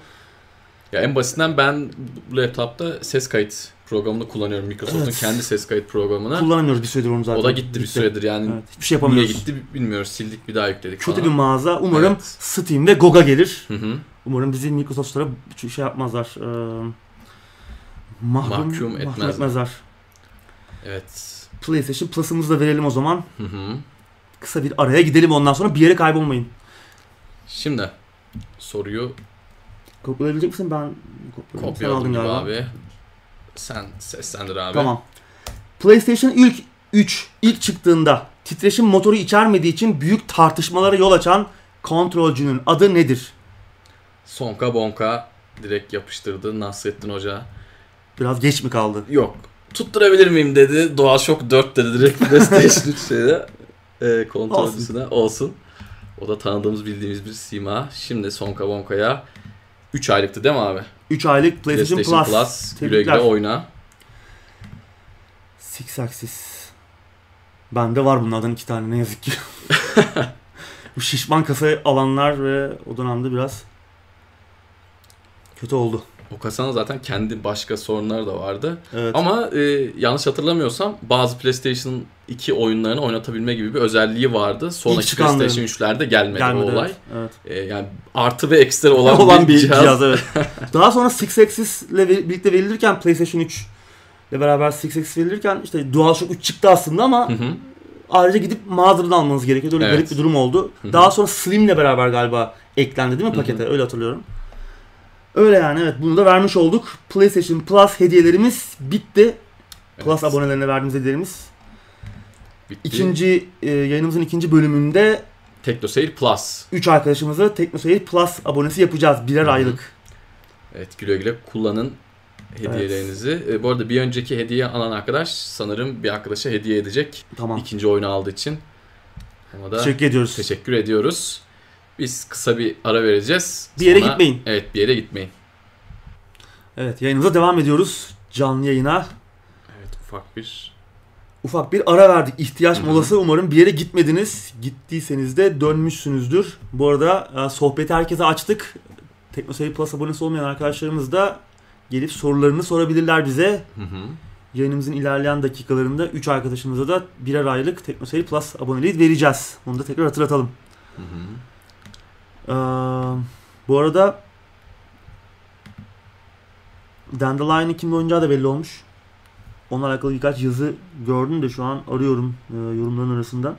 Ya en basitinden ben bu laptopta ses kayıt programını kullanıyorum. Microsoft'un Evet. kendi ses kayıt programını. Kullanamıyoruz bir süredir onu zaten. O da gitti bir süredir yani. Evet, hiçbir şey Niye yapamıyoruz. gitti bilmiyoruz. Sildik, bir daha yükledik Kötü falan. bir mağaza. Umarım Evet. Steam ve G O G'a gelir. Hı hı. Umarım bizi Microsoft'lara şey yapmazlar. E, mahrum, Mahkum etmezler. etmezler. Evet. PlayStation Plus'ımızı da verelim o zaman. Hı hı. Kısa bir araya gidelim, ondan sonra bir yere kaybolmayın. Şimdi soruyu Kopyalayabilecek misin? Ben kopyaladım. Sen aldın kopyaladım gibi galiba. abi. Sen seslendir abi. Tamam. PlayStation ilk üç ilk çıktığında titreşim motoru içermediği için büyük tartışmalara yol açan kontrolcünün adı nedir? Sonka bonka direkt yapıştırdı Nasrettin Hoca. Biraz geç mi kaldı? Yok. Tutturabilir miyim dedi. DualShock dört dedi direkt PlayStation üç şeyde. E, kontrolcüsüne olsun. O da tanıdığımız, bildiğimiz bir sima. Şimdi Sonka Bonka'ya üç aylıktı değil mi abi? üç aylık PlayStation, PlayStation Plus. Plus. Güle Tebrikler. güle oyna. Six Axis. Bende var bunlardan iki tane ne yazık ki. Bu şişman kasa alanlar ve o dönemde biraz kötü oldu. O kasanın zaten kendi başka sorunları da vardı. Evet. Ama e, yanlış hatırlamıyorsam bazı PlayStation iki oyunlarını oynatabilme gibi bir özelliği vardı. Sonraki PlayStation üçlerde gelmedi, gelmedi o olay. Evet. E, yani artı ve ekstra olan, olan bir, bir cihaz. cihaz evet. Daha sonra Six Axis ile birlikte verilirken PlayStation üç ile beraber Six Axis verilirken işte DualShock üç çıktı aslında ama hı hı. ayrıca gidip mağazadan almanız gerekiyordu. Öyle evet. garip bir durum oldu. Hı hı. Daha sonra Slim ile beraber galiba eklendi değil mi pakete? Hı hı. Öyle hatırlıyorum. Öyle yani evet, bunu da vermiş olduk. PlayStation Plus hediyelerimiz bitti. Evet. Plus abonelerine verdiğimiz hediyelerimiz. Bitti. İkinci e, yayınımızın ikinci bölümünde TeknoSeyir Plus. üç arkadaşımıza TeknoSeyir Plus abonesi yapacağız. Birer Hı-hı. aylık. Evet, güle güle kullanın hediyelerinizi. Evet. E, bu arada bir önceki hediye alan arkadaş sanırım bir arkadaşa hediye edecek. Tamam. İkinci oyunu aldığı için. Ona da teşekkür ediyoruz. Teşekkür ediyoruz. Biz kısa bir ara vereceğiz. Bir yere Sonra, gitmeyin. Evet, bir yere gitmeyin. Evet, yayınımıza devam ediyoruz. Canlı yayına. Evet, ufak bir ufak bir ara verdik. İhtiyaç Hı-hı. molası. Umarım bir yere gitmediniz. Gittiyseniz de dönmüşsünüzdür. Bu arada sohbeti herkese açtık. TeknoSeyir Plus abonesi olmayan arkadaşlarımız da gelip sorularını sorabilirler bize. Hı-hı. Yayınımızın ilerleyen dakikalarında üç arkadaşımıza da birer aylık TeknoSeyir Plus aboneliği vereceğiz. Onu da tekrar hatırlatalım. Hı hı. Ee, bu arada Dandelion'ın kimle oynayacağı da belli olmuş. Onunla alakalı birkaç yazı gördüm de şu an arıyorum e, yorumların arasında.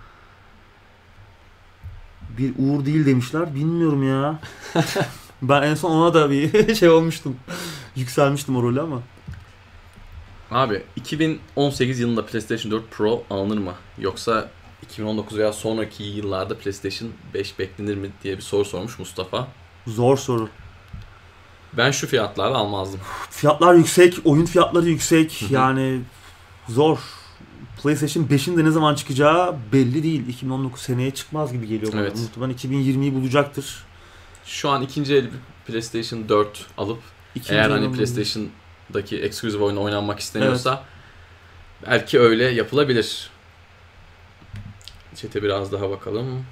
Bir Uğur değil demişler. Bilmiyorum ya. Ben en son ona da bir şey olmuştum. Yükselmiştim o rolü ama. Abi iki bin on sekiz yılında PlayStation dört Pro alınır mı? Yoksa iki bin on dokuz veya sonraki yıllarda PlayStation beş beklenir mi diye bir soru sormuş Mustafa. Zor soru. Ben şu fiyatlarla almazdım. Fiyatlar yüksek, oyun fiyatları yüksek. Yani zor. PlayStation beşin de ne zaman çıkacağı belli değil. iki bin on dokuz seneye çıkmaz gibi geliyor bana. Evet. Muhtemelen iki bin yirmiyi bulacaktır. Şu an ikinci el bir PlayStation dört alıp ikinci eğer hani PlayStation'daki exclusive oyunu oynanmak isteniyorsa evet. belki öyle yapılabilir. Chat'e biraz daha bakalım.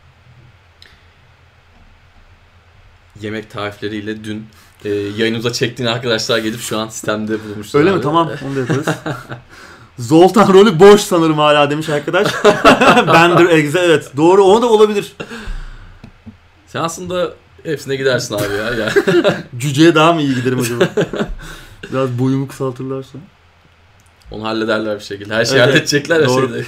Yemek tarifleriyle dün e, yayınımıza çektiğin arkadaşlar gelip şu an sistemde bulmuşlar. Öyle abi. mi? Tamam. Onu da yaparız. Zoltan rolü boş sanırım hala demiş arkadaş. Bender Exe evet. Doğru, onu da olabilir. Sen aslında hepsine gidersin abi ya. Yani. Cüceye daha mı iyi giderim acaba? Biraz boyumu kısaltırlarsa. Onu hallederler bir şekilde. Her şeyi evet, halledecekler. Her şeyi.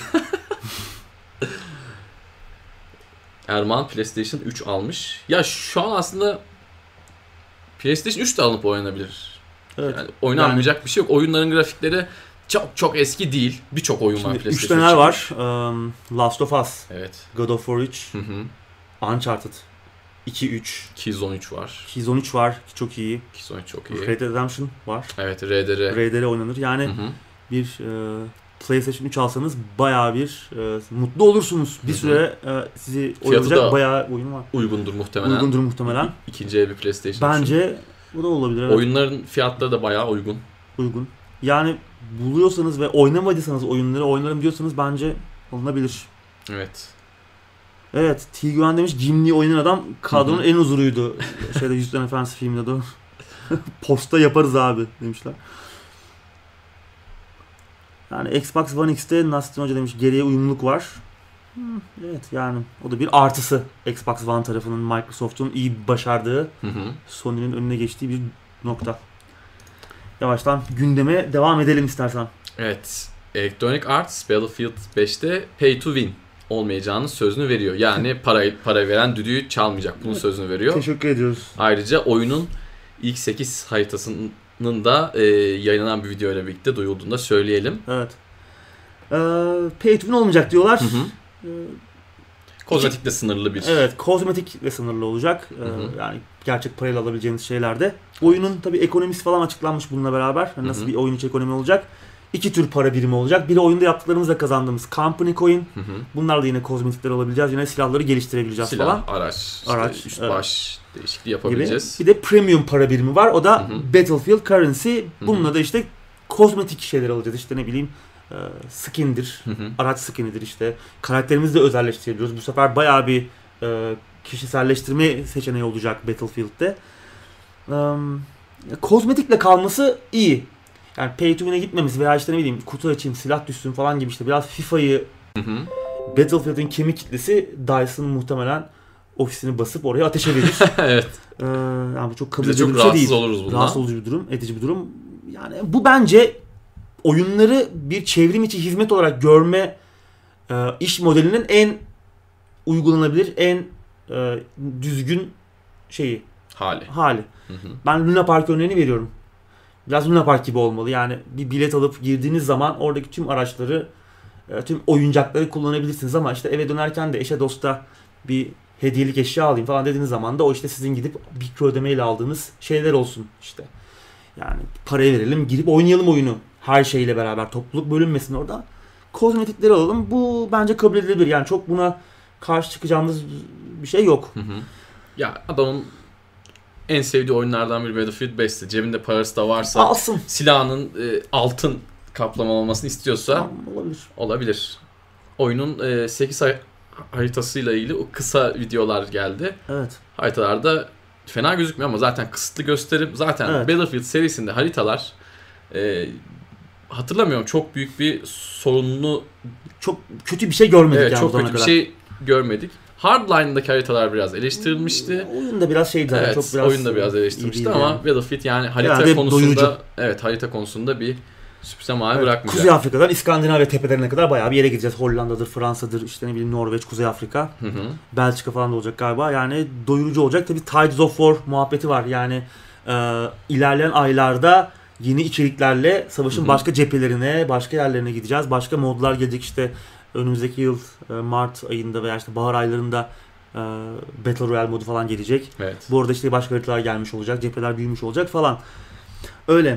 Erman PlayStation üç almış. Ya şu an aslında PlayStation üç de alınıp oynanabilir. Evet. Yani oynanmayacak yani, bir şey yok. Oyunların grafikleri çok çok eski değil. Birçok oyun var PlayStation üç neler var? Um, Last of Us. Evet. God of War üç. Hı hı. Uncharted. iki üç. Killzone üç var. Killzone üç var. Çok iyi. Killzone çok iyi. Red Dead Redemption var. Evet, R D R. R D R oynanır. Yani hı hı. bir e, PlayStation üç alsanız bayağı bir e, mutlu olursunuz. Bir hı hı. süre e, sizi oynayacak bayağı oyun var. Uygundur muhtemelen. Uygundur muhtemelen. İkinci el bir PlayStation. Bence bu da olabilir. Evet. Oyunların fiyatları da bayağı uygun. Uygun. Yani buluyorsanız ve oynamadıysanız oyunları oynarım diyorsanız bence alınabilir. Evet. Evet. T-Güven demiş Gimli oynayan adam kadronun en huzuruydu. Şeyde Yüzüklerin Efendisi filminde de. Posta yaparız abi demişler. Yani Xbox One X'te Nasrettin Hoca demiş geriye uyumluluk var. Hmm, evet yani o da bir artısı Xbox One tarafının Microsoft'un iyi başardığı, hı hı. Sony'nin önüne geçtiği bir nokta. Yavaştan gündeme devam edelim istersen. Evet. Electronic Arts Battlefield beşte pay to win olmayacağının sözünü veriyor. Yani para para veren düdüğü çalmayacak. Bunun evet. sözünü veriyor. Teşekkür ediyoruz. Ayrıca oyunun ilk sekiz haritasının da e, yayınlanan bir video ile birlikte duyulduğunda söyleyelim. Evet. Ee, pay to win olmayacak diyorlar. Hı hı. Ee, kozmetikle iki, sınırlı bir. Evet, kozmetikle sınırlı olacak. Ee, hı hı. Yani gerçek parayla alabileceğiniz şeylerde. Oyunun tabii ekonomisi falan açıklanmış bununla beraber. Yani nasıl hı hı. bir oyun içi ekonomi olacak? İki tür para birimi olacak. Biri oyunda yaptıklarımızla kazandığımız company coin. Hı hı. Bunlarla yine kozmetikler alabileceğiz. Yine silahları geliştirebileceğiz Silah, falan. Silah, araç, işte araç, üst baş evet. değişikliği yapabileceğiz. Gibi. Bir de premium para birimi var. O da hı hı. Battlefield Currency. Bununla hı hı. da işte kozmetik şeyler alacağız. İşte ne bileyim skin'dir. Hı hı. Araç skin'idir işte. Karakterimizi de özelleştirebiliyoruz. Bu sefer bayağı bir e, kişiselleştirme seçeneği olacak Battlefield'de. Um, kozmetikle kalması iyi. Yani pay to win'e gitmemiz veya işte ne bileyim kutu açayım, silah düşsün falan gibi işte biraz FIFA'yı, Hı hı. Battlefield'in kemik kitlesi Dyson muhtemelen ofisini basıp oraya ateşe verir. Evet. Ee, yani bu çok kabul Biz de edilir çok bir şey değil. rahatsız oluruz bundan. Rahatsız olucu bir durum, edici bir durum. Yani bu bence oyunları bir çevrim içi hizmet olarak görme e, iş modelinin en uygulanabilir, en e, düzgün şeyi, Hali. hali. Hı hı. Ben Luna Park örneğini veriyorum. Biraz Luna Park gibi olmalı. Yani bir bilet alıp girdiğiniz zaman oradaki tüm araçları, e, tüm oyuncakları kullanabilirsiniz ama işte eve dönerken de eşe dosta bir hediyelik eşya alayım falan dediğiniz zaman da o işte sizin gidip mikro ödemeyle aldığınız şeyler olsun işte. Yani parayı verelim, girip oynayalım oyunu. Her şeyle beraber topluluk bölünmesin orada. Kozmetikleri alalım. Bu bence kabul edilebilir. Yani çok buna karşı çıkacağımız bir şey yok. Hı hı. Ya adamın en sevdiği oyunlardan biri Battlefield beşti. Cebinde parası da varsa, Alsın. silahının e, altın kaplama olmasını istiyorsa Tamam, olabilir. olabilir. Oyunun e, sekiz hay- haritasıyla ilgili o kısa videolar geldi. Evet. Haritalarda fena gözükmüyor ama zaten kısıtlı gösterim. Zaten Evet. Battlefield serisinde haritalar e, hatırlamıyorum, çok büyük bir sorunlu, Çok kötü bir şey görmedik evet, yani çok bu kötü zamana bir kadar. şey görmedik. Hardline'daki haritalar biraz eleştirilmişti. Oyun da biraz şeydi. Evet, çok biraz oyun da biraz iyi eleştirilmişti değildi ama yani. Battlefield yani harita Yani konusunda doyurucu. evet harita konusunda bir sürpriz hali Evet, bırakmayacak. Kuzey Afrika'dan İskandinavya tepelerine kadar bayağı bir yere gideceğiz. Hollanda'dır, Fransa'dır, işte ne bileyim Norveç, Kuzey Afrika, Hı hı. Belçika falan da olacak galiba. Yani doyurucu olacak. Tabii Tides of War muhabbeti var. Yani e, ilerleyen aylarda yeni içeriklerle savaşın Hı hı. başka cephelerine, başka yerlerine gideceğiz. Başka modlar gelecek işte önümüzdeki yıl e, Mart ayında veya işte bahar aylarında e, Battle Royale modu falan gelecek. Evet. Bu arada işte başka haritalar gelmiş olacak, cepheler büyümüş olacak falan. Öyle.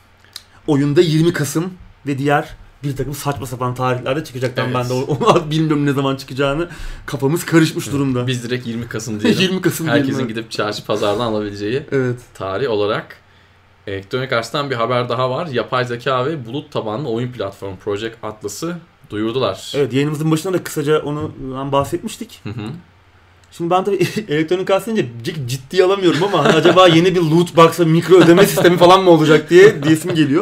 Oyunda yirmi Kasım ve diğer bir takım saçma sapan tarihlerde çıkacaktan Evet. ben de onu bilmiyorum ne zaman çıkacağını. Kafamız karışmış Evet. durumda. Biz direkt yirmi Kasım diyelim. yirmi Kasım diyelim. Herkesin evet. gidip çarşı pazardan alabileceği Evet. tarih olarak. Elektronik Arts'tan bir haber daha var. Yapay zeka ve bulut tabanlı oyun platformu Project Atlas'ı duyurdular. Evet, yayınımızın başında da kısaca onu bahsetmiştik. Hı hı. Şimdi ben tabii elektronik arts deyince ciddiye alamıyorum ama hani acaba yeni bir loot box'a mikro ödeme sistemi falan mı olacak diye diyesim geliyor.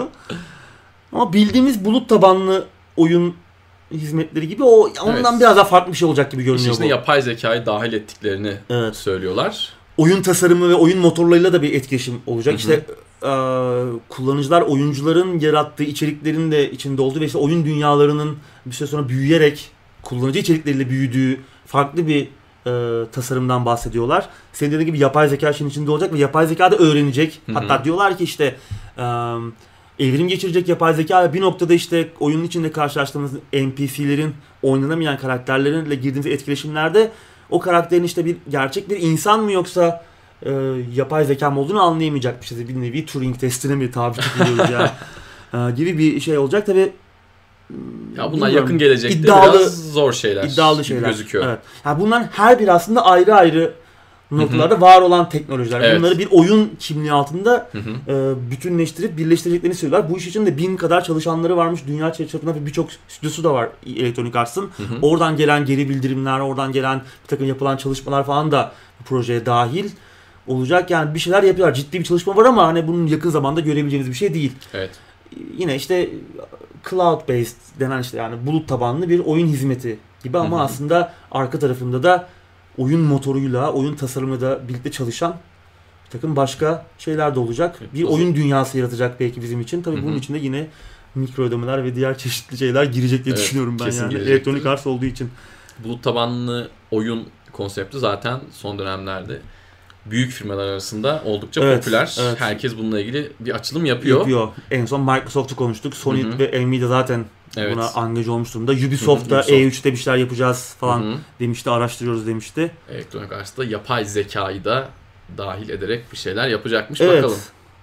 Ama bildiğimiz bulut tabanlı oyun hizmetleri gibi o ondan Evet. biraz daha farklı bir şey olacak gibi İşin görünüyor içine bu. yapay zekayı dahil ettiklerini Evet. söylüyorlar. Oyun tasarımı ve oyun motorlarıyla da bir etkileşim olacak. Hı hı. İşte e, kullanıcılar oyuncuların yarattığı içeriklerin de içinde olduğu ve işte oyun dünyalarının bir süre sonra büyüyerek kullanıcı içerikleriyle büyüdüğü farklı bir e, tasarımdan bahsediyorlar. Senin dediğin gibi yapay zeka işin içinde olacak ve yapay zeka da öğrenecek. Hı hı. Hatta diyorlar ki işte e, evrim geçirecek yapay zeka ve bir noktada işte oyunun içinde karşılaştığımız N P C'lerin, oynanamayan karakterlerinle girdiğimiz etkileşimlerde o karakterin işte bir gerçek bir insan mı yoksa e, yapay zeka mı olduğunu anlayamayacakmışız. Bir nevi Turing testine mi tabi tutuluyoruz yani e, gibi bir şey olacak. Tabii Ya bunlar bilmiyorum. yakın gelecekte İddialı- biraz zor şeyler. iddialı gibi şeyler gözüküyor. Evet. Yani bunların her biri aslında ayrı ayrı noktalarda var olan teknolojiler. Evet. Bunları bir oyun kimliği altında Hı hı. e, bütünleştirip birleştireceklerini söylüyorlar. Bu iş için de bin kadar çalışanları varmış. Dünya çapında birçok stüdyosu da var Electronic Arts'ın. Hı hı. Oradan gelen geri bildirimler, oradan gelen bir takım yapılan çalışmalar falan da bu projeye dahil olacak. Yani bir şeyler yapıyorlar. Ciddi bir çalışma var ama hani bunun yakın zamanda görebileceğimiz bir şey değil. Evet. Yine işte cloud based denen işte yani bulut tabanlı bir oyun hizmeti gibi ama Hı hı. aslında arka tarafında da oyun motoruyla, oyun tasarımıyla da birlikte çalışan bir takım başka şeyler de olacak. Evet, Bir o oyun dünyası yaratacak belki bizim için. Tabii Hı hı. bunun içinde yine mikro ödemeler ve diğer çeşitli şeyler girecek diye Evet, düşünüyorum ben kesin yani. girecektir. Elektronik arts olduğu için. Bulut tabanlı oyun konsepti zaten son dönemlerde büyük firmalar arasında oldukça Evet, popüler. evet. Herkes bununla ilgili bir açılım yapıyor. Yapıyor. En son Microsoft'u konuştuk. Sony Hı hı. ve Nvidia zaten Evet. buna angaj olmuş durumda. Ubisoft da Ubisoft. E üç'te bir şeyler yapacağız falan Hı hı. demişti, araştırıyoruz demişti. Elektronik Arts'ta yapay zekayı da dahil ederek bir şeyler yapacakmış. Evet. Bakalım.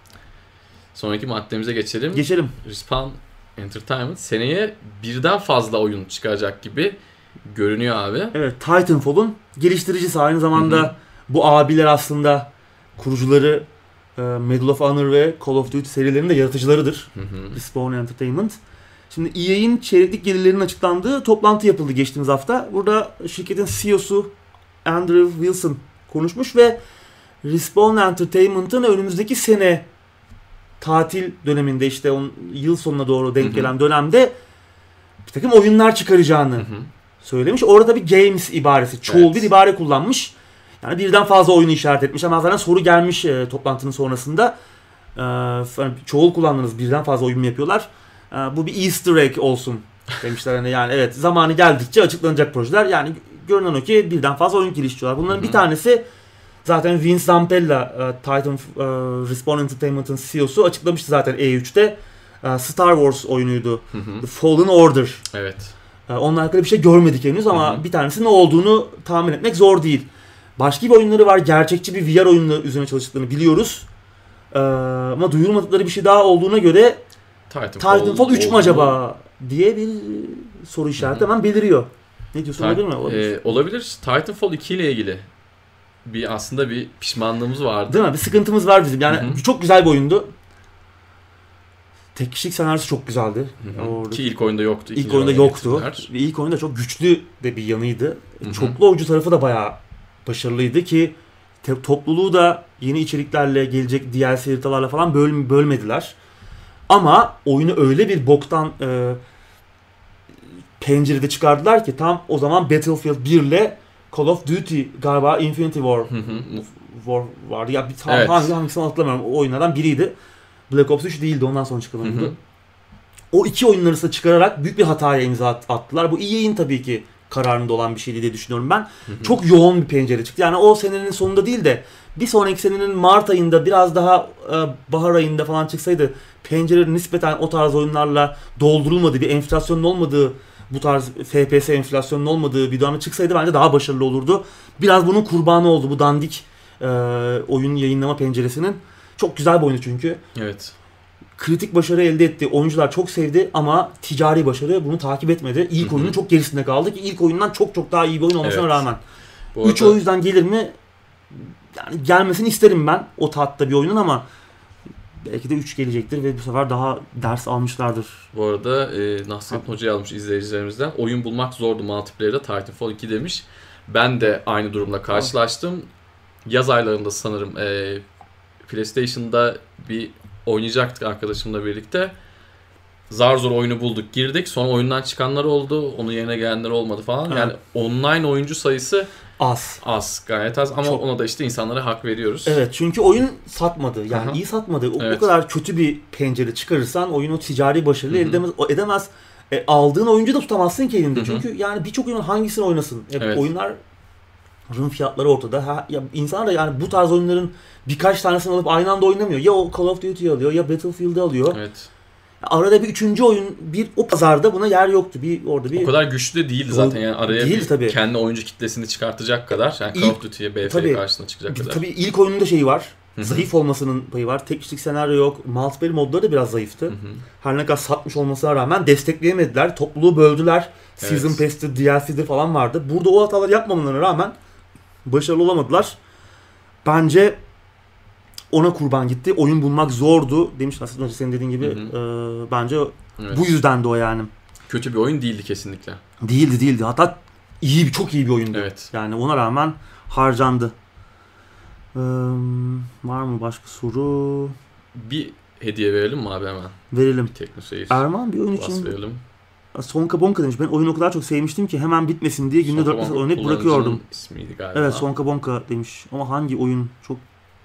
Sonraki maddemize geçelim. Geçelim. Respawn Entertainment seneye birden fazla oyun çıkaracak gibi görünüyor abi. Evet, Titanfall'un geliştiricisi aynı zamanda Hı hı. bu abiler aslında kurucuları e, Medal of Honor ve Call of Duty serilerinin de yaratıcılarıdır. Hı hı. Respawn Entertainment. Şimdi E A'in çeyreklik gelirlerinin açıklandığı toplantı yapıldı geçtiğimiz hafta. Burada şirketin C E O'su Andrew Wilson konuşmuş ve Respawn Entertainment'ın önümüzdeki sene tatil döneminde işte onun yıl sonuna doğru denk Hı hı. gelen dönemde bir takım oyunlar çıkaracağını Hı hı. söylemiş. Orada bir games ibaresi, çoğul Evet. bir ibare kullanmış. Yani birden fazla oyunu işaret etmiş ama zaten soru gelmiş e, toplantının sonrasında. E, çoğul kullandınız, birden fazla oyun mu yapıyorlar? E, bu bir Easter egg olsun demişler. Hani yani evet, zamanı geldikçe açıklanacak projeler. Yani görünen o ki birden fazla oyun geliştiriyorlar. Bunların Hı hı. bir tanesi zaten Vince Zampella, e, Titan e, Respawn Entertainment'ın C E O'su açıklamıştı zaten E üç'te. E, Star Wars oyunuydu. Hı hı. The Fallen Order. Evet. Onunla alakalı bir şey görmedik henüz ama Hı hı. bir tanesi ne olduğunu tahmin etmek zor değil. Başka bir oyunları var. Gerçekçi bir V R oyunu üzerine çalıştıklarını biliyoruz. Ee, ama duyurmadıkları bir şey daha olduğuna göre Titanfall, Titanfall üç mü oldu. acaba diye bir soru işareti Hı hı. hemen beliriyor. Ne diyorsun, Ta- olabilir mi? Olabilir. e, olabilir. Titanfall iki ile ilgili bir aslında bir pişmanlığımız vardı. Değil mi? Bir sıkıntımız var bizim. Yani Hı hı. çok güzel bir oyundu. Tek kişilik senaryosu çok güzeldi. Hı hı. Orada. Ki ilk oyunda yoktu. İlk ikinci oyunda oyuna yoktu. getirdiler. Ve ilk oyunda çok güçlü de bir yanıydı. Hı hı. Çoklu oyuncu tarafı da bayağı başarılıydı ki te- topluluğu da yeni içeriklerle, gelecek D L C haritalarla falan böl- bölmediler. Ama oyunu öyle bir boktan e, pencerede çıkardılar ki tam o zaman Battlefield bir ile Call of Duty galiba Infinity War Hı hı. War vardı. Ya bir tam Evet. hangi hangisini hatırlamıyorum. O oyunlardan biriydi. Black Ops üç değildi, ondan sonra çıkan Hı oyundu. hı. O iki oyunun arasında çıkararak büyük bir hataya imza at- attılar. Bu E A'in tabii ki kararında olan bir şeydi diye düşünüyorum ben. Hı hı. Çok yoğun bir pencere çıktı. Yani o senenin sonunda değil de bir sonraki senenin Mart ayında, biraz daha e, bahar ayında falan çıksaydı, pencere nispeten o tarz oyunlarla doldurulmadığı, bir enflasyonun olmadığı, bu tarz F P S enflasyonun olmadığı bir dönemde çıksaydı bence daha başarılı olurdu. Biraz bunun kurbanı oldu bu dandik e, oyun yayınlama penceresinin. Çok güzel bir oyunu çünkü. Evet. Kritik başarı elde etti. Oyuncular çok sevdi ama ticari başarı bunu takip etmedi. İlk Hı hı. oyunun çok gerisinde kaldı ki ilk oyundan çok çok daha iyi bir oyun olmasına Evet. rağmen. Bu üç arada- o yüzden gelir mi? Yani gelmesini isterim ben o tatta bir oyunun ama belki de üç gelecektir ve bu sefer daha ders almışlardır. Bu arada e, Nasrettin Hoca yazmış izleyicilerimizden. Oyun bulmak zordu multiplayer'da Titanfall iki demiş. Ben de aynı durumla karşılaştım. Yaz aylarında sanırım e, PlayStation'da bir oynayacaktık arkadaşımla birlikte. Zar zor oyunu bulduk, girdik. Sonra oyundan çıkanlar oldu. Onun yerine gelenler olmadı falan. Evet. Yani online oyuncu sayısı Az. az, gayet az ama Çok. ona da işte insanlara hak veriyoruz. Evet, çünkü oyun satmadı. Yani Aha. iyi satmadı. O, Evet. o kadar kötü bir pencere çıkarırsan oyunu ticari başarılı Hı hı. edemez. O edemez. E, aldığın oyuncu da tutamazsın ki elinde. Hı hı. Çünkü yani birçok oyunun hangisini oynasın? E, Evet. Oyunların fiyatları ortada. Ha, ya insanlar da yani bu tarz oyunların birkaç tanesini alıp aynı anda oynamıyor. Ya o Call of Duty'yi alıyor ya Battlefield'i alıyor. Evet. Arada bir üçüncü oyun, bir o pazarda buna yer yoktu. Bir orada bir O kadar güçlü de değildi zaten yani araya Değil bir tabii. kendi oyuncu kitlesini çıkartacak kadar yani Call İlk- of Duty'ye B F tabii. karşısına çıkacak kadar. tabii ilk oyununda şeyi var. Hı hı. Zayıf olmasının payı var. Tek kişilik senaryo yok. Multiplayer modları da biraz zayıftı. Hı hı. Her ne kadar satmış olmasına rağmen destekleyemediler. Topluluğu böldüler. Evet. Season Pass'ti, D L C'di falan vardı. Burada o hataları yapmamalarına rağmen başarılı olamadılar. Bence ona kurban gitti. Oyun bulmak zordu. Demiş aslında önce senin dediğin gibi. Hı E, bence Evet. bu yüzden de o yani. Kötü bir oyun değildi kesinlikle. Değildi değildi. Hatta iyi, çok iyi bir oyundu. Evet. Yani ona rağmen harcandı. Ee, var mı başka soru? Bir hediye verelim mi abi hemen? Verelim. Bir teknoseyir. Erman bir oyun Bas için verelim. Sonka Bonka demiş. Ben oyunu o kadar çok sevmiştim ki hemen bitmesin diye günde dört saat oynayıp bırakıyordum. İsmiydi galiba. Evet, Sonka Bonka demiş. Ama hangi oyun? Çok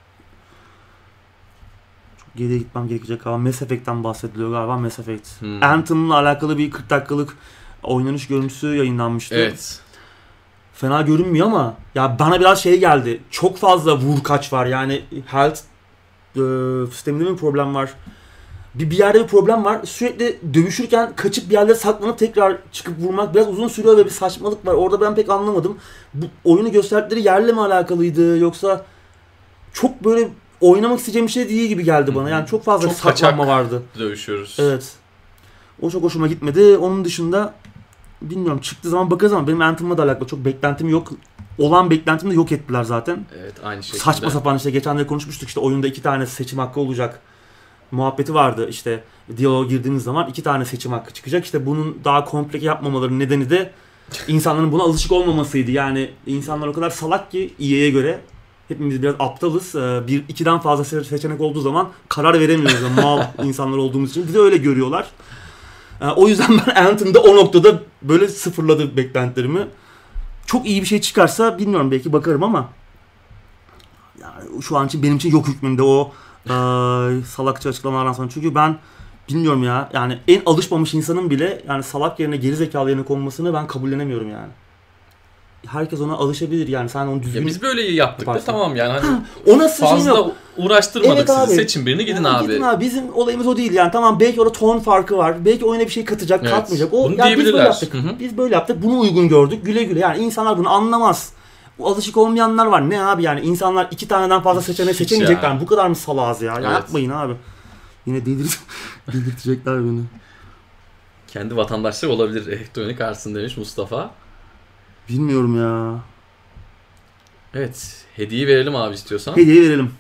çok geriye gitmem gerekecek galiba. Mass Effect'ten bahsediliyor galiba. Mass Effect. Hmm. Anthem'la alakalı bir kırk dakikalık oynanış görüntüsü yayınlanmıştı. Evet. Fena görünmüyor ama ya bana biraz şey geldi. Çok fazla vur kaç var. Yani health e, sisteminde mi problem var? Bir, bir yerde bir problem var. Sürekli dövüşürken kaçıp bir yerlere saklanıp tekrar çıkıp vurmak biraz uzun sürüyor ve bir saçmalık var. Orada ben pek anlamadım. Bu oyunu gösterdikleri yerle mi alakalıydı yoksa çok böyle oynamak isteyeceğim bir şey değil gibi geldi bana. Yani çok fazla Çok saklanma kaçak vardı. Dövüşüyoruz. Evet. O çok hoşuma gitmedi. Onun dışında bilmiyorum, çıktığı zaman bakarız ama benim Anthem'la da alakalı çok beklentim yok. Olan beklentimi de yok ettiler zaten. Evet, aynı şekilde. Saçma sapan işte geçen de konuşmuştuk, işte oyunda iki tane seçim hakkı olacak muhabbeti vardı. İşte diyaloğa girdiğiniz zaman iki tane seçim hakkı çıkacak. İşte bunun daha komplike yapmamaların nedeni de insanların buna alışık olmamasıydı. Yani insanlar o kadar salak ki E A'ye göre hepimiz biraz aptalız. Ee, bir ikiden fazla seçenek olduğu zaman karar veremiyoruz. Yani mal insanlar olduğumuz için. Bizi öyle görüyorlar. Ee, o yüzden ben Anthem'da o noktada böyle sıfırladı beklentilerimi. Çok iyi bir şey çıkarsa bilmiyorum, belki bakarım ama yani şu an için benim için yok hükmünde o e, salakça açıklamalardan sonra. Çünkü ben bilmiyorum ya, yani en alışmamış insanın bile yani salak yerine geri zekalı yerine konmasını ben kabullenemiyorum yani. Herkes ona alışabilir yani, sen onu düzgün... Ya biz böyle yaptık da tamam yani hani ha, ona fazla yok. Uğraştırmadık evet sizi. Abi. Seçin birini gidin yani abi. Gidin abi. Bizim olayımız o değil yani. Tamam, belki orada ton farkı var. Belki oyuna bir şey katacak, evet. katmayacak. O, bunu yani biz böyle yaptık. Hı-hı. Biz böyle yaptık. Bunu uygun gördük. Güle güle. Yani insanlar bunu anlamaz. Alışık olmayanlar var. Ne abi yani, insanlar iki taneden fazla seçeneği seçemeyecekler. Ya. Bu kadar mı salağız ya? Evet. Ya yapmayın abi. Yine delir delirtecekler beni. Kendi vatandaşları olabilir elektronik artsın demiş Mustafa. Bilmiyorum ya. Evet. Hediye verelim abi istiyorsan. Hediye verelim.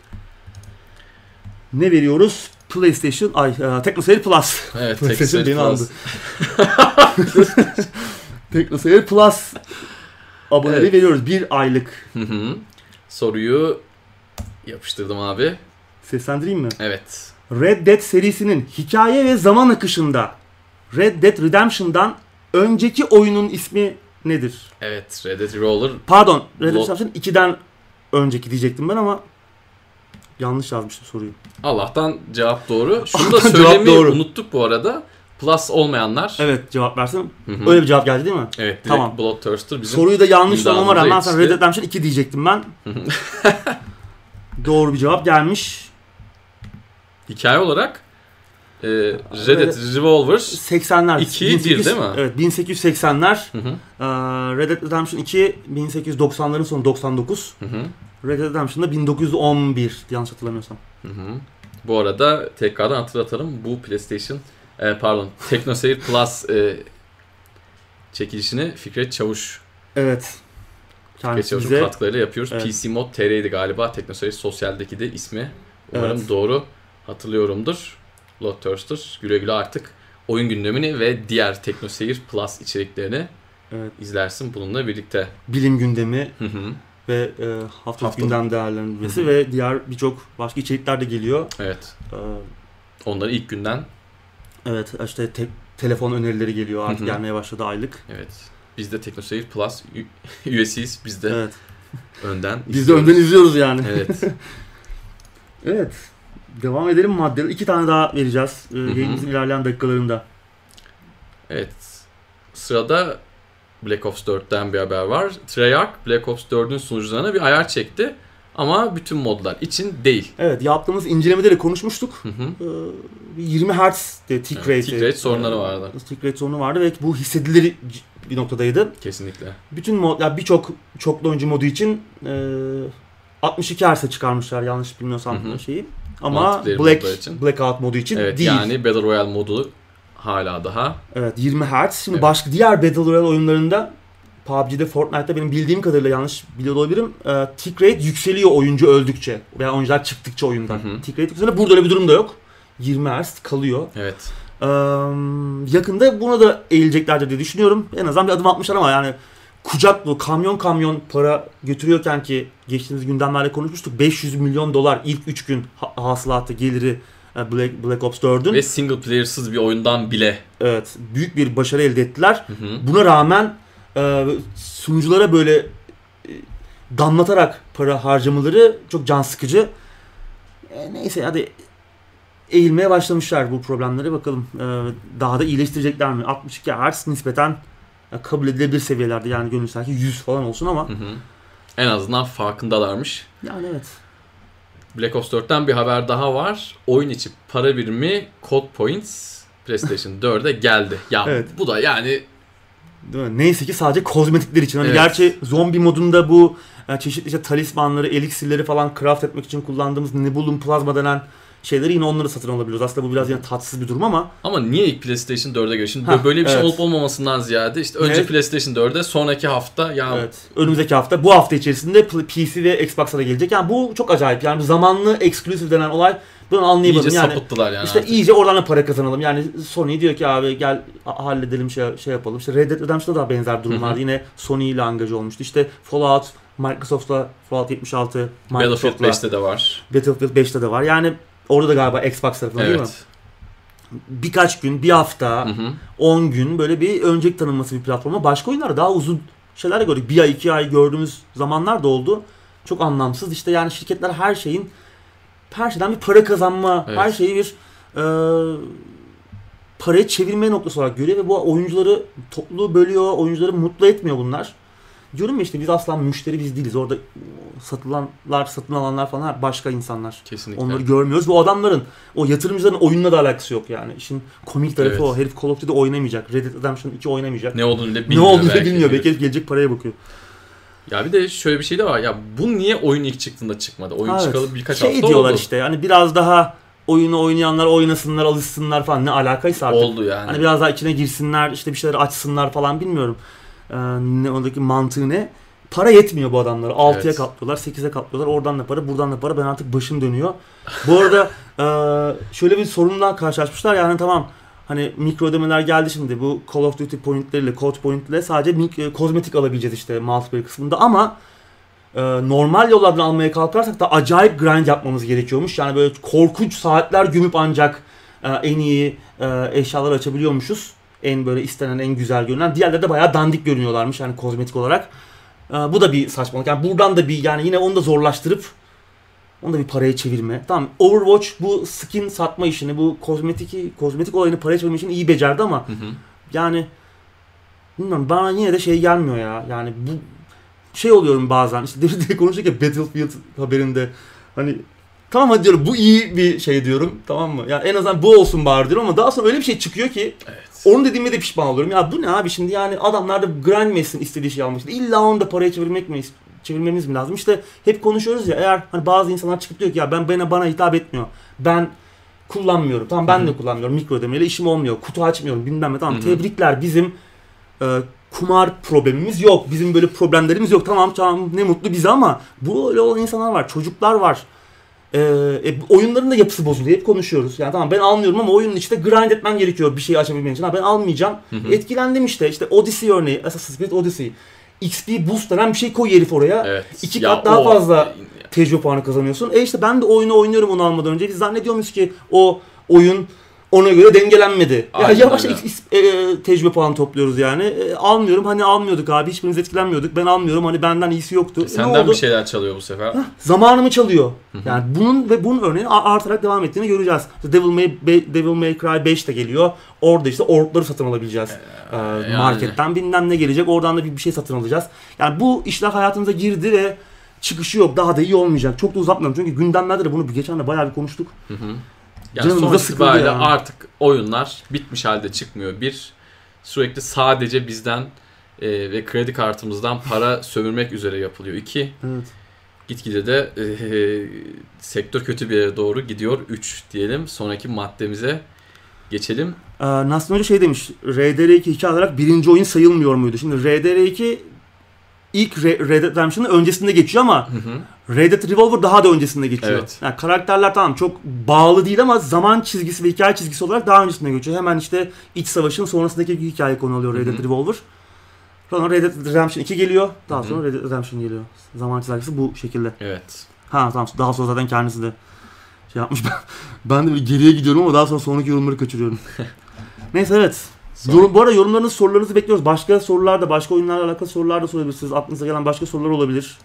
Ne veriyoruz? PlayStation, ay uh, TeknoSeyir Plus. Evet, PlayStation beni aldı. TeknoSeyir Plus aboneliği evet. veriyoruz. Bir aylık. Hı hı. Soruyu yapıştırdım abi. Seslendireyim mi? Evet. Red Dead serisinin hikaye ve zaman akışında Red Dead Redemption'dan önceki oyunun ismi nedir? Evet, Red Dead Revolver. Pardon, Red Dead Redemption iki'den önceki diyecektim ben ama yanlış yazmıştım soruyu. Allah'tan cevap doğru. Şunu da söylemeyi unuttuk bu arada. Plus olmayanlar. Evet, cevap versin. Hı-hı. Öyle bir cevap geldi değil mi? Evet, direkt tamam. Bloodthirster bizim. Soruyu da yanlış olmama rağmen sen Red Dead Redemption iki diyecektim ben. Doğru bir cevap gelmiş. Hikaye olarak e, Red Dead Revolver seksenler iki bir değil mi? Evet, bin sekiz yüz seksenler. Hı hı. Red Dead Redemption iki bin sekiz yüz doksanların sonu doksan dokuz. Hı hı. Red Dead Redemption'da bin dokuz yüz on bir yanlış hatırlamıyorsam. Hı hı. Bu arada tekrardan hatırlatalım. Bu PlayStation e, pardon TeknoSeyir Plus e, çekilişini Fikret Çavuş Evet. Fikret Çavuş'un bize... katkılarıyla yapıyoruz. Evet. P C Mod T R'ydi galiba. TeknoSeyir Sosyal'deki de ismi. Umarım evet. doğru hatırlıyorumdur. Bloodthirster güle güle artık oyun gündemini ve diğer TeknoSeyir Plus içeriklerini evet. izlersin bununla birlikte. Bilim gündemi hı hı. ve e, haftalık Haftalık. gündem değerlendirmesi ve diğer birçok başka içerikler de geliyor. Evet. Ee, Onları ilk günden. Evet, işte te- telefon önerileri geliyor artık, hı hı. gelmeye başladı aylık. Evet. Biz de TeknoSeyir Plus üyesiyiz. Biz de evet. önden Biz izliyoruz. de önden izliyoruz yani. Evet. Evet. Devam edelim maddeler. İki tane daha vereceğiz e, yayınımızın ilerleyen dakikalarında. Evet. Sırada Black Ops dört'ten bir haber var. Treyarch Black Ops dört'ün sunucularına bir ayar çekti. Ama bütün modlar için değil. Evet, yaptığımız incelemede de konuşmuştuk. Hı hı. Ee, yirmi hertz de tick rate. Evet, tick rate sorunları vardı. Tick rate sorunu vardı ve bu hissedilir bir noktadaydı. Kesinlikle. Bütün mod, yani birçok çoklu oyuncu modu için e, altmış iki hertz'e çıkarmışlar yanlış bilmiyorsam hı hı. şeyi. Ama Black Blackout modu için evet, değil. Yani Battle Royale modu hala daha. Evet, yirmi hertz. Şimdi evet. başka diğer Battle Royale oyunlarında P U B G'de, Fortnite'da benim bildiğim kadarıyla yanlış biliyor olabilirim. E, tick rate yükseliyor oyuncu öldükçe veya oyuncular çıktıkça oyundan. Hı hı. Tick rate yükseliyor. Burada öyle bir durum da yok. yirmi hertz kalıyor. Evet. E, yakında buna da eğileceklerdir diye düşünüyorum. En azından bir adım atmışlar ama yani kucaklı kamyon kamyon para götürüyorken ki geçtiğimiz gündemlerde konuşmuştuk. beş yüz milyon dolar ilk üç gün hasılatı geliri Black, Black Ops dört'ün. Ve single player'sız bir oyundan bile. Evet. Büyük bir başarı elde ettiler. Hı hı. Buna rağmen e, sunuculara böyle e, damlatarak para harcamaları çok can sıkıcı. E, neyse hadi eğilmeye başlamışlar bu problemlere, bakalım. E, daha da iyileştirecekler mi? altmış iki hertz nispeten kabul edilebilir seviyelerde, yani gönül sanki yüz falan olsun ama. Hı hı. En azından farkındalarmış. Yani evet. Black Ops dört'ten bir haber daha var. Oyun içi para birimi Code Points PlayStation dört'e geldi. Ya evet. Bu da yani değil mi? Neyse ki sadece kozmetikler için. Hani evet. Gerçi zombi modunda bu çeşitli işte talismanları, eliksirleri falan craft etmek için kullandığımız Nebulum Plazma denen şeyleri yine onları satın alabiliyoruz. Aslında bu biraz yine tatsız bir durum ama. Ama niye ilk PlayStation dört'e göre? Şimdi ha, böyle bir evet. şey olup olmamasından ziyade işte önce evet. PlayStation dört'e, sonraki hafta yani. Evet. Önümüzdeki hafta, bu hafta içerisinde P C ve Xbox'a da gelecek. Yani bu çok acayip. Yani zamanlı exclusive denen olay, bunu anlayamadım. İyice yani, sapıttılar yani. İşte artık. iyice oradan da para kazanalım. Yani Sony diyor ki abi gel halledelim şey, şey yapalım. İşte Red Dead Redemption'da da benzer durum vardı. Yine Sony ile angaj olmuştu. İşte Fallout Microsoft'ta Fallout yetmiş altı, Battlefield beşte de var. Battlefield beşte de var. Yani orada da galiba Xbox tarafından evet. değil mi? Birkaç gün, bir hafta, on gün böyle bir öncelik tanınması bir platforma. Başka oyunlar daha uzun şeyler de gördük. Bir ay, iki ay gördüğümüz zamanlar da oldu. Çok anlamsız. İşte yani şirketler her şeyin, her şeyden bir para kazanma, evet. her şeyi bir e, paraya çevirme noktası olarak görüyor ve bu oyuncuları, topluluğu bölüyor, oyuncuları mutlu etmiyor bunlar. Diyorum ya işte biz asla müşteri biz değiliz. Orada satılanlar, satın alanlar falan başka insanlar. Kesinlikle. Onları görmüyoruz. Bu adamların, o yatırımcıların oyunla da alakası yok yani. İşin komik tarafı evet. o. Herif Call of Duty oynamayacak. Red Dead Redemption iki oynamayacak. Ne olduğunu bile bilmiyor. Ne olduğunu bile bilmiyor. Belki herif gelecek paraya bakıyor. Ya bir de şöyle bir şey de var. Ya bu niye oyun ilk çıktığında çıkmadı? Oyun evet. çıkalı birkaç şey hafta oldu. Şey diyorlar işte. Hani biraz daha oyunu oynayanlar oynasınlar, alışsınlar falan. Ne alakaysa artık. Oldu yani. Hani biraz daha içine girsinler, işte bir şeyler açsınlar falan bilmiyorum. Ee, ne oradaki mantığı ne? Para yetmiyor bu adamlara. altıya evet. katlıyorlar, sekize katlıyorlar. Oradan da para, buradan da para. Ben artık başım dönüyor. Bu arada şöyle bir sorunla karşılaşmışlar. Yani tamam hani mikro ödemeler geldi şimdi. Bu Call of Duty pointleriyle, code pointleriyle sadece kozmetik alabileceğiz işte multiplayer kısmında. Ama normal yollardan almaya kalkarsak da acayip grind yapmamız gerekiyormuş. Yani böyle korkunç saatler gömüp ancak en iyi eşyaları açabiliyormuşuz. En böyle istenen, en güzel görünen. Diğerleri de bayağı dandik görünüyorlarmış yani kozmetik olarak. Bu da bir saçmalık. Yani buradan da bir yani yine onu da zorlaştırıp onu da bir paraya çevirme. Tamam Overwatch bu skin satma işini, bu kozmetik kozmetik olayını paraya çevirme işini iyi becerdi ama hı hı. yani bilmiyorum bana yine de şey gelmiyor ya. Yani bu şey oluyorum bazen işte demin de konuşurken Battlefield haberinde hani tamam hadi diyorum bu iyi bir şey diyorum tamam mı? Yani en azından bu olsun bari diyorum ama daha sonra öyle bir şey çıkıyor ki evet. Onu dediğimde de pişman oluyorum. Ya bu ne abi şimdi yani adamlar da grind mi etsin istediği şey almış. İlla onu da paraya çevirmek mi çevirmemiz mi lazım? İşte hep konuşuyoruz ya eğer hani bazı insanlar çıkıp diyor ki ya ben bana bana hitap etmiyor. Ben kullanmıyorum. Tamam ben Hı-hı. de kullanmıyorum. Mikro ödemeyle işim olmuyor. Kutu açmıyorum bilmem ne. Tamam Hı-hı. tebrikler bizim e, kumar problemimiz yok. Bizim böyle problemlerimiz yok. Tamam tamam ne mutlu bize ama bu öyle olan insanlar var. Çocuklar var. Ee, e, oyunların da yapısı bozuluyor. Hep konuşuyoruz. Yani tamam ben almıyorum ama oyunun içinde grind etmen gerekiyor bir şeyi açabilmen için. Ha, ben almayacağım. Hı hı. Etkilendim işte. İşte Odyssey örneği. Assassin's Creed Odyssey. X P boost denen bir şey koy herif oraya. Evet. İki ya kat daha o... fazla tecrübe puanı kazanıyorsun. E işte ben de oyunu oynuyorum onu almadan önce. Biz zannediyoruz ki o oyun ona göre dengelenmedi. Ya yavaş e, e, tecrübe puanı topluyoruz yani. E, almıyorum. Hani almıyorduk abi. Hiçbirimiz etkilenmiyorduk. Ben almıyorum. Hani benden iyisi yoktu. E, senden bir şeyler çalıyor bu sefer. Heh, zamanımı çalıyor. Hı-hı. Yani bunun ve bunun örneğin artarak devam ettiğini göreceğiz. Devil May, Devil May Cry beş de geliyor. Orada işte orkları satın alabileceğiz. Ee, yani. Marketten bilmem ne gelecek. Oradan da bir, bir şey satın alacağız. Yani bu işler hayatımıza girdi ve çıkışı yok. Daha da iyi olmayacak. Çok da uzatmıyorum. Çünkü gündemlerde de bunu geçen de bayağı bir konuştuk. Hı hı. Yani sonuç itibariyle yani. Artık oyunlar bitmiş halde çıkmıyor. Bir, sürekli sadece bizden e, ve kredi kartımızdan para sömürmek üzere yapılıyor. İki, evet. gitgide de e, sektör kötü bir yere doğru gidiyor. Üç diyelim. Sonraki maddemize geçelim. Ee, Nasıl önce şey demiş. R D R iki hikaye olarak birinci oyun sayılmıyor muydu? Şimdi R D R iki ilk Red Dead Redemption'ın öncesinde geçiyor ama hı hı. Red Dead Revolver daha da öncesinde geçiyor. Evet. Yani karakterler tamam çok bağlı değil ama zaman çizgisi ve hikaye çizgisi olarak daha öncesinde geçiyor. Hemen işte İç Savaş'ın sonrasındaki bir hikaye konu alıyor Red Dead Revolver. Sonra Red Dead Redemption iki geliyor. Daha sonra Red Dead Redemption geliyor. Zaman çizgisi bu şekilde. Evet. Ha tamam daha sonra zaten kendisi de şey yapmış. Ben de geriye gidiyorum ama daha sonra sonraki yorumları kaçırıyorum. Neyse evet. Yorum, bu arada yorumlarınızı, sorularınızı bekliyoruz. Başka sorular da, başka oyunlarla alakalı sorular da sorabilirsiniz. Aklınıza gelen başka sorular olabilir.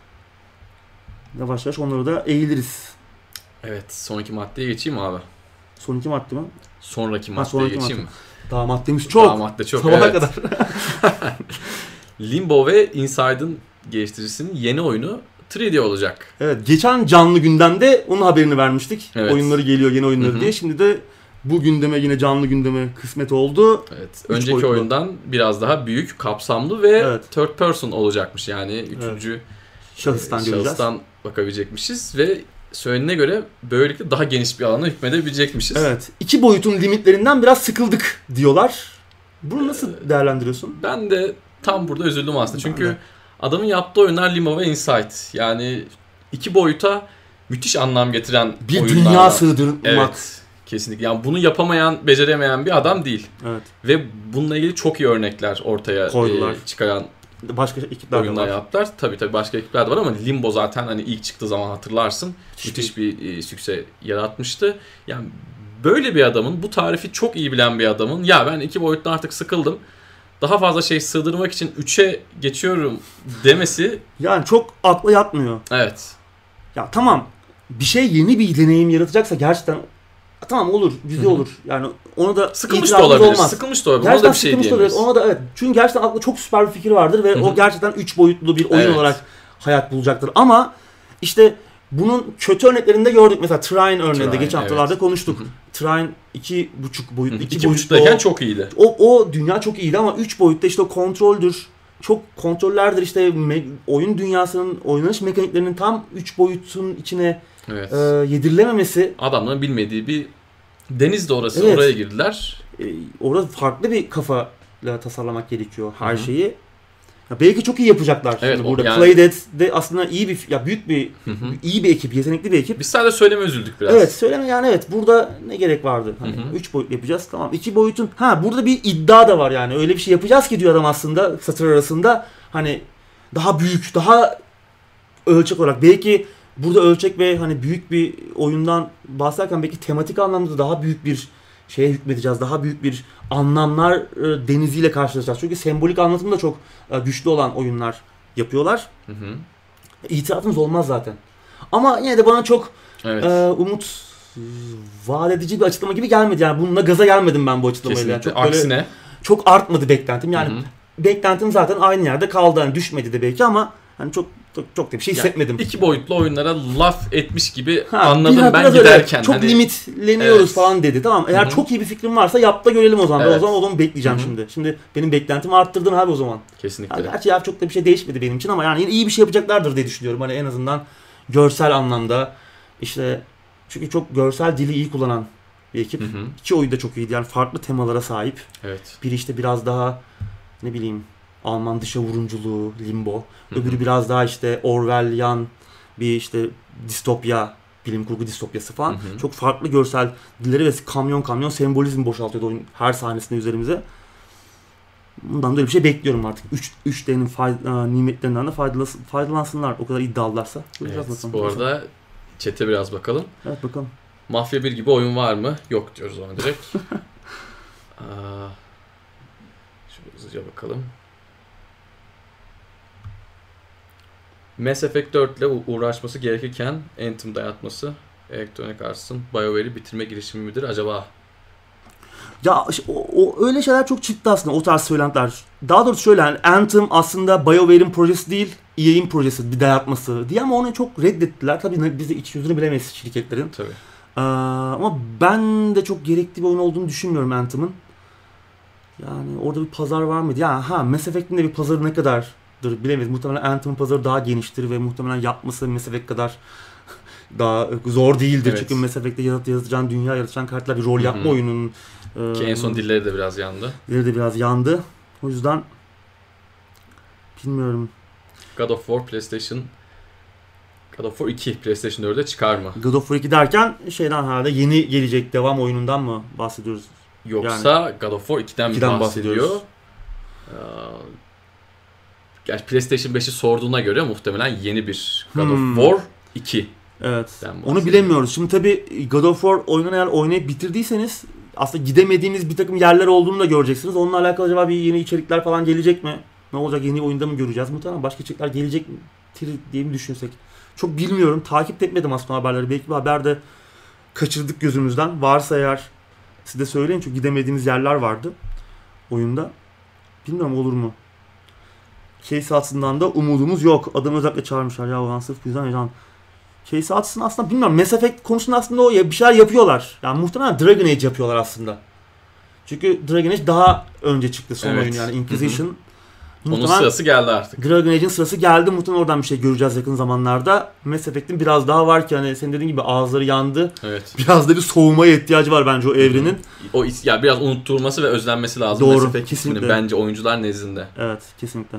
Yavaş yavaş onları da eğiliriz. Evet, sonraki maddeye geçeyim mi abi? Sonraki madde mi? Sonraki maddeye ha, sonraki geçeyim madde. mi? Daha maddemiz çok. Daha madde çok, sabaha evet. kadar. Limbo ve Inside'ın geliştiricisinin yeni oyunu üç D olacak. Evet, geçen canlı gündemde onun haberini vermiştik. Evet. Oyunları geliyor, yeni oyunları Hı-hı. diye. Şimdi de bu gündeme yine canlı gündeme kısmet oldu. Evet. Önceki boyutlu. Oyundan biraz daha büyük, kapsamlı ve evet. third person olacakmış. Yani üçüncü evet. şahıstan, e, şahıstan bakabilecekmişiz ve söylenene göre böylelikle daha geniş bir alana hükmedebilecekmişiz. Evet. İki boyutun limitlerinden biraz sıkıldık diyorlar. Bunu nasıl değerlendiriyorsun? Ben de tam burada üzüldüm aslında. Çünkü adamın yaptığı oyunlar Limbo ve Inside. Yani iki boyuta müthiş anlam getiren bir oyunlar. Bir dünya sığdırmak. Evet. Kesinlikle. Yani bunu yapamayan, beceremeyen bir adam değil. Evet. Ve bununla ilgili çok iyi örnekler ortaya e, çıkaran başka ekipler de oyunlar var. yaptılar. Tabii tabii başka ekipler de var ama Limbo zaten hani ilk çıktığı zaman hatırlarsın. Müthiş Müthiş bir e, sükse yaratmıştı. Yani böyle bir adamın, bu tarifi çok iyi bilen bir adamın ya ben iki boyutlu artık sıkıldım, daha fazla şey sığdırmak için üçe geçiyorum demesi Yani çok akla yatmıyor. evet. Ya tamam, bir şey yeni bir deneyim yaratacaksa gerçekten tamam olur, güzel olur. Yani ona da Sıkılmış da itirazımız olabilir. olmaz. Sıkılmış da olabilir. Ona Gerçekten da bir şey sıkılmış da olabilir. diyemeyiz. Ona da evet. Çünkü gerçekten aklında çok süper bir fikir vardır ve Hı hı. o gerçekten üç boyutlu bir oyun Evet. olarak hayat bulacaktır. Ama işte bunun kötü örneklerini de gördük. Mesela Trine örneğinde Trine, geçen haftalarda evet. konuştuk. Hı hı. Trine iki buçuk boyutlu. Hı hı. iki İki boyutlu buçuktayken o- çok iyiydi. O, o dünya çok iyiydi ama üç boyutta işte o kontroldür. Çok kontrollerdir işte me- oyun dünyasının oynanış mekaniklerinin tam üç boyutun içine Evet. e, yedirilememesi. Adamların bilmediği bir deniz de orası. Evet. Oraya girdiler. E, orada farklı bir kafayla tasarlamak gerekiyor her Hı hı. şeyi. Ya belki çok iyi yapacaklar. Evet, Şimdi o burada yani- Playdead de aslında iyi bir ya büyük bir Hı hı. iyi bir ekip, yetenekli bir ekip. Biz sadece söyleme üzüldük biraz. Evet, söyleme yani evet. Burada ne gerek vardı? Hani Hı hı. üç boyutlu yapacağız. Tamam. iki boyutun. Ha burada bir iddia da var yani. Öyle bir şey yapacağız ki diyor adam aslında satır arasında. Hani daha büyük, daha ölçek olarak. Belki burada ölçek ve hani büyük bir oyundan bahsederken belki tematik anlamda daha büyük bir şeye hükmedeceğiz. Daha büyük bir anlamlar e, deniziyle karşılaşacağız. Çünkü sembolik anlatım da çok e, güçlü olan oyunlar yapıyorlar. Hı hı. İtirafımız olmaz zaten. Ama yine de bana çok Evet. e, umut e, vaat edici bir açıklama gibi gelmedi. Yani bununla gaza gelmedim ben bu açıklamayla. Kesinlikle. Çok böyle, Aksine. çok artmadı beklentim. Yani Hı hı. beklentim zaten aynı yerde kaldı. Yani düşmedi de belki ama hani çok çok, çok da bir şey hissetmedim. Yani iki boyutlu oyunlara laf etmiş gibi Ha, anladım biraz- ben biraz öyle, giderken. çok hani, limitleniyoruz Evet. falan dedi. Tamam. Eğer Hı hı. çok iyi bir fikrin varsa yap da görelim o zaman. Ben Evet. o zaman o zaman bekleyeceğim Hı hı. şimdi. Şimdi benim beklentimi arttırdın abi o zaman. Kesinlikle. Yani gerçi ya çok da bir şey değişmedi benim için ama yani yine iyi bir şey yapacaklardır diye düşünüyorum. Hani en azından görsel anlamda işte çünkü çok görsel dili iyi kullanan bir ekip. Hı hı. İki oyun da çok iyiydi. Yani farklı temalara sahip. Evet. Biri işte biraz daha ne bileyim Alman dışa vurumculuğu, Limbo. Hı hı. Öbürü biraz daha işte Orwellian bir işte distopya, bilim kurgu distopyası falan. Hı hı. Çok farklı görsel dilleri ve kamyon kamyon sembolizm boşaltıyordu oyun her sahnesinde üzerimize. Bundan da öyle bir şey bekliyorum artık. üç üç D'nin fay- nimetlerinden de faydalas- faydalansınlar. O kadar iddialılarsa. Göreceğiz Evet. bakalım. Bu arada chat'e biraz bakalım. Evet bakalım. Mafya bir gibi oyun var mı? Yok diyoruz ona direkt. Aa, şöyle hızlıca bakalım. Mass Effect dört ile u- uğraşması gerekirken Anthem dayatması Electronic Arts'ın BioWare'i bitirme girişimi midir acaba? Ya işte o, o öyle şeyler çok çıktı aslında o tarz söylentiler. Daha doğrusu şöyle yani Anthem aslında BioWare'in projesi değil, E A'in projesi bir dayatması diye ama onu çok reddettiler. Tabii biz de iç yüzünü bilemeyiz şirketlerin. Tabii. Ee, ama ben de çok gerekli bir oyun olduğunu düşünmüyorum Anthem'ın. Yani orada bir pazar var mıydı? Ya ha Mass Effect'in de bir pazarı ne kadardır bilemeyiz. Muhtemelen Anthem'ın pazarı daha geniştir ve muhtemelen yapması Mass Effect kadar daha zor değildir. Evet. Çünkü Mass Effect'te yarat- yaratacağın dünya, yaratacağın karakterler bir rol Hı hı. yapma oyunun. Ki en son dilleri de biraz yandı. dilleri de biraz yandı. O yüzden bilmiyorum. God of War PlayStation God of War iki PlayStation dörde çıkar mı? God of War iki derken şeyden herhalde yeni gelecek devam oyunundan mı bahsediyoruz? Yoksa God of War ikiden, ikiden mi bahsediyor? bahsediyoruz. Ee, Gerçi PlayStation beşi sorduğuna göre muhtemelen yeni bir God Hmm. of War iki. Evet. Ben Onu bahsediyorum. bilemiyoruz. Şimdi tabii God of War oyununu eğer oynayıp bitirdiyseniz aslında gidemediğiniz bir takım yerler olduğunu da göreceksiniz. Onunla alakalı acaba bir yeni içerikler falan gelecek mi? Ne olacak? Yeni oyunda mı göreceğiz? Muhtemelen başka içerikler gelecek mi diye mi düşünsek? Çok bilmiyorum. Takip etmedim aslında haberleri. Belki bir haber de kaçırdık gözümüzden. Varsa eğer siz de söyleyin çünkü gidemediğimiz yerler vardı oyunda. Bilmiyorum olur mu? Case açısından da umudumuz yok. Adamı özellikle çağırmışlar ya ulan sırf bu yüzden heyecan. Case açısından aslında bilmiyorum. Mass Effect konusunda aslında o ya bir şeyler yapıyorlar. Yani muhtemelen Dragon Age yapıyorlar aslında. Çünkü Dragon Age daha önce çıktı son Evet. oyun yani Inquisition. Onun Muhtemelen sırası geldi artık. Dragon Age'in sırası geldi. Muhtemelen oradan bir şey göreceğiz yakın zamanlarda. Mass Effect'in biraz daha var ki hani senin dediğin gibi ağızları yandı. Evet. Biraz da bir soğumaya ihtiyacı var bence o evrenin. O is- ya biraz unutturulması ve özlenmesi lazım. Doğru, Mass Effect kesinlikle. isminin bence oyuncular nezdinde. Evet, kesinlikle.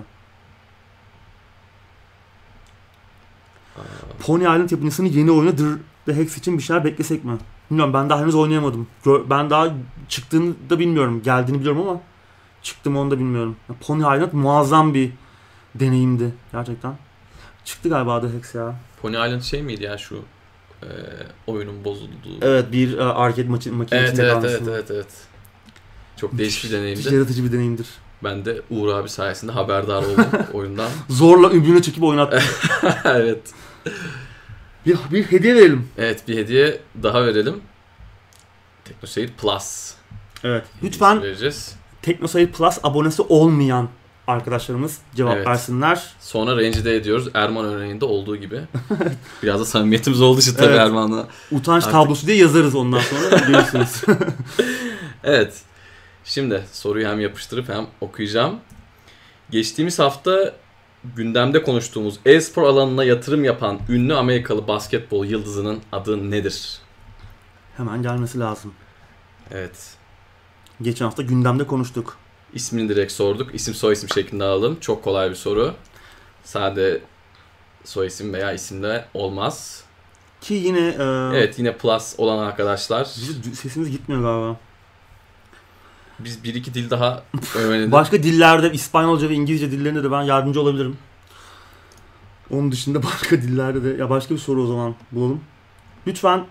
Pony Island yapımcısının yeni oyunu The, The Hex için bir şeyler beklesek mi? Bilmiyorum ben daha henüz oynayamadım. Gör- Ben daha çıktığını da bilmiyorum. Geldiğini biliyorum ama çıktı mı onu da bilmiyorum. Pony Island muazzam bir deneyimdi gerçekten. Çıktı galiba The Hex ya. Pony Island şey miydi ya şu e, oyunun bozulduğu? Evet, bir e, arcade maçı, makinesinde evet, evet, kalmışsın. evet, evet, evet. Çok değişik bir deneyimdi. Müthiş yaratıcı bir deneyimdir. Ben de Uğur abi sayesinde haberdar oldum oyundan. Zorla ümrüne çekip oynattım. Evet. Bir, bir hediye verelim. Evet, bir hediye daha verelim. TeknoSeyir Plus. Evet. Lütfen vereceğiz. TeknoSeyir Plus abonesi olmayan arkadaşlarımız cevap Evet. versinler. Sonra rencide ediyoruz. Erman örneğinde olduğu gibi. Biraz da samimiyetimiz olduğu için tabii Evet. Erman'la. Utanç Artık... tablosu diye yazarız ondan sonra. Görürsünüz. Evet. Şimdi soruyu hem yapıştırıp hem okuyacağım. Geçtiğimiz hafta gündemde konuştuğumuz e-spor alanına yatırım yapan ünlü Amerikalı basketbol yıldızının adı nedir? Hemen gelmesi lazım. Evet. Geçen hafta gündemde konuştuk. İsmini direkt sorduk. İsim soy isim şeklinde alalım. Çok kolay bir soru. Sade soy isim veya isimle olmaz. Ki yine... E, Evet, yine plus olan arkadaşlar. Sesimiz gitmiyor galiba. Biz bir iki dil daha öğrenelim. Başka dillerde, İspanyolca ve İngilizce dillerinde de ben yardımcı olabilirim. Onun dışında başka dillerde de... Ya başka bir soru o zaman bulalım. Lütfen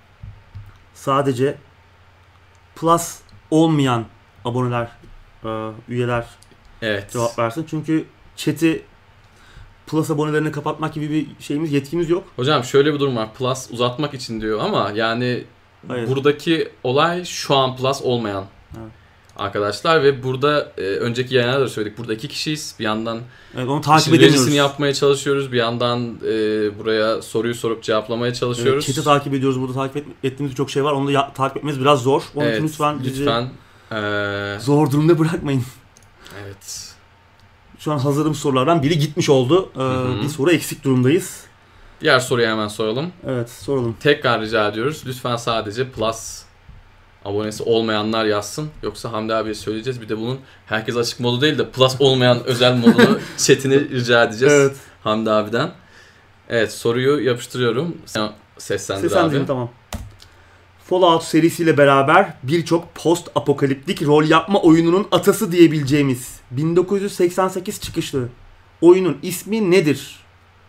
sadece plus olmayan aboneler, e, üyeler Evet. cevap versin. Çünkü chat'i plus abonelerini kapatmak gibi bir şeyimiz, yetkimiz yok. Hocam şöyle bir durum var. Plus uzatmak için diyor ama yani Hayır. buradaki olay şu an plus olmayan Evet. arkadaşlar ve burada e, önceki yayınlarda da söyledik. Burada iki kişiyiz. Bir yandan Evet, onu takip işin edemiyoruz. rejisini yapmaya çalışıyoruz. Bir yandan e, buraya soruyu sorup cevaplamaya çalışıyoruz. Evet, chat'i takip ediyoruz. Burada takip et, ettiğimiz birçok şey var. Onu da ya, takip etmemiz biraz zor. Onun Evet, için lütfen bizi lütfen e, zor durumda bırakmayın. evet. Şu an hazırım sorulardan biri gitmiş oldu. Ee, Hı-hı. bir soru eksik durumdayız. Diğer soruyu hemen soralım. Evet, soralım. Tekrar rica ediyoruz. Lütfen sadece plus abonesi olmayanlar yazsın. Yoksa Hamdi abiye söyleyeceğiz. Bir de bunun herkes açık modu değil de plus olmayan özel modunu chatini rica edeceğiz. Evet. Hamdi abiden. Evet, soruyu yapıştırıyorum. Sen seslendir Seslendirin, abi. tamam. Fallout serisiyle beraber birçok post apokaliptik rol yapma oyununun atası diyebileceğimiz bin dokuz yüz seksen sekiz çıkışlı oyunun ismi nedir?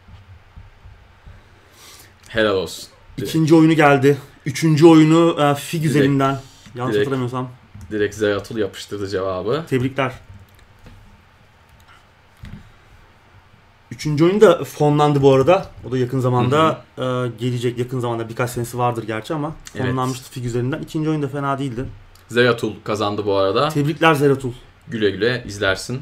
Helal olsun. Direkt, İkinci oyunu geldi. Üçüncü oyunu e, Fig üzerinden. Yanlış direkt. hatırlamıyorsam. direkt Zeratul yapıştırdı cevabı. Tebrikler. Üçüncü oyun da fonlandı bu arada. O da yakın zamanda e, gelecek. Yakın zamanda, birkaç senesi vardır gerçi ama fonlanmıştı evet. Fig üzerinden. İkinci oyun da fena değildi. Zeratul kazandı bu arada. Tebrikler Zeratul. Güle güle izlersin.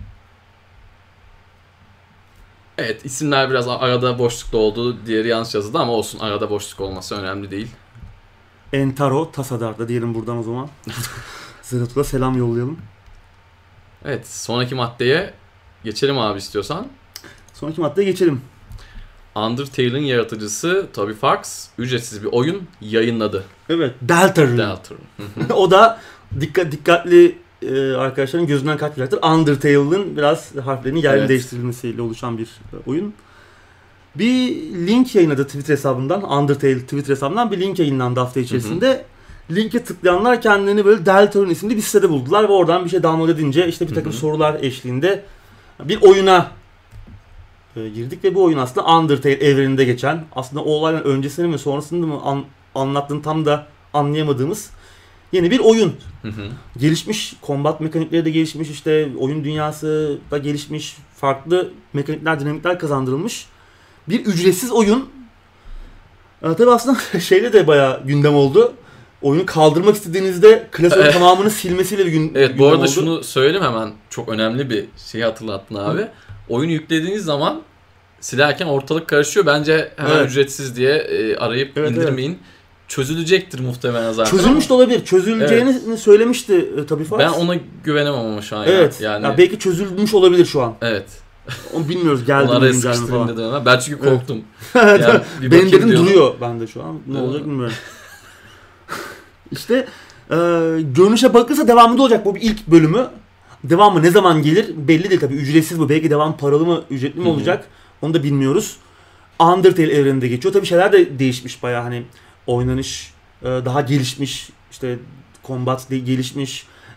Evet, isimler biraz arada boşlukta oldu. Diğeri yanlış yazıldı ama olsun, arada boşluk olması önemli değil. Entaro Tasadar'da diyelim buradan o zaman. Zeratul'a selam yollayalım. Evet, sonraki maddeye geçelim abi istiyorsan. Sonraki maddeye geçelim. Undertale'in yaratıcısı Toby Fox ücretsiz bir oyun yayınladı. Evet, Deltarune. Deltarune. O da dikkat dikkatli e, arkadaşların gözünden kaçmayacaktır. Undertale'ın biraz harflerinin yerini evet. değiştirilmesiyle oluşan bir oyun. Bir link yayınladı Twitter hesabından. Undertale Twitter hesabından bir link yayınlandı hafta içerisinde. Hı hı. Linke tıklayanlar kendilerini böyle Deltarune isimli bir sitede buldular ve oradan bir şey download edince işte bir takım hı hı. sorular eşliğinde bir oyuna e, girdik ve bu oyun aslında Undertale evreninde geçen, aslında o olayların öncesini mi sonrasını mı an, anlattığını tam da anlayamadığımız yeni bir oyun. Hı hı. Gelişmiş, kombat mekanikleri de gelişmiş, işte oyun dünyası da gelişmiş, farklı mekanikler, dinamikler kazandırılmış bir ücretsiz oyun. Ee, tabi aslında şeyle de bayağı gündem oldu. Oyunu kaldırmak istediğinizde klasörün evet. tamamını silmesiyle bir gün, evet, gündem bu arada oldu. Şunu söyleyeyim hemen, çok önemli bir şeyi hatırlattın abi. Hı. Oyunu yüklediğiniz zaman silerken ortalık karışıyor. Bence hemen evet. ücretsiz diye e, arayıp evet, indirmeyin. Evet. Çözülecektir muhtemelen zaten. Çözülmüş de olabilir. Çözüleceğini evet. söylemişti e, tabii Fox. Ben ona güvenemem ama şu an. Evet. Yani. Ya belki çözülmüş olabilir şu an. Evet. Onu bilmiyoruz. Geldi mi güncel mi falan. Ben çünkü korktum. Evet. Yani benim dedim duruyor bende şu an. Ne evet. olacak bilmiyorum. İşte e, görünüşe bakılırsa devamında olacak bu bir ilk bölümü. Devamı ne zaman gelir belli değil tabii. Ücretsiz bu. Belki devam paralı mı, ücretli mi olacak? Hı-hı. Onu da bilmiyoruz. Undertale evreninde geçiyor. Tabii şeyler de değişmiş bayağı, hani oynanış daha gelişmiş, işte combat gelişmiş,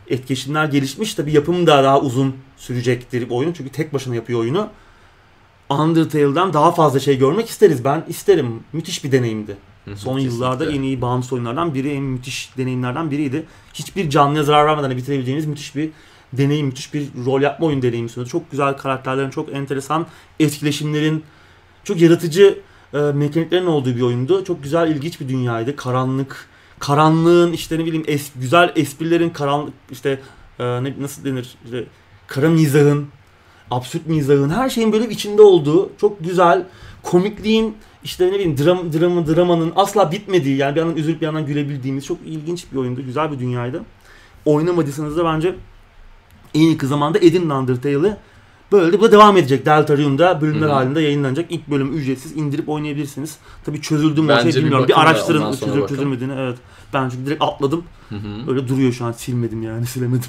etkileşimler gelişmiş. Tabii yapım da daha uzun sürecektir oyunun. Çünkü tek başına yapıyor oyunu. Undertale'dan daha fazla şey görmek isteriz. Ben isterim. Müthiş bir deneyimdi. Hı-hı, Son kesinlikle. yıllarda en iyi bağımsız oyunlardan biri, en müthiş deneyimlerden biriydi. Hiçbir canlıya zarar vermeden bitirebileceğiniz müthiş bir deneyim, müthiş bir rol yapma oyun deneyimi sunuyordu. Çok güzel karakterlerin, çok enteresan etkileşimlerin, çok yaratıcı e, mekaniklerin olduğu bir oyundu. Çok güzel, ilginç bir dünyaydı. Karanlık, karanlığın işte ne bileyim es, güzel esprilerin, karanlık işte e, ne, nasıl denir, işte, kara mizahın, absürt mizahın, her şeyin böyle içinde olduğu çok güzel, komikliğin işte ne bileyim dram, dramı, dramanın asla bitmediği, yani bir yandan üzülüp bir yandan gülebildiğimiz çok ilginç bir oyundu. Güzel bir dünyaydı. Oynamadıysanız da bence en yakın zamanda edin Undertale'ı. Böyle de bu da devam edecek. Deltarium'da bölümler Hı-hı. halinde yayınlanacak. İlk bölüm ücretsiz, indirip oynayabilirsiniz. Tabii çözüldü mü o Bence şey bir bilmiyorum. Bir, bakın da araştırın ondan sonra çözülüp bakın. çözülmediğini. Evet. Ben çünkü direkt atladım. Hı-hı. Öyle duruyor şu an. Silmedim yani. Silemedim.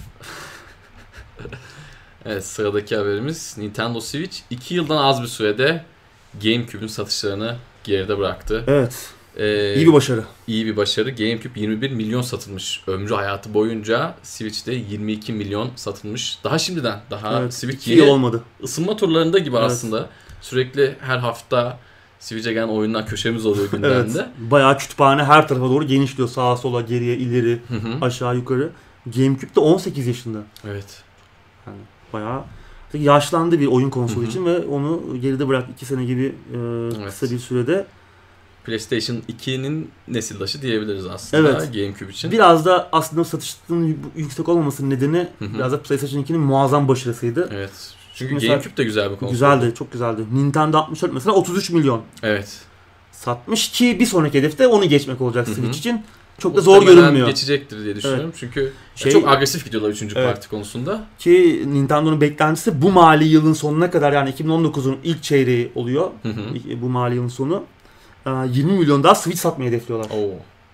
Evet, sıradaki haberimiz Nintendo Switch iki yıldan az bir sürede GameCube'un satışlarını geride bıraktı. Evet. Ee, İyi bir başarı. İyi bir başarı. GameCube yirmi bir milyon satılmış ömrü hayatı boyunca. Switch'te yirmi iki milyon satılmış. Daha şimdiden. Daha Evet. Switch İyi yeni olmadı. ısınma turlarında gibi Evet. aslında. Sürekli her hafta Switch'e gelen oyunlar köşemiz oluyor gündemde. Evet. Bayağı kütüphane her tarafa doğru genişliyor. Sağa sola, geriye, ileri, Hı hı. aşağı, yukarı. GameCube de on sekiz yaşında. Evet. Yani bayağı yaşlandı bir oyun konsolu Hı hı. için ve onu geride bırak iki sene gibi e, Evet. kısa bir sürede. PlayStation ikinin nesildaşı diyebiliriz aslında Evet. GameCube için. Biraz da aslında satışının yüksek olmamasının nedeni Hı hı. biraz da PlayStation ikinin muazzam başarısıydı. Evet. Çünkü Mesela GameCube de güzel bir konsol. Güzeldi, çok güzeldi. Nintendo altmış dört mesela otuz üç milyon Evet. satmış ki bir sonraki hedefte onu geçmek olacak Hı hı. Switch için. Çok da zor Muhtemelen görünmüyor. geçecektir diye düşünüyorum. Çünkü Şey- çok agresif gidiyorlar üçüncü Evet. parti konusunda. Ki Nintendo'nun beklentisi bu mali yılın sonuna kadar, yani iki bin on dokuzun ilk çeyreği oluyor. Hı hı. Bu mali yılın sonu. Ee, yirmi milyon daha Switch satmayı hedefliyorlar. Oo.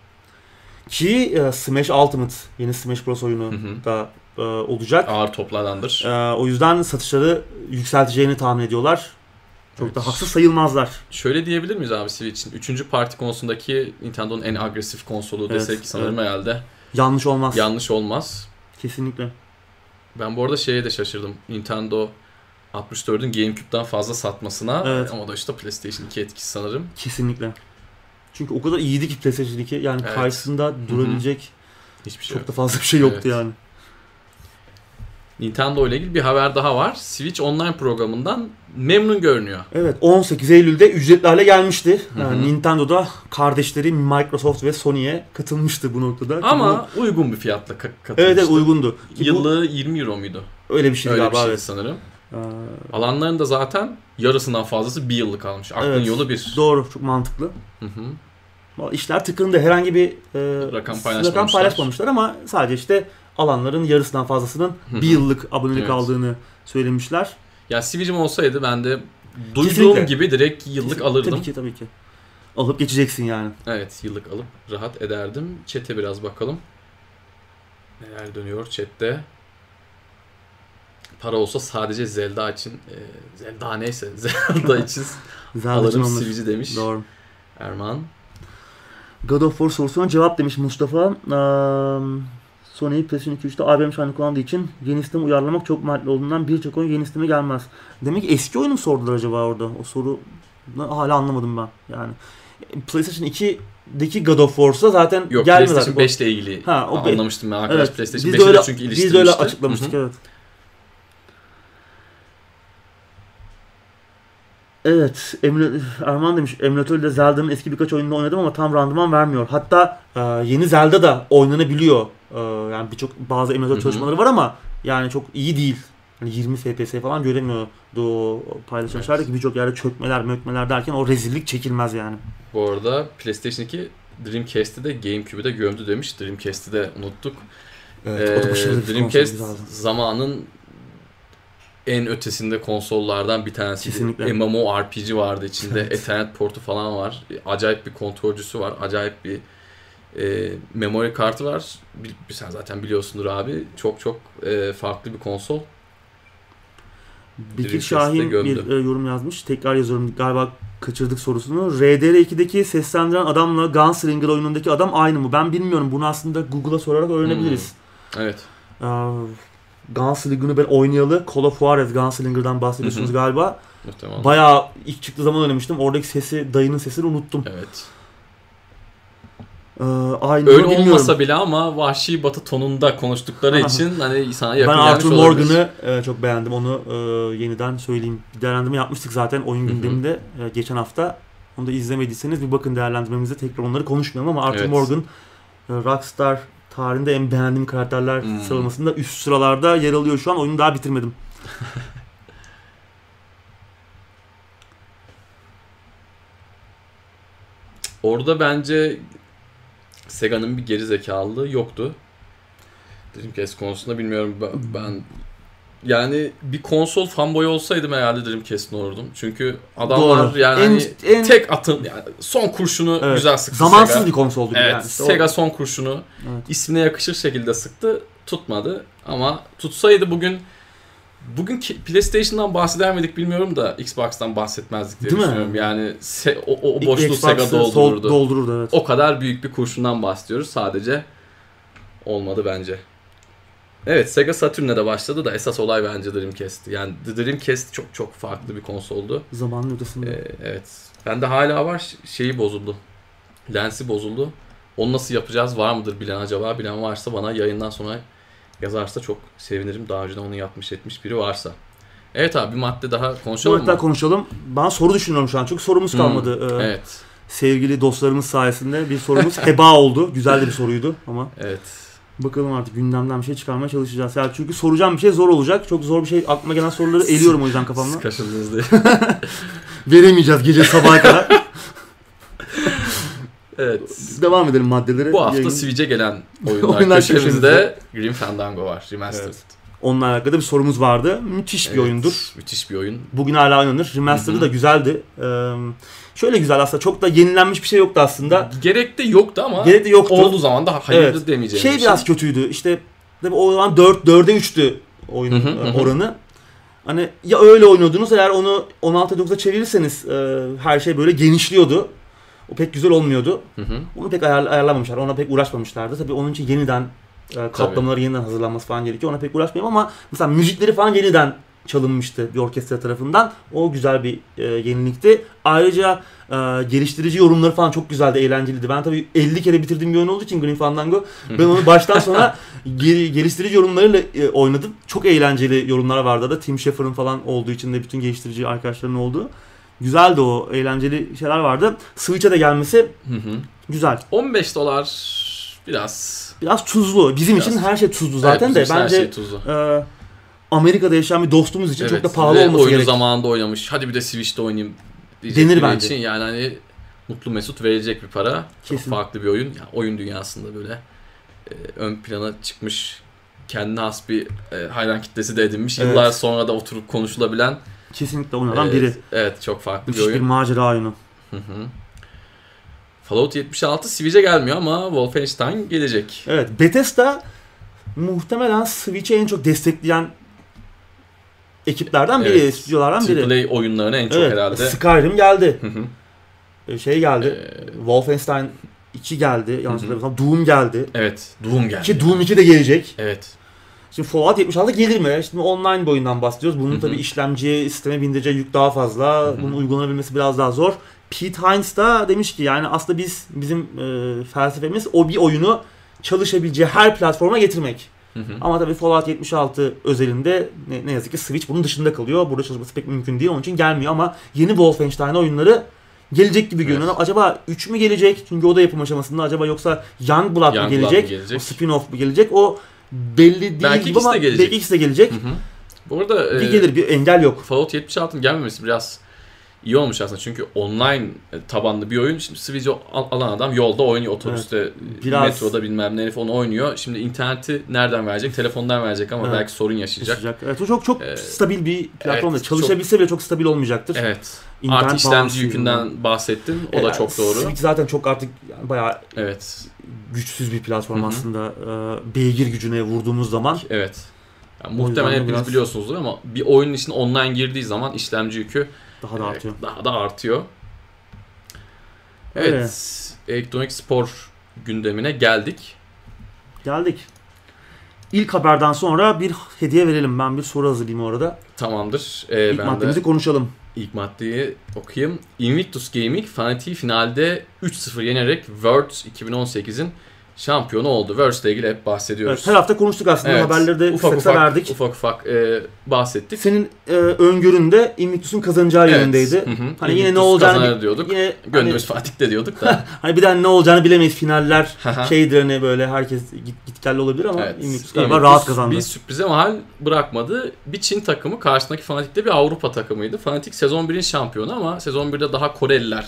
Ki e, Smash Ultimate, yeni Smash Bros oyunu Hı hı. da e, olacak. Ağır toplardandır. Ee, o yüzden satışları yükselteceğini tahmin ediyorlar. Çok Evet. da haksız sayılmazlar. Şöyle diyebilir miyiz abi Switch'in? Üçüncü parti konusundaki Nintendo'nun en agresif konsolu Evet, desek sanırım evet. herhalde Yanlış olmaz. yanlış olmaz. Kesinlikle. Ben bu arada şeye de şaşırdım. Nintendo altmış dördün GameCube'dan fazla satmasına, Evet. ama da işte PlayStation iki etkisi sanırım. Kesinlikle. Çünkü o kadar iyiydi ki PlayStation iki. Yani Evet. karşısında durabilecek Hiçbir şey çok yok. da fazla bir şey yoktu Evet. yani. Nintendo ile ilgili bir haber daha var. Switch Online programından memnun görünüyor. Evet, on sekiz Eylül'de ücretli hale gelmişti. Yani Hı hı. Nintendo'da kardeşleri Microsoft ve Sony'ye katılmıştı bu noktada. Ki Ama uygun bir fiyatla ka- bu, katılmıştı. evet, evet uygundu. Ki bu Yıllığı yirmi euro muydu? öyle bir şey Öyle bir galiba. şeydi Evet. sanırım. Ee, Alanların da zaten yarısından fazlası bir yıllık almış. Aklın Evet. yolu bir. doğru, çok mantıklı. Hı hı. Vallahi İşler tıkındı. Herhangi bir e, Rakam rakam paylaşmamışlar. paylaşmamışlar ama sadece işte alanların yarısından fazlasının Hı hı. bir yıllık abonelik Evet. aldığını söylemişler. Ya Switch'im olsaydı ben de duyduğum Kesinlikle. gibi direkt yıllık Kesin- alırdım. Tabii ki, tabii ki. Alıp geçeceksin yani. Evet, yıllık alıp rahat ederdim. Chat'e biraz bakalım. Neler dönüyor chat'te? Para olsa sadece Zelda için, e, Zelda neyse Zelda için Güzel alırım alır. Switch'i demiş Doğru. Erman. God of War sorusuna cevap demiş Mustafa. Ee, Sony PlayStation iki üçte A B M şanlı kullandığı için yeni sistemi uyarlamak çok maliyetli olduğundan birçok oyun yeni sisteme gelmez. Demek ki eski oyunu mu sordular acaba orada? O soru hala anlamadım ben. Yani PlayStation iki'deki God of War'sa zaten Yok, gelmedi PlayStation artık. beş ile ilgili Ha, o be- anlamıştım ben arkadaş. Evet. PlayStation Biz de beşi öyle, de çünkü biz iliştirmişti. de öyle açıklamıştık, Hı hı. evet. Evet, emüle- Erman demiş, emülatörle Zelda'nın eski birkaç oyununda oynadım ama tam randıman vermiyor. Hatta e, yeni Zelda da oynanabiliyor. E, yani birçok bazı emülatör Hı hı. çalışmaları var ama yani çok iyi değil. Hani yirmi F P S falan göremiyordu o paylaşmışlardı Evet. ki birçok yerde çökmeler, mökmeler derken o rezillik çekilmez yani. Bu arada PlayStation iki Dreamcast'i de GameCube'u da gömdü demiş. Dreamcast'i de unuttuk. Evet, o da Ee, başarılı bir konsol, Dreamcast güzeldi. zamanın en ötesinde konsollardan bir tanesiydi. Kesinlikle. MMORPG vardı içinde. Evet. Ethernet portu falan var. Acayip bir kontrolcüsü var. Acayip bir e, memory kartı var. Bir, sen zaten biliyorsundur abi. Çok çok e, farklı bir konsol. Bekir Dreamcast'te Şahin gömdü. bir e, yorum yazmış. Tekrar yazıyorum, galiba kaçırdık sorusunu. R D R ikideki seslendiren adamla Gunslinger oyunundaki adam aynı mı? Ben bilmiyorum. Bunu aslında Google'a sorarak öğrenebiliriz. Evet. Ee, Gunslinger'ını ben oynayalı. Call of Juarez Gunslinger'dan bahsediyorsunuz hı hı. galiba. Muhtemelen. Bayağı ilk çıktığı zaman oynamıştım. Oradaki sesi, dayının sesini unuttum. Evet. Ee, aynı öyle olmasa bile ama Vahşi Batı tonunda konuştukları için hani sana yakın ben gelmiş Arthur olabilir. Morgan'ı e, çok beğendim. Onu e, yeniden söyleyeyim. Bir değerlendirme yapmıştık zaten oyun gündeminde e, geçen hafta. Onu da izlemediyseniz bir bakın değerlendirmemizde, tekrar onları konuşmayalım ama Arthur evet. Morgan e, Rockstar tarihinde en beğendiğim karakterler hmm. sıralamasında üst sıralarda yer alıyor şu an. Oyunu daha bitirmedim. Orada bence Sega'nın bir geri zekalılığı yoktu. Dreamcast konusunda bilmiyorum ben, ben yani bir konsol fanboy olsaydım herhalde Dreamcast'ın olurdum. Çünkü adamlar Doğru. yani en, hani en... tek atın yani son kurşunu evet. güzel sıktı. Zamansız Sega. bir konsoldu evet, yani. İşte Sega o... son kurşunu evet. ismine yakışır şekilde sıktı. Tutmadı ama tutsaydı bugün bugün PlayStation'dan bahseder miydik bilmiyorum da Xbox'tan bahsetmezdik diye Değil düşünüyorum. Mi? Yani se- o, o boşluğu Xbox'ı Sega doldururdu. doldururdu evet. O kadar büyük bir kurşundan bahsediyoruz. Sadece olmadı bence. Evet, Sega Saturn'le de başladı da esas olay bence Dreamcast. Yani Dreamcast çok çok farklı bir konsoldu. Zamanın ötesinde. Ee, evet. Bende hala var, şeyi bozuldu. Lensi bozuldu. Onu nasıl yapacağız? Var mıdır bilen acaba? Bilen varsa bana yayından sonra yazarsa çok sevinirim. Daha önceden onu yapmış etmiş biri varsa. Evet abi, bir madde daha konuşalım mı? Bir madde daha konuşalım. Ben soru düşünüyorum şu an. Çok sorumuz kalmadı. Hmm, ee, evet. Sevgili dostlarımız sayesinde bir sorumuz heba oldu. Güzel de bir soruydu ama. Evet. Bakalım artık gündemden bir şey çıkarmaya çalışacağız. Yani çünkü soracağım bir şey zor olacak. Çok zor bir şey. Aklıma gelen soruları eliyorum o yüzden kafamda. Kaşındınız diye. Veremeyeceğiz gece sabaha kadar. Evet. Devam edelim maddelere. Bu hafta Yayın... Switch'e gelen oyunlar, oyunlar köşemizde Grim Fandango var. Remastered. Evet. Onunla alakalı bir sorumuz vardı. Müthiş evet, bir oyundur. Müthiş bir oyun. Bugün hala oynanır. Remastered'ı da güzeldi. Ee, şöyle güzel aslında. Çok da yenilenmiş bir şey yoktu aslında. Gerek de yoktu ama Gerek de yoktu. Olduğu zaman da hayırlı evet. demeyeceğim. Şey biraz şey. kötüydü. İşte o zaman dört dörde üçtü oyunun hı hı, oranı. Hı. Hani ya öyle oynuyordunuz, eğer onu on altı dokuza çevirirseniz e, her şey böyle genişliyordu. O pek güzel olmuyordu. Hı hı. Onu pek ayar, ayarlamamışlar. Ona pek uğraşmamışlardı. Tabii onun için yeniden e, kaplamaları Tabii. yeniden hazırlanması falan gerekiyor. Ona pek uğraşmayayım ama mesela müzikleri falan yeniden çalınmıştı bir orkestra tarafından. O güzel bir e, yenilikti. Ayrıca e, geliştirici yorumları falan çok güzeldi, eğlenceliydi. Ben tabii elli kere bitirdiğim bir oyun olduğu için Grim Fandango, ben onu baştan sona geri, geliştirici yorumlarıyla e, oynadım. Çok eğlenceli yorumlar vardı da. Tim Schafer'ın falan olduğu için de bütün geliştirici arkadaşların olduğu. Güzeldi o, eğlenceli şeyler vardı. Switch'e de gelmesi hı hı. güzel. on beş dolar biraz biraz tuzlu. Bizim biraz. için her şey tuzlu zaten evet, de bence şey tuzlu. E, Amerika'da yaşayan bir dostumuz için evet, çok da pahalı olması oyunu gerek. Oyunu zamanında oynamış. Hadi bir de Switch'te oynayayım denir bence. Için yani hani mutlu mesut verecek bir para. Kesin. Çok farklı bir oyun. Yani oyun dünyasında böyle e, ön plana çıkmış, kendine has bir e, hayran kitlesi de edinmiş. Evet. Yıllar sonra da oturup konuşulabilen kesinlikle oynanan evet, biri. Evet, çok farklı Müthiş bir oyun. bir macera oyunu. Hı hı. Fallout yetmiş altı Switch'e gelmiyor ama Wolfenstein gelecek. Evet, Bethesda muhtemelen Switch'e en çok destekleyen ekiplerden biri, evet. stüdyolardan biri. Triple A oyunlarına en çok evet. herhalde. Skyrim geldi. Hı hı. Şey geldi. Ee... Wolfenstein iki geldi. Yanlış hatırlamıyorsam Doom geldi. Evet, Doom geldi. Ki Doom iki de gelecek. Evet. Şimdi Fallout yetmiş altı gelir mi? Şimdi online bir oyundan bahsediyoruz. Bunun tabii işlemciye, sisteme bindireceği yük daha fazla. Hı-hı. Bunun uygulanabilmesi biraz daha zor. Pete Hines da demiş ki yani aslında biz bizim e, felsefemiz o bir oyunu çalışabileceği her platforma getirmek. Hı hı. Ama tabii Fallout yetmiş altı özelinde ne, ne yazık ki Switch bunun dışında kalıyor. Burada çalışması pek mümkün değil. Onun için gelmiyor ama yeni Wolfenstein oyunları gelecek gibi görünüyor. Evet. Acaba üç mü gelecek? Çünkü o da yapım aşamasında. Acaba yoksa Youngblood mı gelecek? gelecek? O spin-off mu gelecek? O belli değil belki gibi ama gelecek. belki ikisi de gelecek. Hı hı. Bu arada bir e, gelir, bir engel yok. Fallout yetmiş altının gelmemesi biraz iyi olmuş aslında. Çünkü online tabanlı bir oyun. Şimdi Switch'i alan adam yolda oynuyor. Otobüste, evet. Biraz... metroda bilmem ne herif onu oynuyor. Şimdi interneti nereden verecek? Telefondan verecek ama evet. belki sorun yaşayacak. yaşayacak. Evet, o çok çok ee, stabil bir platformda. Evet, çalışabilse çok... bile çok stabil olmayacaktır. Evet. İnternet artı işlemci yükünden bahsettin. O evet, da çok doğru. Switch zaten çok artık yani bayağı evet. güçsüz bir platform Hı-hı. aslında. Ee, beygir gücüne vurduğumuz zaman. Evet. Yani muhtemelen hepiniz biraz... biliyorsunuzdur ama bir oyunun içine online girdiği zaman işlemci yükü daha da artıyor. E, daha da artıyor. Evet. Öyle. Elektronik spor gündemine geldik. Geldik. ilk haberden sonra bir hediye verelim. Ben bir soru hazırlayayım orada. Tamamdır. Ee, ilk ben maddemizi de konuşalım. ilk maddeyi okuyayım. Invictus Gaming Fnatic'i finalde üç sıfır yenerek Worlds iki bin on sekizin şampiyonu oldu. Worlds ile ilgili hep bahsediyoruz. Evet, her hafta konuştuk aslında. Evet, Haberleri de ufak kısa ufak, verdik. Ufak ufak e, bahsettik. Senin e, öngöründe Invictus'un kazanacağı Evet. yönündeydi. Hı hı. Hani Invictus yine ne olacağını kazanır diyorduk. Yine Gönlümüz hani, Fatih'te diyorduk da. hani bir daha ne olacağını bilemeyiz. Finaller Aha. şeydir hani böyle herkes git, git gelli olabilir ama Evet. Invictus galiba Invictus rahat kazandı. bir sürprize mahal bırakmadı. Bir Çin takımı karşısındaki Fnatic de bir Avrupa takımıydı. Fnatic sezon birin şampiyonu ama sezon birde daha Koreliler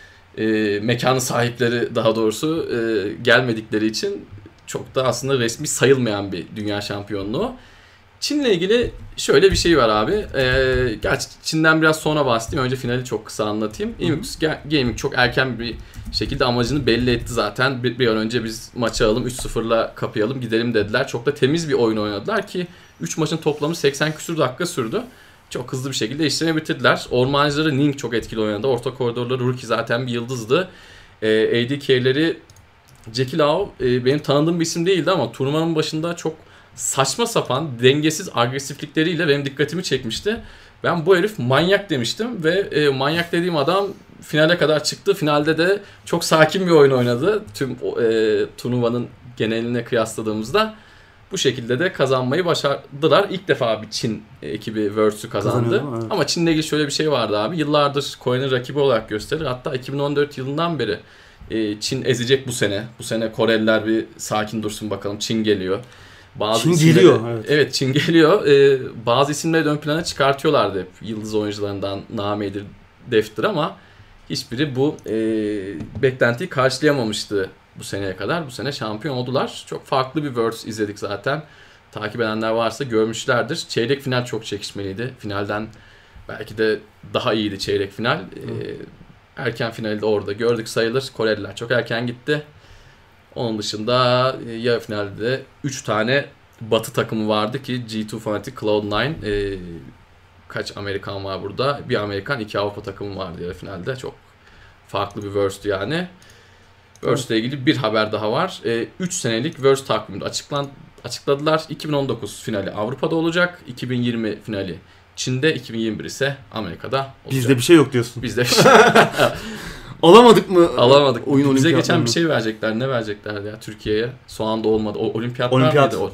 e, mekanı sahipleri daha doğrusu e, gelmedikleri için çok da aslında resmi sayılmayan bir dünya şampiyonluğu. Çin'le ilgili şöyle bir şey var abi. Ee, gerçi Çin'den biraz sonra bahsedeyim. Önce finali çok kısa anlatayım. Invictus Gaming çok erken bir şekilde amacını belli etti zaten. Bir, bir an önce biz maçı alalım, üç sıfırla kapayalım, gidelim dediler. Çok da temiz bir oyun oynadılar ki üç maçın toplamı seksen küsur dakika sürdü. Çok hızlı bir şekilde işlerini bitirdiler. Ormancıları Ning çok etkili oynadı. Orta koridorları Rookie zaten bir yıldızdı. Ee, A D Carry'leri Jackie Lau e, benim tanıdığım bir isim değildi ama turnuvanın başında çok saçma sapan, dengesiz agresiflikleriyle benim dikkatimi çekmişti. Ben bu herif manyak demiştim ve e, manyak dediğim adam finale kadar çıktı. Finalde de çok sakin bir oyun oynadı. Tüm e, turnuvanın geneline kıyasladığımızda bu şekilde de kazanmayı başardılar. İlk defa bir Çin ekibi Worlds'ü kazandı. Evet. Ama Çin'le ilgili şöyle bir şey vardı abi. Yıllardır Kore'nin rakibi olarak gösterir. Hatta iki bin on dört yılından beri e, Çin ezecek bu sene. Bu sene Koreliler bir sakin dursun bakalım. Çin geliyor. Bazı Çin isimleri, geliyor. Evet. evet Çin geliyor. Ee, bazı isimleri ön plana çıkartıyorlardı hep. Yıldız oyuncularından Name'dir, Def'tir ama hiçbiri bu e, beklentiyi karşılayamamıştı bu seneye kadar. Bu sene şampiyon oldular. Çok farklı bir Worlds izledik zaten. Takip edenler varsa görmüşlerdir. Çeyrek final çok çekişmeliydi. Finalden belki de daha iyiydi çeyrek final. Ee, erken finali de orada gördük sayılır. Koreliler çok erken gitti. Onun dışında yarı finalde de üç tane Batı takımı vardı ki G iki Fnatic, Cloud nine, e, kaç Amerikan var burada? Bir Amerikan, iki Avrupa takımı vardı yarı finalde. Çok farklı bir Worlds'tü yani. Worlds'le ilgili bir haber daha var. üç e, senelik Worlds takvimini açıklan, açıkladılar. iki bin on dokuz finali Avrupa'da olacak. iki bin yirmi finali Çin'de, iki bin yirmi bir ise Amerika'da olacak. Bizde bir şey yok diyorsun. Bizde bir şey Alamadık mı? Alamadık. Oyun Bize geçen mı? bir şey verecekler. Ne verecekler ya Türkiye'ye? Son anda olmadı. O, olimpiyatlar Olimpiyat. mıydı?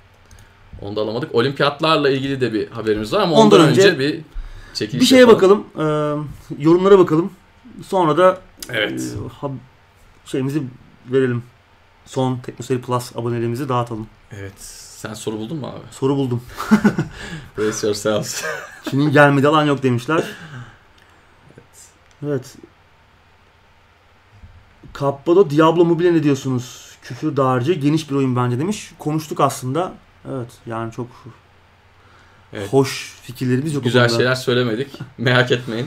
O. Onu da alamadık. Olimpiyatlarla ilgili de bir haberimiz var ama ondan, ondan önce, önce bir çekiliş bir şeye yapalım. bakalım. E, yorumlara bakalım. Sonra da Evet. e, ha, şeyimizi verelim. Son Teknoseyir Plus aboneliğimizi dağıtalım. Evet. Sen soru buldun mu abi? Soru buldum. Brace yourselves. Çin'in gelmedi alan yok demişler. Evet. Evet. Kappado Diablo Mobile ne diyorsunuz? Küfür dağarcı geniş bir oyun bence demiş. Konuştuk aslında. Evet yani çok evet. Hoş fikirlerimiz yok. Güzel şeyler söylemedik. Merak etmeyin.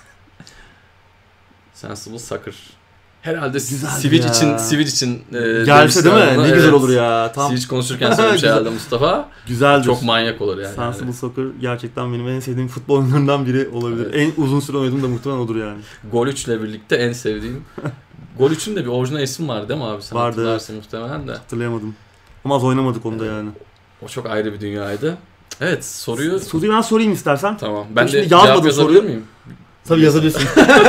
Sensible Soccer. Herhalde güzel Switch ya. için Switch için e, gelse değil mi? Ne evet. güzel olur ya. Tam Switch konuşurken söylemiş herhalde Mustafa. Güzeldir. Çok manyak olur yani. Sensible yani. Soccer gerçekten benim en sevdiğim futbol oyunlarından biri olabilir. Evet. En uzun süre oynadığım da muhtemelen odur yani. Gol üç ile birlikte en sevdiğim. Gol üçün de bir orijinal isim vardı değil mi abi? Sen vardı. Hatırlarsın muhtemelen de. Hatırlayamadım. Ama az oynamadık onda evet. Yani. O çok ayrı bir dünyaydı. Evet soruyu... Soruyu ben sorayım istersen. Tamam. Ben Şimdi de cevap yazabilir miyim? Tabii yazabilirsin.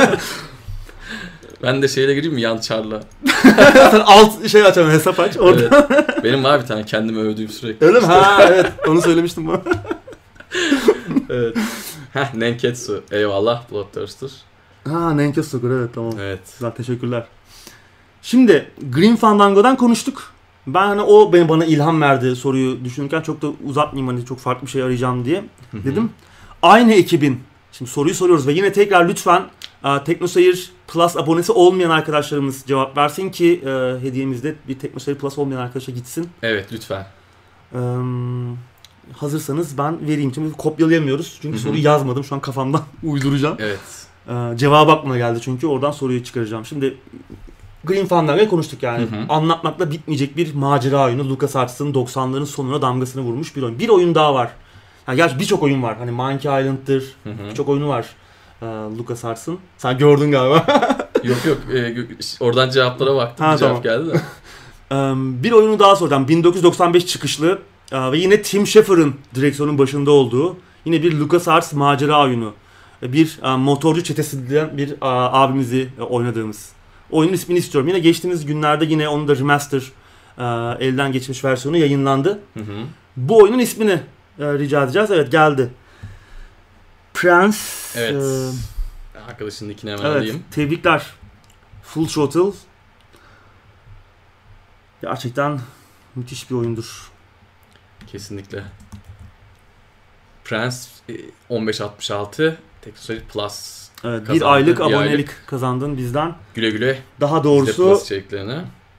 Ben de şeyle gireyim mi? Yan çarla. Sen alt şey açalım, hesap aç. Orada. Evet. Benim var bir tane kendimi övdüğüm sürekli. Öyle mi? Ha evet. Onu söylemiştim bana. Evet. Heh, Nenketsu. Eyvallah. Bloodthirster. Ha Nenketsu Soccer evet tamam. Evet. Güzel teşekkürler. Şimdi Green Fandango'dan konuştuk. Ben hani o beni bana ilham verdi soruyu düşünürken çok da uzatmayayım hani çok farklı bir şey arayacağım diye dedim. Aynı ekibin şimdi soruyu soruyoruz ve yine tekrar lütfen e, Teknoseyir Plus abonesi olmayan arkadaşlarımız cevap versin ki e, hediyemizde bir Teknoseyir Plus olmayan arkadaşa gitsin. Evet lütfen. E, hazırsanız ben vereyim. Şimdi kopyalayamıyoruz çünkü Hı-hı. soruyu yazmadım şu an kafamdan uyduracağım. Evet. E, cevabı aklıma geldi çünkü oradan soruyu çıkaracağım. Şimdi Green Fandango'ya konuştuk yani. Hı hı. Anlatmakla bitmeyecek bir macera oyunu. LucasArts'ın doksanların sonuna damgasını vurmuş bir oyun. Bir oyun daha var. Yani gerçi birçok oyun var. Hani Monkey Island'dır. Birçok oyunu var ee, LucasArts'ın. Sen gördün galiba. yok yok. E, oradan cevaplara baktım. Ha, bir cevap tamam. geldi de. bir oyunu daha soracağım. bin dokuz yüz doksan beş çıkışlı Ee, ve yine Tim Schafer'ın direksiyonun başında olduğu yine bir LucasArts macera oyunu. Bir e, motorcu çetesinden bir e, abimizi e, oynadığımız. Oyunun ismini istiyorum. Yine geçtiğimiz günlerde yine onun da remaster e, elden geçmiş versiyonu yayınlandı. Hı hı. Bu oyunun ismini e, rica edeceğiz. Evet, geldi. Prince. Evet. E, Arkadaşının ikini hemen evet, alayım. tebrikler. Full Throttle. Gerçekten müthiş bir oyundur. Kesinlikle. Prince on beş altmış altı Teknoseyir Plus. Evet, bir kazandı. aylık Bir abonelik aylık. kazandın bizden. Güle güle. Daha Doğrusu doğrusu Plus içeriklerini.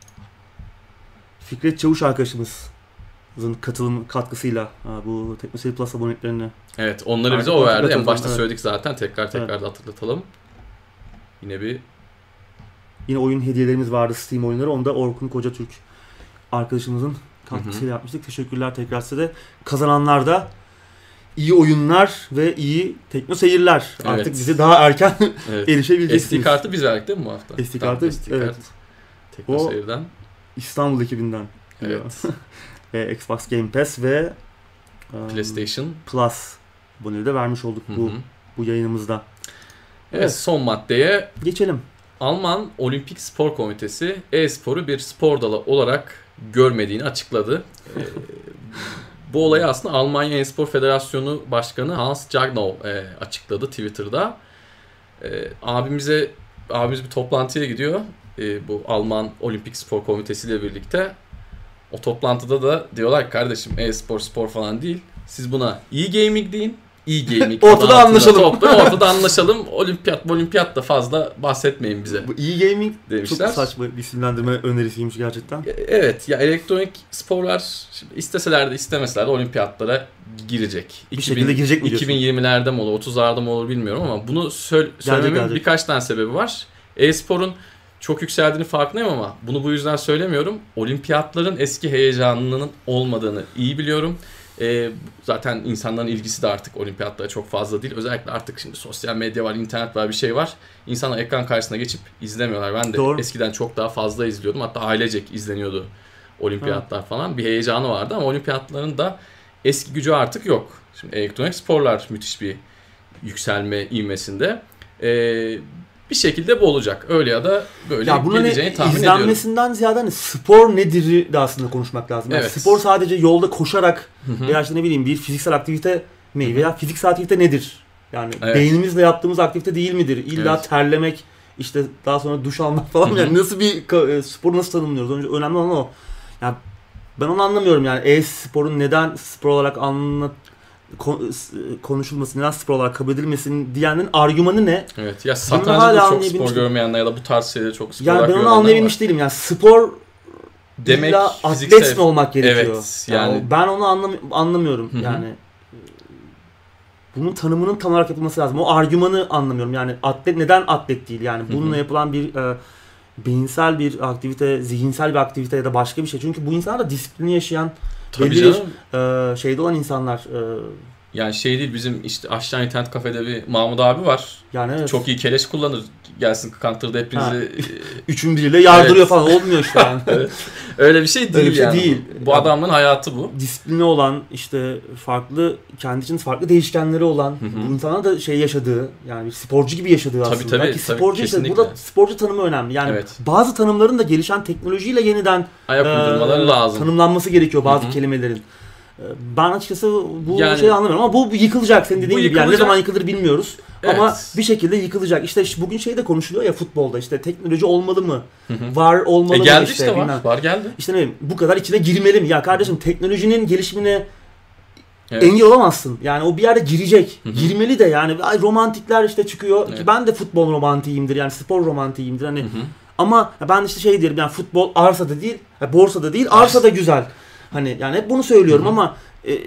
Fikret Çavuş arkadaşımızın katılım katkısıyla bu Teknoseyir Plus aboneliklerini. Evet, onları bize Aynen, o verdi. En hatırlatalım, başta evet. söyledik zaten. Tekrar tekrar Evet. da hatırlatalım. Yine bir Yine oyun hediyelerimiz vardı, Steam oyunları. Onu da Orkun Kocatürk arkadaşımızın katkısıyla yapmıştık. Teşekkürler tekrar size de. Kazananlar da iyi oyunlar ve iyi tekno seyirler. Evet. Artık bize daha erken evet. erişebileceksiniz. S D kartı biz verdik değil mi bu hafta? S D Tamam, kartı, S D kart. evet. Teknoseyir'den. İstanbul ekibinden. geliyor. Evet. ve Xbox Game Pass ve um, PlayStation Plus aboneliği de vermiş olduk bu Hı hı. bu yayınımızda. Evet, Evet. son maddeye Geçelim. Alman Olimpik Spor Komitesi e-sporu bir spor dalı olarak görmediğini açıkladı. Ee, bu olayı aslında Almanya E-Spor Federasyonu Başkanı Hans Jagnow e, açıkladı Twitter'da. E, abimize abimiz bir toplantıya gidiyor. E, bu Alman Olimpik Spor Komitesi ile birlikte. O toplantıda da diyorlar ki kardeşim e-spor spor falan değil. Siz buna e-gaming deyin. E-gaming Ortada adı altında anlaşalım. toplayın, ortada anlaşalım. Olimpiyat, olimpiyat da fazla bahsetmeyin bize. Bu e-gaming Demişler. çok saçma bir isimlendirme önerisiymiş gerçekten. E, Evet ya, elektronik sporlar şimdi isteseler de istemeseler de olimpiyatlara girecek. Bir şekilde girecek mi diyorsun? iki bin yirmilerde mi olur, otuzlarda mı olur bilmiyorum ama bunu söyle, söylememin gelecek. birkaç tane sebebi var. E-sporun çok yükseldiğini farkındayım ama bunu bu yüzden söylemiyorum. Olimpiyatların eski heyecanının olmadığını iyi biliyorum. E, zaten insanların ilgisi de artık olimpiyatlara çok fazla değil. Özellikle artık şimdi sosyal medya var, internet var, bir şey var. İnsanlar ekran karşısına geçip izlemiyorlar. Ben de Doğru. eskiden çok daha fazla izliyordum. Hatta ailecek izleniyordu olimpiyatlar ha. falan. Bir heyecanı vardı ama olimpiyatların da eski gücü artık yok. Şimdi elektronik sporlar müthiş bir yükselme ivmesinde. Ee, bir şekilde bu olacak. Öyle ya da böyle Ya bunun geleceğini hani tahmin ediyorum. izlenmesinden ziyade hani spor nedir de aslında konuşmak lazım. Yani Evet. spor sadece yolda koşarak Hı hı. veya işte ne bileyim bir fiziksel aktivite mi veya fiziksel aktivite nedir? Yani Evet. beynimizle yaptığımız aktivite değil midir? İlla Evet. terlemek, işte daha sonra duş almak falan. Hı hı. Yani nasıl bir ka- sporu nasıl tanımlıyoruz? Önce önemli olan o. Yani ben onu anlamıyorum yani e-sporun neden spor olarak anlat konuşulması, neden spor olarak kabul edilmesinin diyenin argümanı ne? Evet. Ya hala satrancı da çok spor anlayabilmiş- görmeyenler ya da bu tarz şeyleri çok spor Yani olarak ben onu görenler anlayabilmiş var. değilim. Yani spor Demek illa fiziksel- atlet mi olmak gerekiyor? Evet, Yani, yani- ben onu anlam anlamıyorum. Hı hı. Yani bunun tanımının tam olarak yapılması lazım. O argümanı anlamıyorum. Yani atlet neden atlet değil? Yani bununla Hı hı. yapılan bir e, beyinsel bir aktivite, zihinsel bir aktivite ya da başka bir şey. Çünkü bu insanlar da disiplini yaşayan, Tabii belli canım. bir e, şeyde olan insanlar. E, Yani şey değil, bizim işte aşağı internet kafede bir Mahmut abi var. yani evet. Çok iyi keleş kullanır. Gelsin Counter'da hepinizi... Üçün biriyle yardırıyor Evet. falan. Olmuyor işte yani. Evet. Öyle bir şey değil Öyle bir şey yani. değil. Bu Yani- adamın hayatı bu. Disiplini olan, işte farklı, kendi için farklı değişkenleri olan, Hı hı. bu insanlar da şey yaşadığı, yani bir sporcu gibi yaşadığı Tabii, aslında. tabii, Belki tabii, sporcu işte, kesinlikle. burada sporcu tanımı önemli. Yani Evet. bazı tanımların da gelişen teknolojiyle yeniden Ayak uydurmaları e, lazım. tanımlanması gerekiyor bazı Hı hı. kelimelerin. E, Ben açıkçası bu Yani- şeyi anlamıyorum ama bu, bu yıkılacak senin dediğin Bu gibi. Yani ne yıkılacak. zaman yıkılır bilmiyoruz. Evet. Ama bir şekilde yıkılacak. İşte bugün şey de konuşuluyor ya futbolda, işte teknoloji olmalı mı? Hı hı. Var olmalı E mı geldi işte, işte, bilmem. var. Var geldi. İşte ne bileyim, bu kadar içine girmeli mi? Ya kardeşim teknolojinin gelişimine Evet. engel olamazsın. Yani o bir yerde girecek. Hı hı. Girmeli de yani. Ay, romantikler işte çıkıyor. Evet. Ki ben de futbol romantiyimdir. Yani spor romantiyimdir. Hani Hı hı. ama ben işte şey derim yani futbol arsada değil, borsada değil, arsada güzel. Hani yani hep bunu söylüyorum Hı hı. ama e,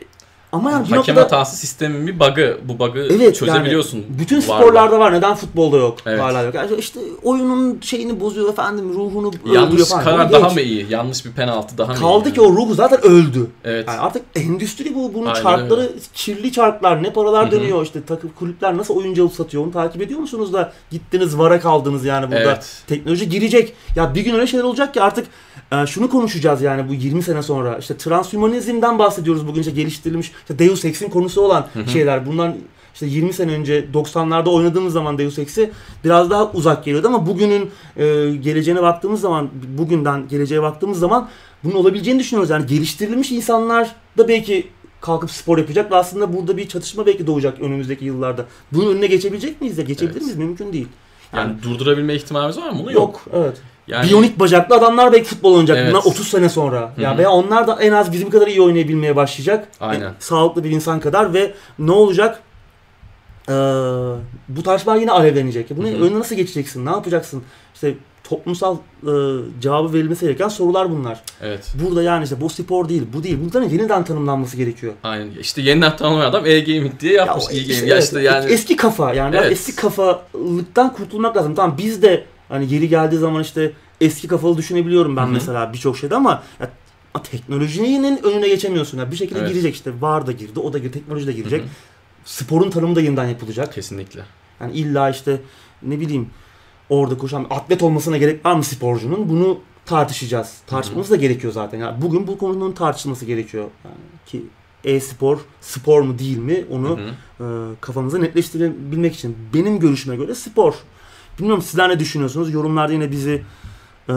Ama yani bir hakem noktada, hatası sistemin bir bug'ı. Bu bug'ı evet, çözebiliyorsun. Yani bütün sporlarda var. Neden futbolda yok? Evet. Hala yok. Yani işte oyunun şeyini bozuyor efendim, ruhunu yanlış öldürüyor falan. karar Geç. daha mı iyi? Yanlış bir penaltı daha mı iyi? Kaldı ki yani? o ruhu zaten öldü. Evet. Yani artık endüstri bu. Bunun Aynen çarkları, öyle. kirli çarklar, ne paralar Hı hı. dönüyor. İşte takım kulüpler nasıl oyuncu alıp satıyor, onu takip ediyor musunuz da gittiniz vara kaldınız yani burada. Evet. Teknoloji girecek. Ya bir gün öyle şeyler olacak ki artık e, şunu konuşacağız yani bu yirmi sene sonra. İşte transhümanizmden bahsediyoruz bugün, işte geliştirilmiş işte Deus Ex'in konusu olan Hı hı. şeyler. Bundan işte yirmi sene önce doksanlarda oynadığımız zaman Deus Ex'i biraz daha uzak geliyordu ama bugünün e, geleceğine baktığımız zaman, bugünden geleceğe baktığımız zaman bunun olabileceğini düşünüyoruz. Yani geliştirilmiş insanlar da belki kalkıp spor yapacak ve aslında burada bir çatışma belki doğacak önümüzdeki yıllarda. Bunun önüne geçebilecek miyiz de? Geçebilir Evet. miyiz? Mümkün değil. Yani, yani durdurabilme ihtimalimiz var mı? Bunu yok. Yok. Evet. Yani, Biyonik bacaklı adamlar belki futbol oynayacak. Evet. Bunlar otuz sene sonra. Hı-hı. Ya veya onlar da en az bizim kadar iyi oynayabilmeye başlayacak. Aynen. Yani, sağlıklı bir insan kadar ve ne olacak? Ee, bu tartışmalar yine alevlenecek. Bunu önüne nasıl geçeceksin? Ne yapacaksın? İşte toplumsal e, cevabı verilmesi gereken sorular bunlar. Evet. Burada yani işte bu spor değil, bu değil. Bunların yeniden tanımlanması gerekiyor. Aynen. İşte yeniden tanımlayan adam e-gaming diye yapmış. Ya, İyi işte, game. Ya işte evet, yani eski kafa yani Evet. eski kafalıktan kurtulmak lazım. Tamam, biz de hani yeri geldiği zaman işte eski kafalı düşünebiliyorum ben, hı-hı, mesela birçok şeyde ama ya, teknolojinin önüne geçemiyorsun. Yani bir şekilde Evet. girecek işte. VAR da girdi, o da girdi, teknoloji de girecek. Hı-hı. Sporun tanımı da yeniden yapılacak. Kesinlikle. Yani illa işte ne bileyim orada koşan atlet olmasına gerek var mı sporcunun? Bunu tartışacağız. Tartışmamız da gerekiyor zaten. Yani bugün bu konunun tartışılması gerekiyor. Yani ki e-spor spor mu değil mi onu e, kafamıza netleştirebilmek için. Benim görüşüme göre spor. Bilmiyorum sizler ne düşünüyorsunuz? Yorumlarda yine bizi e,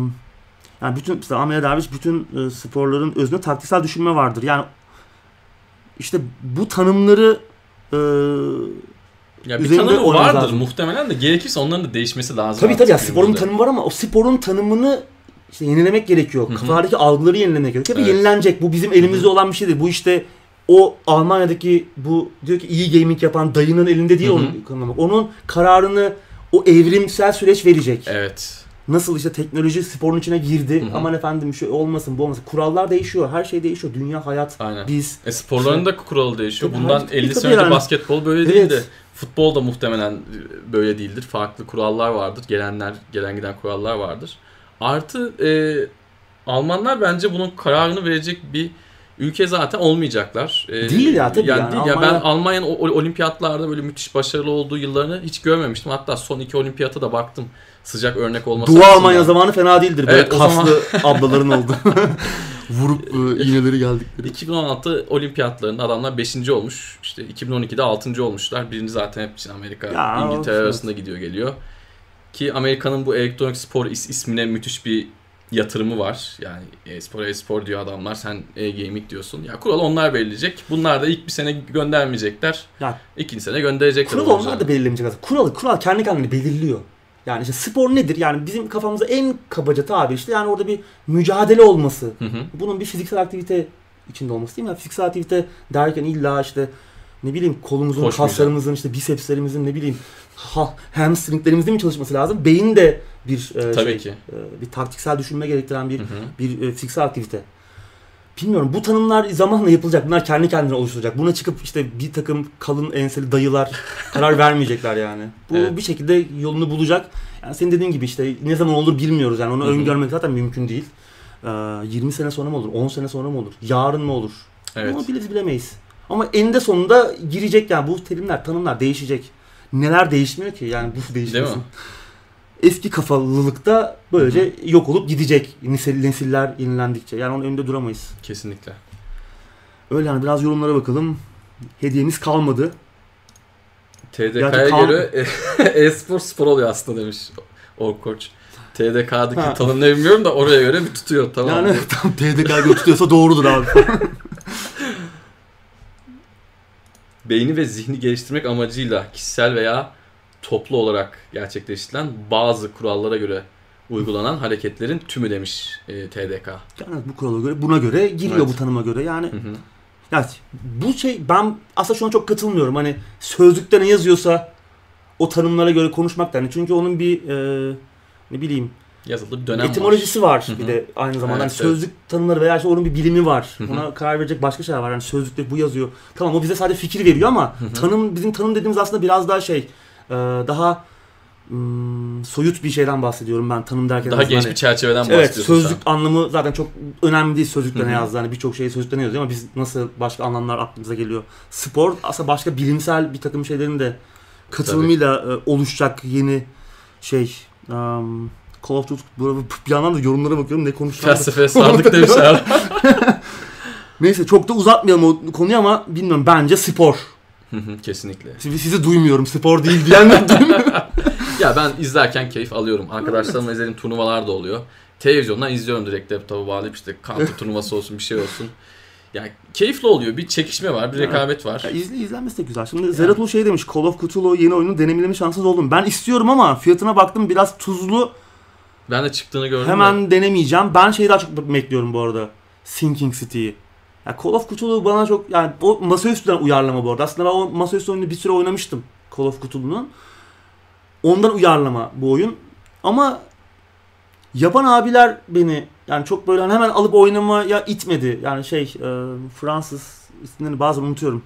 yani bütün mesela Ahmet Derviş bütün e, sporların özünde taktiksel düşünme vardır. Yani işte bu tanımları e, ya bir üzerinde tanımı oynamamız vardır lazım. muhtemelen de gerekirse onların da değişmesi lazım. Tabii tabii ya, sporun günümüzde. tanımı var ama o sporun tanımını işte yenilemek gerekiyor. Hı hı. Kafadaki algıları yenilemek gerekiyor. Evet. Ve yenilenecek. Bu bizim elimizde Hı hı. olan bir şey değil. Bu işte o Almanya'daki bu diyor ki iyi gaming yapan dayının elinde değil, Hı hı. onu kanılamak. Onun kararını o evrimsel süreç verecek. Evet. Nasıl işte teknoloji sporun içine girdi. Hı hı. Aman efendim şu olmasın bu olmasın. Kurallar değişiyor. Her şey değişiyor. Dünya, hayat, Aynen. biz. E sporların da kuralı değişiyor. Tabii, Bundan tabii, elli tabii sene önce yani. basketbol böyle Evet. değildi. Futbol da muhtemelen böyle değildir. Farklı kurallar vardır. Gelenler, gelen giden kurallar vardır. Artı e, Almanlar bence bunun kararını verecek bir ülke zaten olmayacaklar. E, Değil ya, tabii yani. yani. Değil. Ya Almanya... ben Almanya'nın o- olimpiyatlarda böyle müthiş başarılı olduğu yıllarını hiç görmemiştim. Hatta son iki olimpiyata da baktım. Sıcak örnek olması Doğu açısından. Almanya zamanı fena değildir. Böyle Evet, o kaslı ablaların oldu. Vurup e, iğneleri geldikleri. iki bin on altı olimpiyatlarında adamlar beşinci olmuş. İşte iki bin on ikide altıncı olmuşlar. Birinci zaten hep için Amerika, Ya, İngiltere evet. arasında gidiyor geliyor. Ki Amerika'nın bu elektronik spor is- ismine müthiş bir yatırımı var. Yani e-spor, e-spor diyor adamlar. Sen e-gaming diyorsun. Ya kural onlar belirleyecek. Bunlar da ilk bir sene göndermeyecekler. Ya, İkinci sene gönderecekler. kural onlar da belirlemeyecek aslında. Kural, kural kendi kendini belirliyor. Yani işte spor nedir? Yani bizim kafamızda en kabaca tabir işte yani orada bir mücadele olması. Hı hı. Bunun bir fiziksel aktivite içinde olması değil mi? Yani fiziksel aktivite derken illa işte ne bileyim kolumuzun, Koşmayacağım. kaslarımızın, işte bisepslerimizin, ne bileyim ha, hamstringlerimizin mi çalışması lazım? Beyin de bir e, Tabii şey, ki. e, bir taktiksel düşünme gerektiren bir Hı hı. bir e, fiziksel aktivite. Bilmiyorum, bu tanımlar zamanla yapılacak. Bunlar kendi kendine oluşturacak. Buna çıkıp işte bir takım kalın enseli dayılar karar vermeyecekler yani. Bu Evet. bir şekilde yolunu bulacak. Yani senin dediğin gibi işte ne zaman olur bilmiyoruz. Yani onu Hı hı. öngörmek zaten mümkün değil. Ee, yirmi sene sonra mı olur? on sene sonra mı olur? Yarın mı olur? Evet. Onu biz bilemeyiz. Ama eninde sonunda girecek yani bu terimler, tanımlar değişecek. Neler değişmiyor ki? Yani bu değişmesin. Değil mi? Eski kafalılıkta böylece hı hı. yok olup gidecek nesil, nesiller yenilendikçe. Yani onun önünde duramayız. Kesinlikle. Öyle yani, biraz yorumlara bakalım. Hediyemiz kalmadı. T D K'ya kal- göre e-spor spor oluyor aslında demiş Orkoç. T D K'daki Ha. tanım ne bilmiyorum da oraya göre bir tutuyor, tamam. Yani tam T D K tutuyorsa doğrudur abi. Beyni ve zihni geliştirmek amacıyla kişisel veya toplu olarak gerçekleştirilen bazı kurallara göre uygulanan hareketlerin tümü demiş e, T D K. Yani bu kurala göre, buna göre giriyor, Evet. bu tanıma göre. Yani Hı hı. yani bu şey, ben aslında şuna çok katılmıyorum. Hani sözlükte ne yazıyorsa o tanımlara göre konuşmak da. Yani çünkü onun bir e, ne bileyim yazıldığı bir dönem etimolojisi var, var Hı-hı. bir de aynı zamanda evet, yani sözlük evet. tanımları veya işte onun bir bilimi var. Hı-hı. Ona karar verecek başka şeyler var. Yani sözlükte bu yazıyor. Tamam, o bize sadece fikir veriyor ama Hı-hı. tanım bizim tanım dediğimiz aslında biraz daha şey daha Hmm, soyut bir şeyden bahsediyorum ben tanım derken. Daha geniş hani, bir çerçeveden bahsediyorsun. Evet, sözlük sen. Anlamı zaten çok önemli değil sözlükte ne yazdı. Hani birçok şeyi sözlükte ne yazıyor ama biz nasıl başka anlamlar aklımıza geliyor. Spor aslında başka bilimsel bir takım şeylerin de katılımıyla Tabii. oluşacak yeni şey. Um, Call of Duty bir yandan da yorumlara bakıyorum ne konuşuyorlar. Felsefeye sardık demişler. Neyse çok da uzatmayalım o konuyu ama bilmiyorum, bence spor. Kesinlikle. Şimdi sizi duymuyorum, spor değil diyenler duymuyorum. Ya ben izlerken keyif alıyorum. Arkadaşlarımla izlediğim turnuvalar da oluyor. Televizyondan izliyorum direkt, laptopa bağlayıp işte counter turnuvası olsun bir şey olsun. Yani keyifli oluyor. Bir çekişme var, bir rekabet var. Ya izle, izlenmesi de güzel. Şimdi Zeratol şey demiş, Call of Cthulhu yeni oyunu deneyimleme şanssız oldum. Ben istiyorum ama fiyatına baktım biraz tuzlu. Ben de çıktığını gördüm. Hemen de. denemeyeceğim. Ben şeyi daha çok bekliyorum bu arada. Sinking City'yi. Ya Call of Cthulhu bana çok, yani o masaüstünden uyarlama bu arada. Aslında ben o masaüstü oyunu bir süre oynamıştım Call of Cthulhu'nun. Ondan uyarlama bu oyun. Ama yapan abiler beni yani çok böyle hemen alıp oynamaya itmedi. Yani şey e, Fransız isimlerini bazen unutuyorum.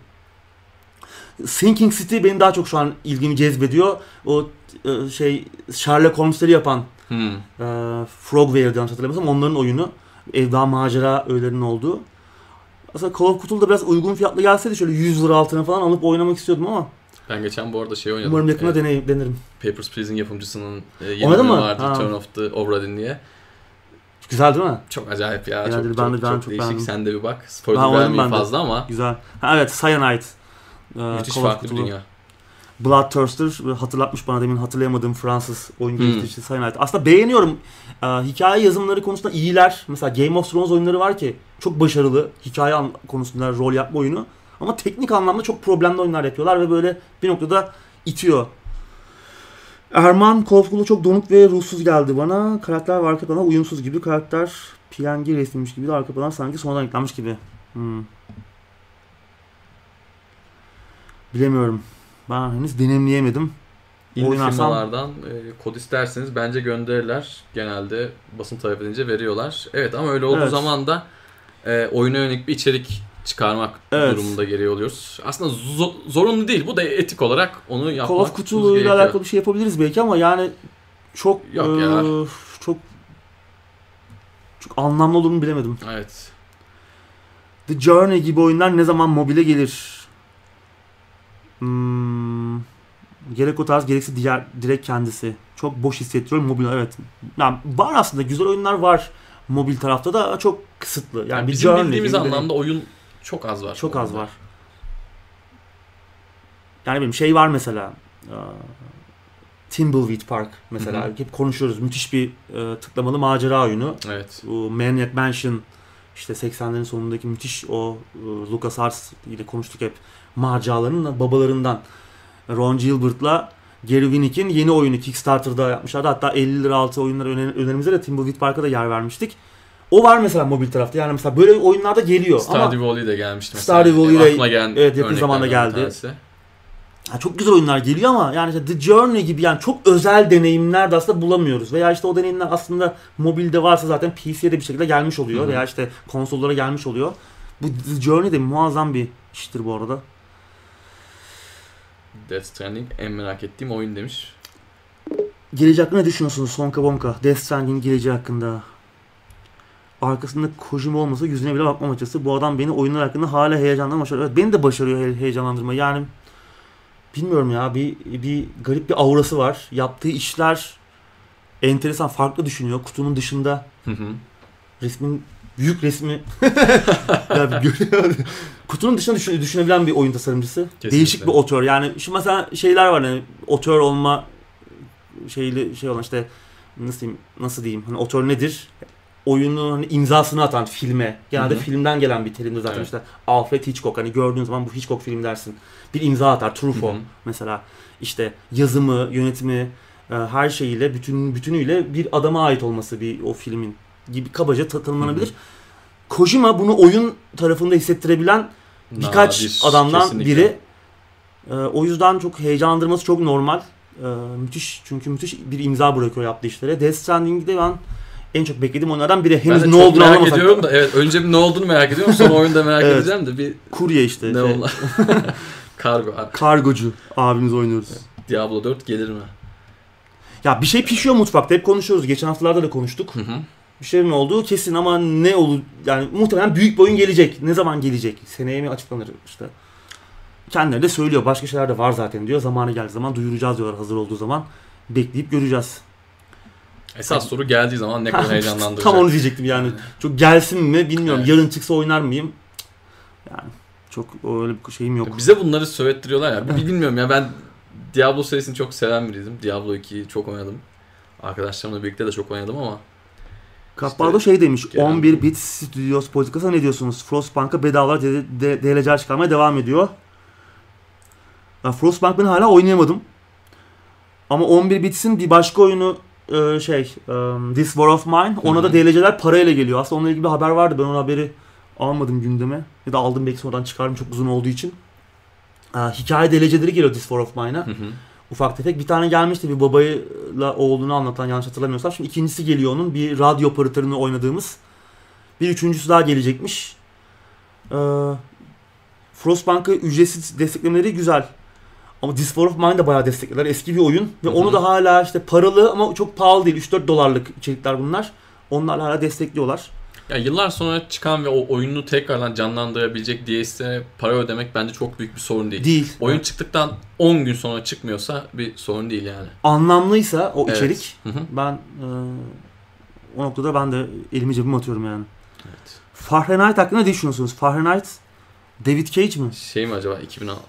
Sinking City benim daha çok şu an ilgimi cezbediyor. O e, şey Sherlock Holmes'leri yapan hmm. e, Frogware'di yanlış hatırlamıyorsam, onların oyunu. Ev daha macera öğelerinin olduğu. Aslında Call of Cthulhu'da biraz uygun fiyatlı gelseydi şöyle yüz lira altına falan alıp oynamak istiyordum ama. Ben geçen bu arada şey oynadım. Umarım yakında e, deneyim, denerim. Papers, Please'in yapımcısının e, yeni oyunu vardı. Ha. Turn of the Obra Dinn diye. Güzel değil mi? Çok acayip ya. Yani çok ben çok, de, ben çok, çok değişik. Beğendim. Sen de bir bak. Spoiler vermeyeyim fazla ama. Güzel. Ha, evet, Cyanide. Müthiş Call farklı bir dünya. Bloodthirster hatırlatmış bana demin hatırlayamadığım Fransız oyun geliştiricisi hmm. Cyanide. Aslında beğeniyorum. Ee, hikaye yazımları konusunda iyiler. Mesela Game of Thrones oyunları var ki çok başarılı. Hikaye konusunda rol yapma oyunu. Ama teknik anlamda çok problemli oyunlar yapıyorlar ve böyle bir noktada itiyor. Erman, Call of Cthulhu çok donuk ve ruhsuz geldi bana. Karakter ve arka plana uyumsuz gibi. Karakter P N G resmiymiş gibi de arka plan sanki sonradan eklenmiş gibi. Hmm. Bilemiyorum. Ben henüz deneyimleyemedim. İndie firmalardan e, kod isterseniz bence gönderirler. Genelde basın talep edince veriyorlar. Evet ama öyle olduğu evet. zaman da e, oyuna yönelik bir içerik çıkarmak evet. durumunda gereği oluyoruz. Aslında zo- zorunlu değil. Bu da etik olarak onu yapmak Call of Cthulhu ile alakalı bir şey yapabiliriz belki ama yani çok Yok e, ya. çok çok anlamlı olduğunu bilemedim. Evet. The Journey gibi oyunlar ne zaman mobile gelir? Hmm, gerek o tarz gerekse diğer direkt kendisi. Çok boş hissettiriyor mobil, evet. Yani var aslında güzel oyunlar var. Mobil tarafta da çok kısıtlı. Yani, yani bir bizim Journey bildiğimiz gibi anlamda oyun çok az var. Çok az var. Yani benim şey var mesela. Uh, Thimbleweed Park mesela. Hı-hı. Hep konuşuyoruz. Müthiş bir uh, tıklamalı macera oyunu. Evet. O Maniac Mansion işte seksenlerin sonundaki müthiş o uh, LucasArts ile konuştuk hep. Maceraların babalarından. Ron Gilbert'la Gary Winnick'in yeni oyunu Kickstarter'da yapmışlardı. Hatta elli lira altı oyunlar öner- önerimize de Thimbleweed Park'a da yer vermiştik. O var mesela mobil tarafta. Yani mesela böyle oyunlarda geliyor. Stardew Valley de gelmişti mesela. Stardew Valley de evet, yakın zamanda geldi. Ha, çok güzel oyunlar geliyor ama yani işte The Journey gibi yani çok özel deneyimler de aslında bulamıyoruz. Veya işte o deneyimler aslında mobilde varsa zaten P C'ye de bir şekilde gelmiş oluyor. Hı-hı. Veya işte konsollara gelmiş oluyor. Bu The Journey de muazzam bir iştir bu arada. Death Stranding en merak ettiğim oyun demiş. Geleceği hakkında ne düşünüyorsunuz Sonka Bonka? Death Stranding'in geleceği hakkında. Arkasında Kojima olmasa yüzüne bile bakmam açıkçası. Bu adam beni oyunlar hakkında hala heyecanlandırma başarıyor. Evet, beni de başarıyor heyecanlandırma. Yani bilmiyorum ya, bir bir garip bir aurası var. Yaptığı işler enteresan, farklı düşünüyor. Kutunun dışında hı hı. resmin büyük resmi yani görüyor. Kutunun dışında düşün, düşünebilen bir oyun tasarımcısı. Kesinlikle. Değişik bir otör. Yani şu mesela şeyler var hani otör olma şeyli şey olan işte nasıl diyeyim nasıl diyeyim hani otör nedir? Oyunu hani imzasını atan filme. Genelde Hı-hı. filmden gelen bir terimdir zaten evet. işte Alfred Hitchcock hani gördüğün zaman bu Hitchcock film dersin. Bir imza atar. Truffaut Hı-hı. mesela işte yazımı, yönetimi her şeyiyle bütün bütünüyle bir adama ait olması bir o filmin gibi kabaca tanımlanabilir. Hı-hı. Kojima bunu oyun tarafında hissettirebilen birkaç Nadir, adamdan kesinlikle. biri. O yüzden çok heyecanlandırması çok normal. Ee, müthiş çünkü müthiş bir imza bırakıyor yaptığı işlere. Death Stranding'de ben en çok beklediğim oyunlardan biri. Henüz ben ne olduğunu merak anlamasak. ediyorum da evet önce bir ne olduğunu merak ediyorum sonra oyunda merak evet. edeceğim de bir kurye işte. ne şey. onlar? Kargo. Kargocu abimiz oynuyoruz. Diablo dört gelir mi? Ya bir şey pişiyor mutfakta. Hep konuşuyoruz. Geçen haftalarda da konuştuk. Hı hı. Bir şeyin olduğu kesin ama ne olur yani muhtemelen büyük bir oyun gelecek. Ne zaman gelecek? Seneye mi açıklanır işte. Kendileri de söylüyor. Başka şeyler de var zaten diyor. Zamanı geldiği zaman duyuracağız diyorlar hazır olduğu zaman. Bekleyip göreceğiz. Esas soru geldiği zaman ne kadar heyecanlandıracak. Tam onu diyecektim yani. Çok gelsin mi bilmiyorum. Evet. Yarın çıksa oynar mıyım? Yani çok öyle bir şeyim yok. Bize bunları söylettiriyorlar ya. Bilmiyorum ya ben Diablo serisini çok seven biriydim. Diablo ikiyi çok oynadım. Arkadaşlarımla birlikte de çok oynadım ama Kappardo işte, şey demiş. genelde... on bir bit Studios politikasına ne diyorsunuz? Frostpunk'a bedava D L C çıkarmaya devam ediyor. Ya Frostpunk ben hala oynayamadım. Ama on bir bit'in bir başka oyunu şey This War of Mine. Ona Hı-hı. da D L C'ler parayla geliyor. Aslında onunla ilgili bir haber vardı. Ben o haberi almadım gündeme. Ya da aldım belki sonradan çıkardım çok uzun olduğu için. Hikaye D L C'leri geliyor This War of Mine'a. Hı-hı. Ufak tefek. Bir tane gelmişti bir babayla oğlunu anlatan yanlış hatırlamıyorsam. Şimdi ikincisi geliyor onun. Bir radyo operatörünü oynadığımız. Bir üçüncüsü daha gelecekmiş. Ee, Frostpunk'ı ücretsiz desteklemeleri güzel. Ama This War of Mine de bayağı destekler. Eski bir oyun. Ve Hı-hı. onu da hala işte paralı ama çok pahalı değil. üç dört dolarlık içerikler bunlar. Onlarla hala destekliyorlar. Ya yıllar sonra çıkan ve o oyunu tekrardan canlandırabilecek D L C'ye para ödemek bence çok büyük bir sorun değil. Değil. Oyun evet. çıktıktan on gün sonra çıkmıyorsa bir sorun değil yani. Anlamlıysa o evet. içerik Hı-hı. ben e, o noktada ben de elimi cebime atıyorum yani. Evet. Fahrenheit hakkında ne düşünüyorsunuz? Fahrenheit David Cage mi? Şey mi acaba iki bin altı?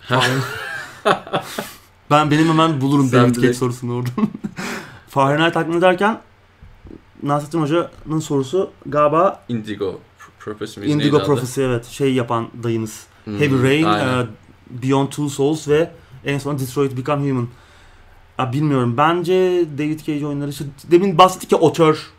ben benim hemen bulurum Sen David direkt... Cage sorusunu oradan. Fahrenheit hakkında derken Nasrettin Hoca'nın sorusu galiba Indigo Prophecy. Indigo Prophecy evet. Şey yapan dayınız. Hmm, Heavy Rain, uh, Beyond Two Souls ve en son Detroit Become Human. Ya bilmiyorum. Bence David Cage oyunları işte demin bahsettik ya otör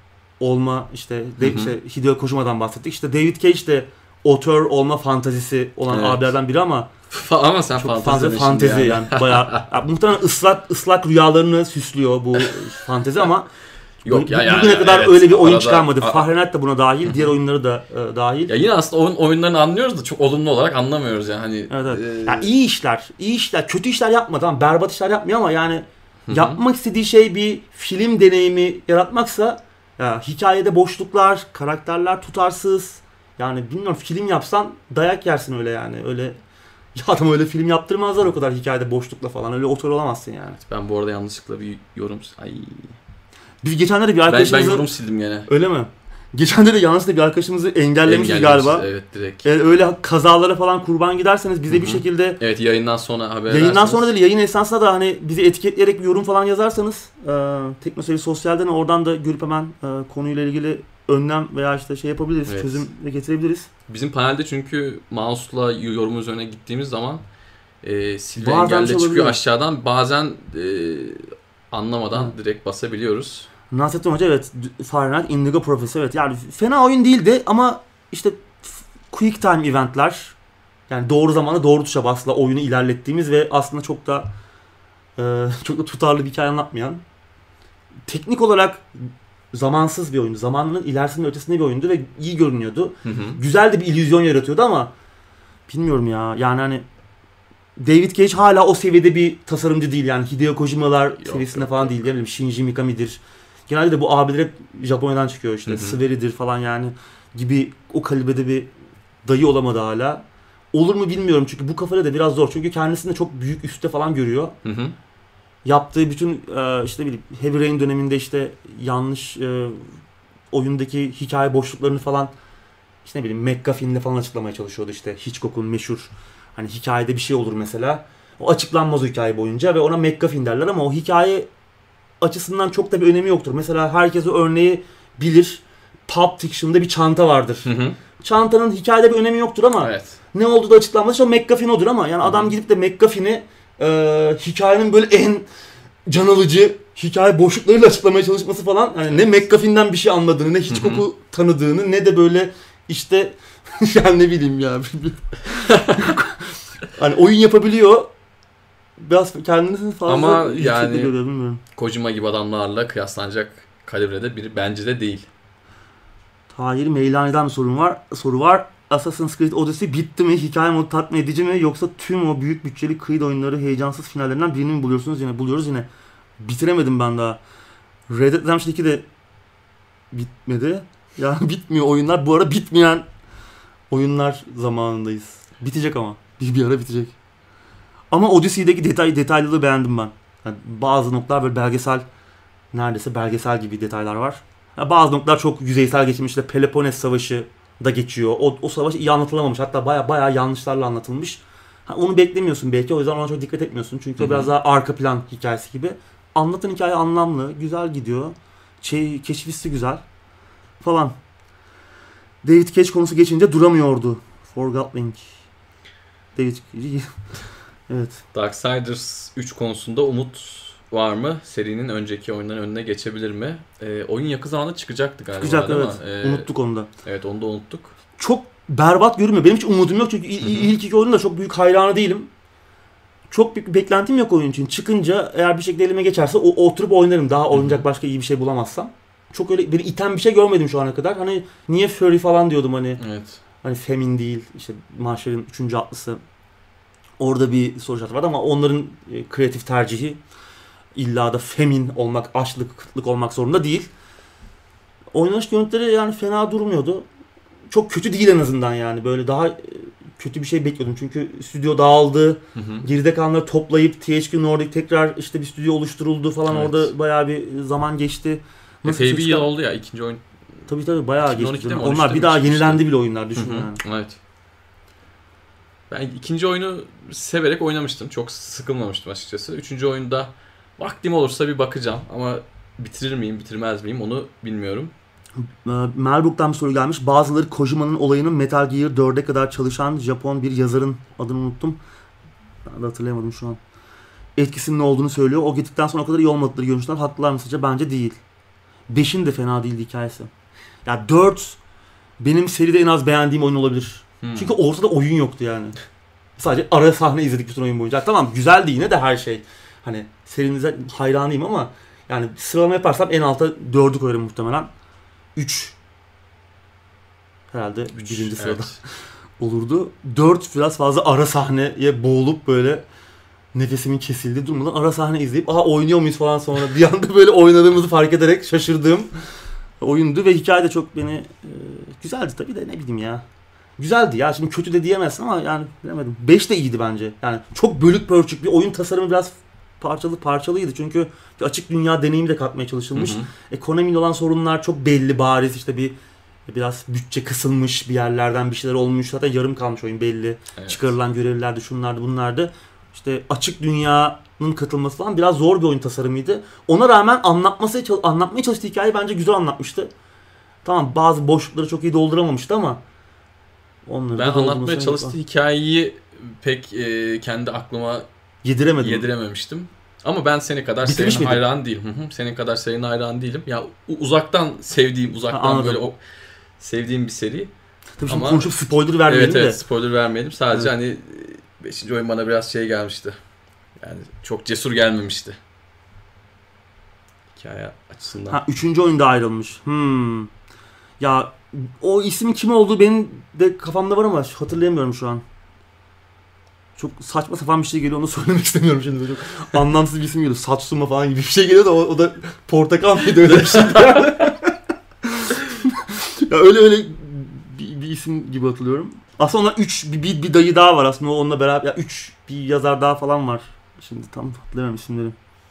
olma işte, de, işte Hideo Kojima'dan bahsettik. İşte David Cage de otör olma fantazisi olan evet. abilerden biri ama ama sen çok fazla fantezi yani, yani bayağı ya, muhtemelen ıslak ıslak rüyalarını süslüyor bu fantezi ama yok ya yani. Bugüne yani, kadar evet, öyle bir oyun arada, çıkarmadı. a- Fahrenheit de buna dahil, diğer oyunları da e, dahil. Ya yine aslında oyun oyunlarını anlıyoruz da çok olumlu olarak anlamıyoruz yani hani. Evet, evet. E... Yani iyi işler, iyi işler, kötü işler yapmadı ama berbat işler yapmıyor ama yani Hı-hı. yapmak istediği şey bir film deneyimi yaratmaksa ya, hikayede boşluklar, karakterler tutarsız. Yani bilmiyorum film yapsan dayak yersin öyle yani. Öyle ya adam öyle film yaptırmazlar o kadar hikayede boşlukla falan. Öyle otör olamazsın yani. Ben bu arada yanlışlıkla bir yorum... Ay. Biz geçenlerde bir arkadaşımızı... Ben, ben yorum sildim gene. Öyle mi? Geçenlerde yanlışlıkla bir arkadaşımızı engellemişiz galiba. Evet direkt. Yani öyle kazalara falan kurban giderseniz bize Hı-hı. bir şekilde... Evet yayından sonra haber Yayından edersiniz. sonra değil yayın esnasında da hani bizi etiketleyerek bir yorum falan yazarsanız e, Teknoseyir Sosyal'den oradan da görüp hemen e, konuyla ilgili önlem veya işte şey yapabiliriz, evet. çözüm getirebiliriz. Bizim panelde çünkü mouse'la yorumun üzerine gittiğimiz zaman e, silve Bazen engelle çıkıyor olabilir. Aşağıdan. Bazen e, anlamadan Hı. direkt basabiliyoruz. Nasrettin Hoca evet, Fahrenheit Indigo Prophecy evet. Yani fena oyun değildi ama işte quick time eventler, yani doğru zamanda doğru tuşa basla oyunu ilerlettiğimiz ve aslında çok da e, çok da tutarlı bir hikaye anlatmayan, teknik olarak zamansız bir oyundu. Zamanının ilerisinde ötesinde bir oyundu ve iyi görünüyordu. Hı hı. Güzel de bir illüzyon yaratıyordu ama bilmiyorum ya. Yani hani David Cage hala o seviyede bir tasarımcı değil yani. Hideo Kojima'lar yok, seviyesinde yok, falan yok. değil. Yani Shinji Mikami'dir. Genelde de bu abiler hep Japonya'dan çıkıyor işte. Hı hı. Sveri'dir falan yani gibi o kalibrede bir dayı olamadı hala. Olur mu bilmiyorum çünkü bu kafada da biraz zor. Çünkü kendisini de çok büyük üstte falan görüyor. Hı hı. Yaptığı bütün işte bileyim Heavy Rain döneminde işte yanlış e, oyundaki hikaye boşluklarını falan işte ne bileyim McGuffin'le falan açıklamaya çalışıyordu işte Hitchcock'un meşhur hani hikayede bir şey olur mesela o açıklanmaz o hikaye boyunca ve ona McGuffin derler ama o hikaye açısından çok da bir önemi yoktur. Mesela herkes o örneği bilir. Pulp Fiction'da bir çanta vardır. Hı hı. Çantanın hikayede bir önemi yoktur ama evet. ne olduğu da açıklanmaz. O McGuffin odur ama yani hı hı. adam gidip de McGuffin'i Ee, hikayenin böyle en can alıcı hikaye boşluklarıyla açıklamaya çalışması falan yani evet. ne McGuffin'den bir şey anladığını ne Hitchcock'u tanıdığını ne de böyle işte yani ne bileyim ya hani oyun yapabiliyor biraz kendini fazla ama yüksekte yani görüyor, bilmiyorum. Kojima gibi adamlarla kıyaslanacak kalibrede biri bence de değil. Tahir Meylani'den bir sorun var. Soru var. Assassin's Creed Odyssey bitti mi? Hikaye modu tatmin edici mi? Yoksa tüm o büyük bütçeli Creed oyunları heyecansız finallerinden birini mi buluyorsunuz? Yine buluyoruz yine. Bitiremedim ben daha. Red Dead Redemption iki de bitmedi. Yani bitmiyor oyunlar. Bu ara bitmeyen oyunlar zamanındayız. Bitecek ama. Bir, bir ara bitecek. Ama Odyssey'deki detay, detaylılığı beğendim ben. Yani bazı noktalar böyle belgesel, neredeyse belgesel gibi detaylar var. Yani bazı noktalar çok yüzeysel geçmiş. İşte Peloponnes Savaşı da geçiyor. O, o savaş iyi anlatılamamış. Hatta baya baya yanlışlarla anlatılmış. Ha, onu beklemiyorsun belki. O yüzden ona çok dikkat etmiyorsun. Çünkü o biraz daha arka plan hikayesi gibi. Anlatan hikaye anlamlı. Güzel gidiyor. Şey, keşfisi güzel. Falan. David Cage konusu geçince duramıyordu. Forgotten. David Cage. Evet. Darksiders üç konusunda umut var mı? Serinin önceki oyunların önüne geçebilir mi? Ee, oyun yakın zamanda çıkacaktı galiba. Çıkacak, evet. Ama, ee, unuttuk onu da. Evet, onu da unuttuk. Çok berbat görünmüyor. Benim hiç umudum yok çünkü il- ilk iki oyunun da çok büyük hayranı değilim. Çok büyük bir beklentim yok oyun için. Çıkınca eğer bir şekilde elime geçerse o, oturup oynarım. Daha oynayacak başka iyi bir şey bulamazsam. Çok öyle beni iten bir şey görmedim şu ana kadar. Hani niye Fury falan diyordum hani. Evet. Hani Femin değil. İşte Mahşer'in üçüncü atlısı. Orada bir soru işareti vardı ama onların e, kreatif tercihi illa da femin olmak, açlık, kıtlık olmak zorunda değil. Oynanış görüntüleri yani fena durmuyordu. Çok kötü değil en azından yani. Böyle daha e, kötü bir şey bekliyordum. Çünkü stüdyo dağıldı. Hı hı. Geride kalanları toplayıp T H Q Nordic tekrar işte bir stüdyo oluşturuldu falan. Evet. Orada bayağı bir zaman geçti. Nasıl Epey bir yıl oldu ya ikinci oyun. Tabii tabii bayağı geçti. Onlar bir daha yenilendi bile oyunlar, düşün yani. Evet. Ben ikinci oyunu severek oynamıştım. Çok sıkılmamıştım açıkçası. Üçüncü oyunda vaktim olursa bir bakacağım. Ama bitirir miyim, bitirmez miyim onu bilmiyorum. Melbourne'dan bir soru gelmiş. Bazıları Kojima'nın olayının Metal Gear dörde kadar çalışan Japon bir yazarın adını unuttum. Ben de hatırlayamadım şu an. Etkisinin ne olduğunu söylüyor. O gittikten sonra o kadar iyi olmadıkları görüşler. Haklılar mı sizce? Bence değil. beşin de fena değildi hikayesi. Ya yani dört benim seride en az beğendiğim oyun olabilir. Hmm. Çünkü ortada oyun yoktu yani. Sadece ara sahne izledik bütün oyun boyunca. Tamam güzeldi yine de her şey. Hani serinize hayranıyım ama yani sıralama yaparsam en alta dördü koyarım muhtemelen. üç herhalde üç, birinci sırada evet. olurdu. dört biraz fazla ara sahneye boğulup böyle nefesimin kesildiği durmadan ara sahne izleyip aha oynuyor muyuz falan sonra bir anda böyle oynadığımızı fark ederek şaşırdığım oyundu ve hikaye de çok beni e, güzeldi tabii de ne bileyim ya. Güzeldi ya, şimdi kötü de diyemezsin ama yani bilemedim. beş de iyiydi bence. Yani çok bölük pörçük bir oyun tasarımı, biraz parçalı parçalıydı. Çünkü bir açık dünya deneyimi de katmaya çalışılmış. Hı hı. E, Konami'yle olan sorunlar çok belli, bariz. İşte bir biraz bütçe kısılmış, bir yerlerden bir şeyler olmuş. Zaten yarım kalmış oyun belli. Evet. Çıkarılan görevlerdi, şunlardı, bunlardı. İşte açık dünyanın katılması falan biraz zor bir oyun tasarımıydı. Ona rağmen anlatması, anlatmaya çalıştığı hikayeyi bence güzel anlatmıştı. Tamam, bazı boşlukları çok iyi dolduramamıştı ama onları ben anlatmaya çalıştığı hikayeyi pek e, kendi aklıma yediremedim. Yedirememiştim. Ama ben senin kadar Bitirmiş serinin miydin? hayranı değilim. Hı hı. Senin kadar serinin hayranı değilim. Ya uzaktan sevdiğim, uzaktan ha, böyle o sevdiğim bir seri. Tabii şimdi konuşup spoiler vermeyelim evet, de. Evet, spoiler vermeyelim. Sadece evet. hani beşinci oyun bana biraz şey gelmişti. Yani çok cesur gelmemişti. Hikaye açısından. Ha, üçüncü oyunda ayrılmış. Hmm. Ya o ismin kim olduğu benim de kafamda var ama hatırlayamıyorum şu an. Çok saçma sapan bir şey geliyor, onu söylemek istemiyorum şimdi. Böyle çok anlamsız bir isim geliyor. Satsuma falan gibi bir şey geliyor da o, o da portakal mıydı, öyle bir şeydi yani. Ya öyle öyle bir, bir isim gibi hatırlıyorum. Aslında onlar üç bir, bir, bir dayı daha var aslında, onunla beraber. Ya üç bir yazar daha falan var. Şimdi tam hatırlamıyorum isimleri.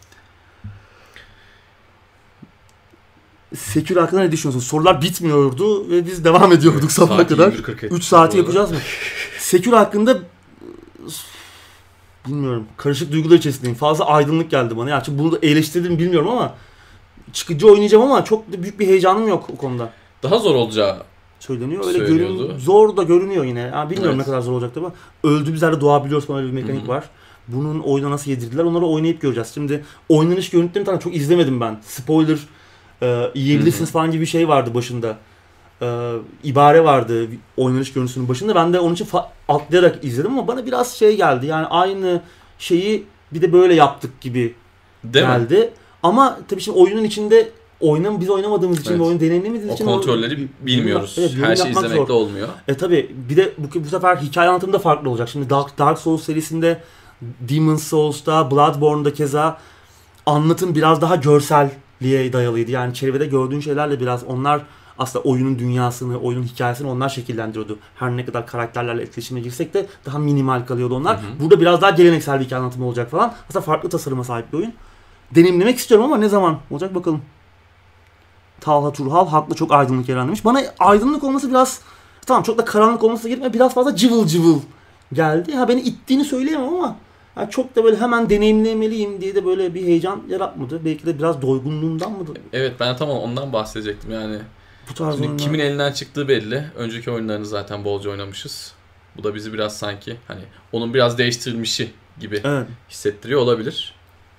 Sekür hakkında ne düşünüyorsun? Sorular bitmiyordu ve biz devam ediyorduk evet, sabaha kadar. üç saati yapacağız mı? Sekür hakkında bilmiyorum. Karışık duygular içerisindeyim. Fazla aydınlık geldi bana. Yani bunu da eleştirdim bilmiyorum ama çıkıcı oynayacağım ama çok da büyük bir heyecanım yok o konuda. Daha zor olacağı söyleniyor. Öyle görün, zor da görünüyor yine. Yani bilmiyorum evet. Ne kadar zor olacak ama öldüğümüz yerde doğabiliyoruz falan, öyle bir mekanik Hı-hı. var. Bunun oyuna nasıl yedirdiler? Onları oynayıp göreceğiz. Şimdi oynanış görüntülerini tamam çok izlemedim ben. Spoiler e, yiyebilirsiniz Hı-hı. falan gibi bir şey vardı başında. E, ibare vardı oynanış görüntüsünün başında. Ben de onun için fa- atlayarak izledim ama bana biraz şey geldi. Yani aynı şeyi bir de böyle yaptık gibi Değil geldi. Mi? Ama tabii şimdi oyunun içinde oynam biz oynamadığımız için, evet. oyunu deneyimlemediğimiz o için kontrolleri o, bilmiyoruz. Evet, her şey izlemekle zor. Olmuyor. E tabii bir de bu, bu sefer hikaye anlatımı da farklı olacak. Şimdi Dark, Dark Souls serisinde, Demon's Souls'ta, Bloodborne'da keza anlatım biraz daha görselliğe dayalıydı. Yani çevrede gördüğün şeylerle biraz onlar aslında oyunun dünyasını, oyunun hikayesini onlar şekillendiriyordu. Her ne kadar karakterlerle etkileşime girsek de daha minimal kalıyordu onlar. Hı hı. Burada biraz daha geleneksel bir hikaye anlatımı olacak falan. Aslında farklı tasarıma sahip bir oyun. Deneyimlemek istiyorum ama ne zaman olacak bakalım. Talha Turhal haklı, çok aydınlık yer demiş. Bana aydınlık olması biraz, tamam çok da karanlık olması gerekmiyor, biraz fazla cıvıl cıvıl geldi. Ha beni ittiğini söyleyemem ama yani çok da böyle hemen deneyimlemeliyim diye de böyle bir heyecan yaratmadı. Belki de biraz doygunluğundan mıdır? Evet, ben tam ondan bahsedecektim yani. Bu tarz oyunlar... Kimin elinden çıktığı belli. Önceki oyunlarını zaten bolca oynamışız. Bu da bizi biraz sanki hani onun biraz değiştirilmişi gibi evet. hissettiriyor olabilir.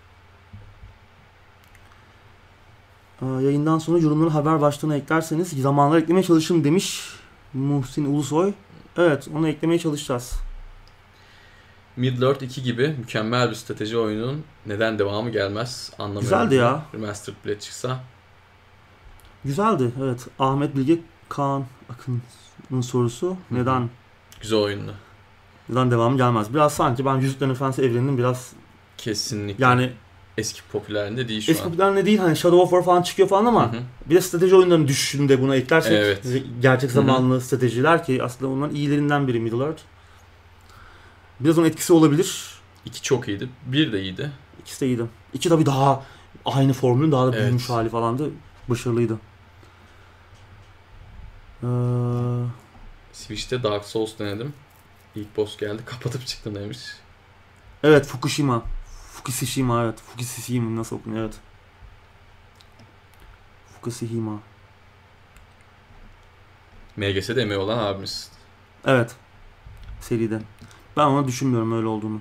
Yayından sonra yorumları haber başlığına eklerseniz zamanlar eklemeye çalışın demiş Muhsin Ulusoy. Evet, onu eklemeye çalışacağız. Middle-earth iki gibi mükemmel bir strateji oyununun neden devamı gelmez anlamıyorum. Güzeldi ya. Remastered bile çıksa. Güzeldi, evet. Ahmet Bilge Kaan Akın'ın sorusu. Hı-hı. Neden? Güzel oyundu. Neden devamı gelmez? Biraz sanki ben Yüzüklerin Efendisi evreninin biraz... Kesinlikle. Yani... Eski popülerinde değil şu eski an. Eski popülerinde değil. Hani Shadow of War falan çıkıyor falan ama hı hı. bir de strateji oyunlarının düşüşünde buna eklersek evet. gerçek zamanlı hı hı. stratejiler ki aslında onların iyilerinden biri Middle-earth. Biraz onun etkisi olabilir. İki çok iyiydi. Bir de iyiydi. İkisi de iyiydi. İki tabii daha aynı formülün daha da evet. büyümüş hali falandı. Başarılıydı. Ee... Switch'te Dark Souls denedim. İlk boss geldi. Kapatıp çıktım demiş. Evet, Fukushima. Fukushima evet. Fukushima nasıl okunuyor evet. Fukushima. M G S'de emeği olan abimiz. Evet. Seride. Ben ona düşünmüyorum öyle olduğunu.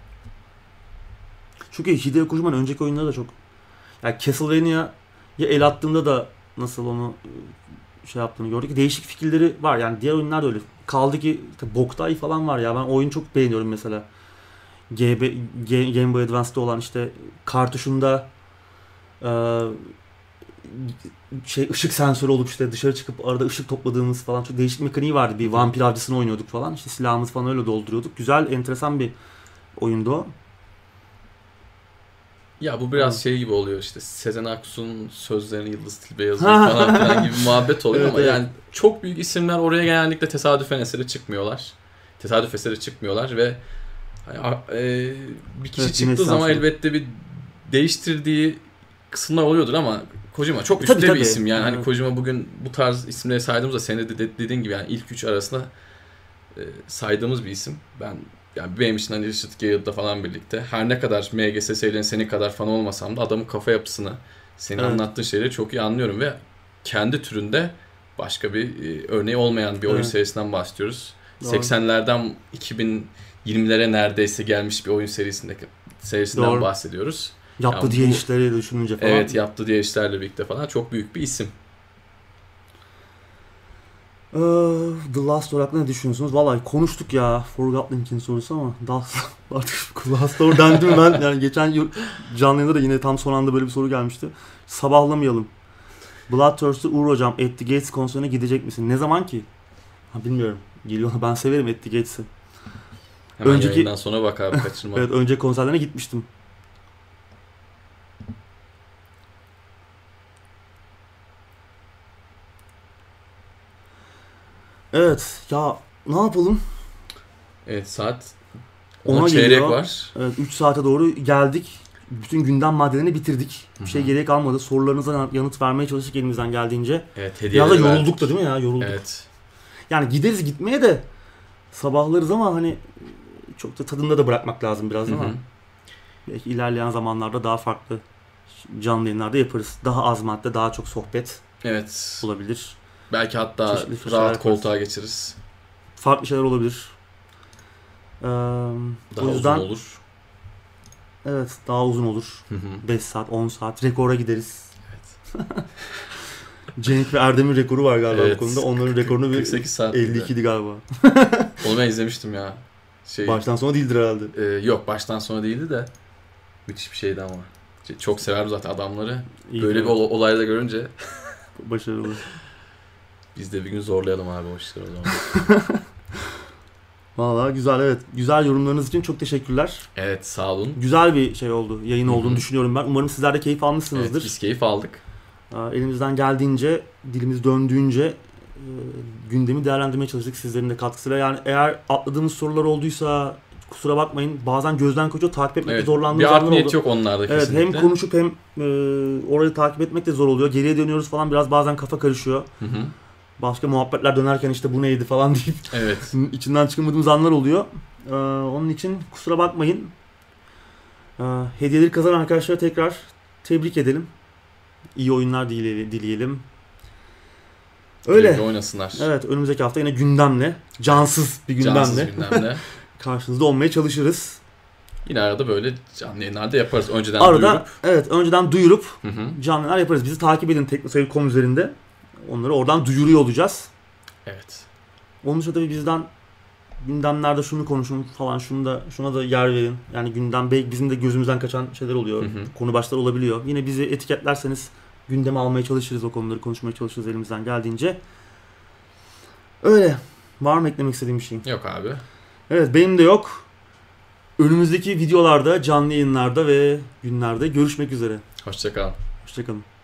Çünkü Hideo Kojima'nın önceki oyunları da çok... Yani Castlevania'ya el attığında da nasıl onu şey yaptığını gördük. Değişik fikirleri var. Yani diğer oyunlar da öyle. Kaldı ki Boktay falan var ya. Ben oyunu çok beğeniyorum mesela. G B, G, Game Boy Advance'da olan işte kartuşunda e, şey ışık sensörü olup işte dışarı çıkıp arada ışık topladığımız falan çok değişik mekaniği vardı. Bir vampir avcısını oynuyorduk falan. İşte silahımızı falan öyle dolduruyorduk. Güzel, enteresan bir oyundu o. Ya bu biraz hmm. şey gibi oluyor işte Sezen Aksu'nun sözlerini Yıldız Tilbe yazıyor falan filan gibi muhabbet oluyor evet, ama evet. yani çok büyük isimler oraya genellikle tesadüfen eseri çıkmıyorlar. Tesadüf eseri çıkmıyorlar ve e, bir kişi evet, çıktığı zaman elbette bir değiştirdiği kısımlar oluyordur ama Kojima çok üstte tabii, bir tabii. isim yani. Evet. Hani Kojima bugün bu tarz isimleri saydığımızda senin de dediğin gibi yani ilk üç arasında e, saydığımız bir isim. Ben yani benim için hani Richard Garriott'la falan birlikte her ne kadar M G S serilerinin senin kadar fan olmasam da adamın kafa yapısını, senin evet. anlattığın şeyleri çok iyi anlıyorum ve kendi türünde başka bir e, örneği olmayan bir oyun evet. serisinden bahsediyoruz. Doğru. seksenlerden iki bin yirmilere neredeyse gelmiş bir oyun serisinde serisinden Doğru. bahsediyoruz. Yaptı yani diye bu, işleri düşününce falan. Evet, yaptı diye işlerle birlikte falan çok büyük bir isim. Uh, The Last Door hakkında ne düşünüyorsunuz? Vallahi konuştuk ya Forgotten Link'in sorusu ama artık Last Door dendi mi ben? Yani geçen canlı yayında da yine tam son anda böyle bir soru gelmişti. Sabahlamayalım. Bloodthirst'ı Uğur hocam At The Gates konserine gidecek misin? Ne zaman ki? Ha, bilmiyorum. Geliyor. Ben severim At The Gates'i. Hemen önceki... yayından sonra bak abi kaçırma. Evet, önce konserlerine gitmiştim. Evet ya ne yapalım? Evet saat ona çeyrek geliyor. Var. Evet üç saate doğru geldik. Bütün gündem maddelerini bitirdik. Bir şey gerek kalmadı. Sorularınıza yanıt vermeye çalıştık elimizden geldiğince. Evet hediyeler ya da yorulduk da değil mi ya? Yorulduk. Evet. Yani gideriz gitmeye de sabahlarız ama hani çok da tadında da bırakmak lazım biraz ama. Belki ilerleyen zamanlarda daha farklı canlı yayınlarda yaparız. Daha az madde, daha çok sohbet. Evet. Olabilir. Belki hatta rahat koltuğa geçeriz. Farklı şeyler olabilir. Ee, daha o yüzden, uzun olur. Evet, daha uzun olur. beş saat, on saat. Rekora gideriz. Evet. Cenk ve Erdem'in rekoru var galiba evet. bu konuda. Onların rekorunu bir elli iki idi galiba. Onu ben izlemiştim ya. Şey, baştan sona değildir herhalde. E, yok, baştan sona değildi de. Müthiş bir şeydi ama. Çok severim zaten adamları. İyi Böyle bir bir ol- olayda görünce başarılı. biz de bir gün zorlayalım abi o işleri o zaman. Vallahi güzel, evet. Güzel yorumlarınız için çok teşekkürler. Evet, sağ olun. Güzel bir şey oldu. Yayın Hı hı. olduğunu düşünüyorum ben. Umarım sizler de keyif almışsınızdır. Evet, biz keyif aldık. Elimizden geldiğince, dilimiz döndüğünce e, gündemi değerlendirmeye çalıştık sizlerin de katkısıyla. Yani eğer atladığımız sorular olduysa kusura bakmayın. Bazen gözden kaçıyor, takip etmekte Evet, zorlandığımız bir art anlar oldu. niyet yok onlarda Evet, kesinlikle. hem konuşup hem e, orayı takip etmek de zor oluyor. Geriye dönüyoruz falan, biraz bazen kafa karışıyor. Hı hı. Başka muhabbetler dönerken işte bu neydi falan deyip Evet. içinden çıkamadığımız anlar oluyor. Ee, onun için kusura bakmayın. Ee, hediyeleri kazanan arkadaşlara tekrar tebrik edelim. İyi oyunlar dile- dileyelim. Öyle. Öyle oynasınlar. Evet, önümüzdeki hafta yine gündemle, cansız bir gündemle, Cansız gündemle. karşınızda olmaya çalışırız. Yine arada böyle canlı yayınlarda yaparız. Önceden Arada duyurup. evet, önceden duyurup Hı hı. canlı yayınlar yaparız. Bizi takip edin teknoseyir nokta com üzerinde. Onları oradan duyuruyor olacağız. Evet. Onun dışında tabii bizden gündemlerde şunu konuşun falan, şunu da şuna da yer verin. Yani gündem belki bizim de gözümüzden kaçan şeyler oluyor. Hı hı. Konu başları olabiliyor. Yine bizi etiketlerseniz gündeme almaya çalışırız, o konuları konuşmaya çalışırız elimizden geldiğince. Öyle. Var mı eklemek istediğim bir şey? Yok abi. Evet, benim de yok. Önümüzdeki videolarda, canlı yayınlarda ve günlerde görüşmek üzere. Hoşça kalın. Hoşçakalın.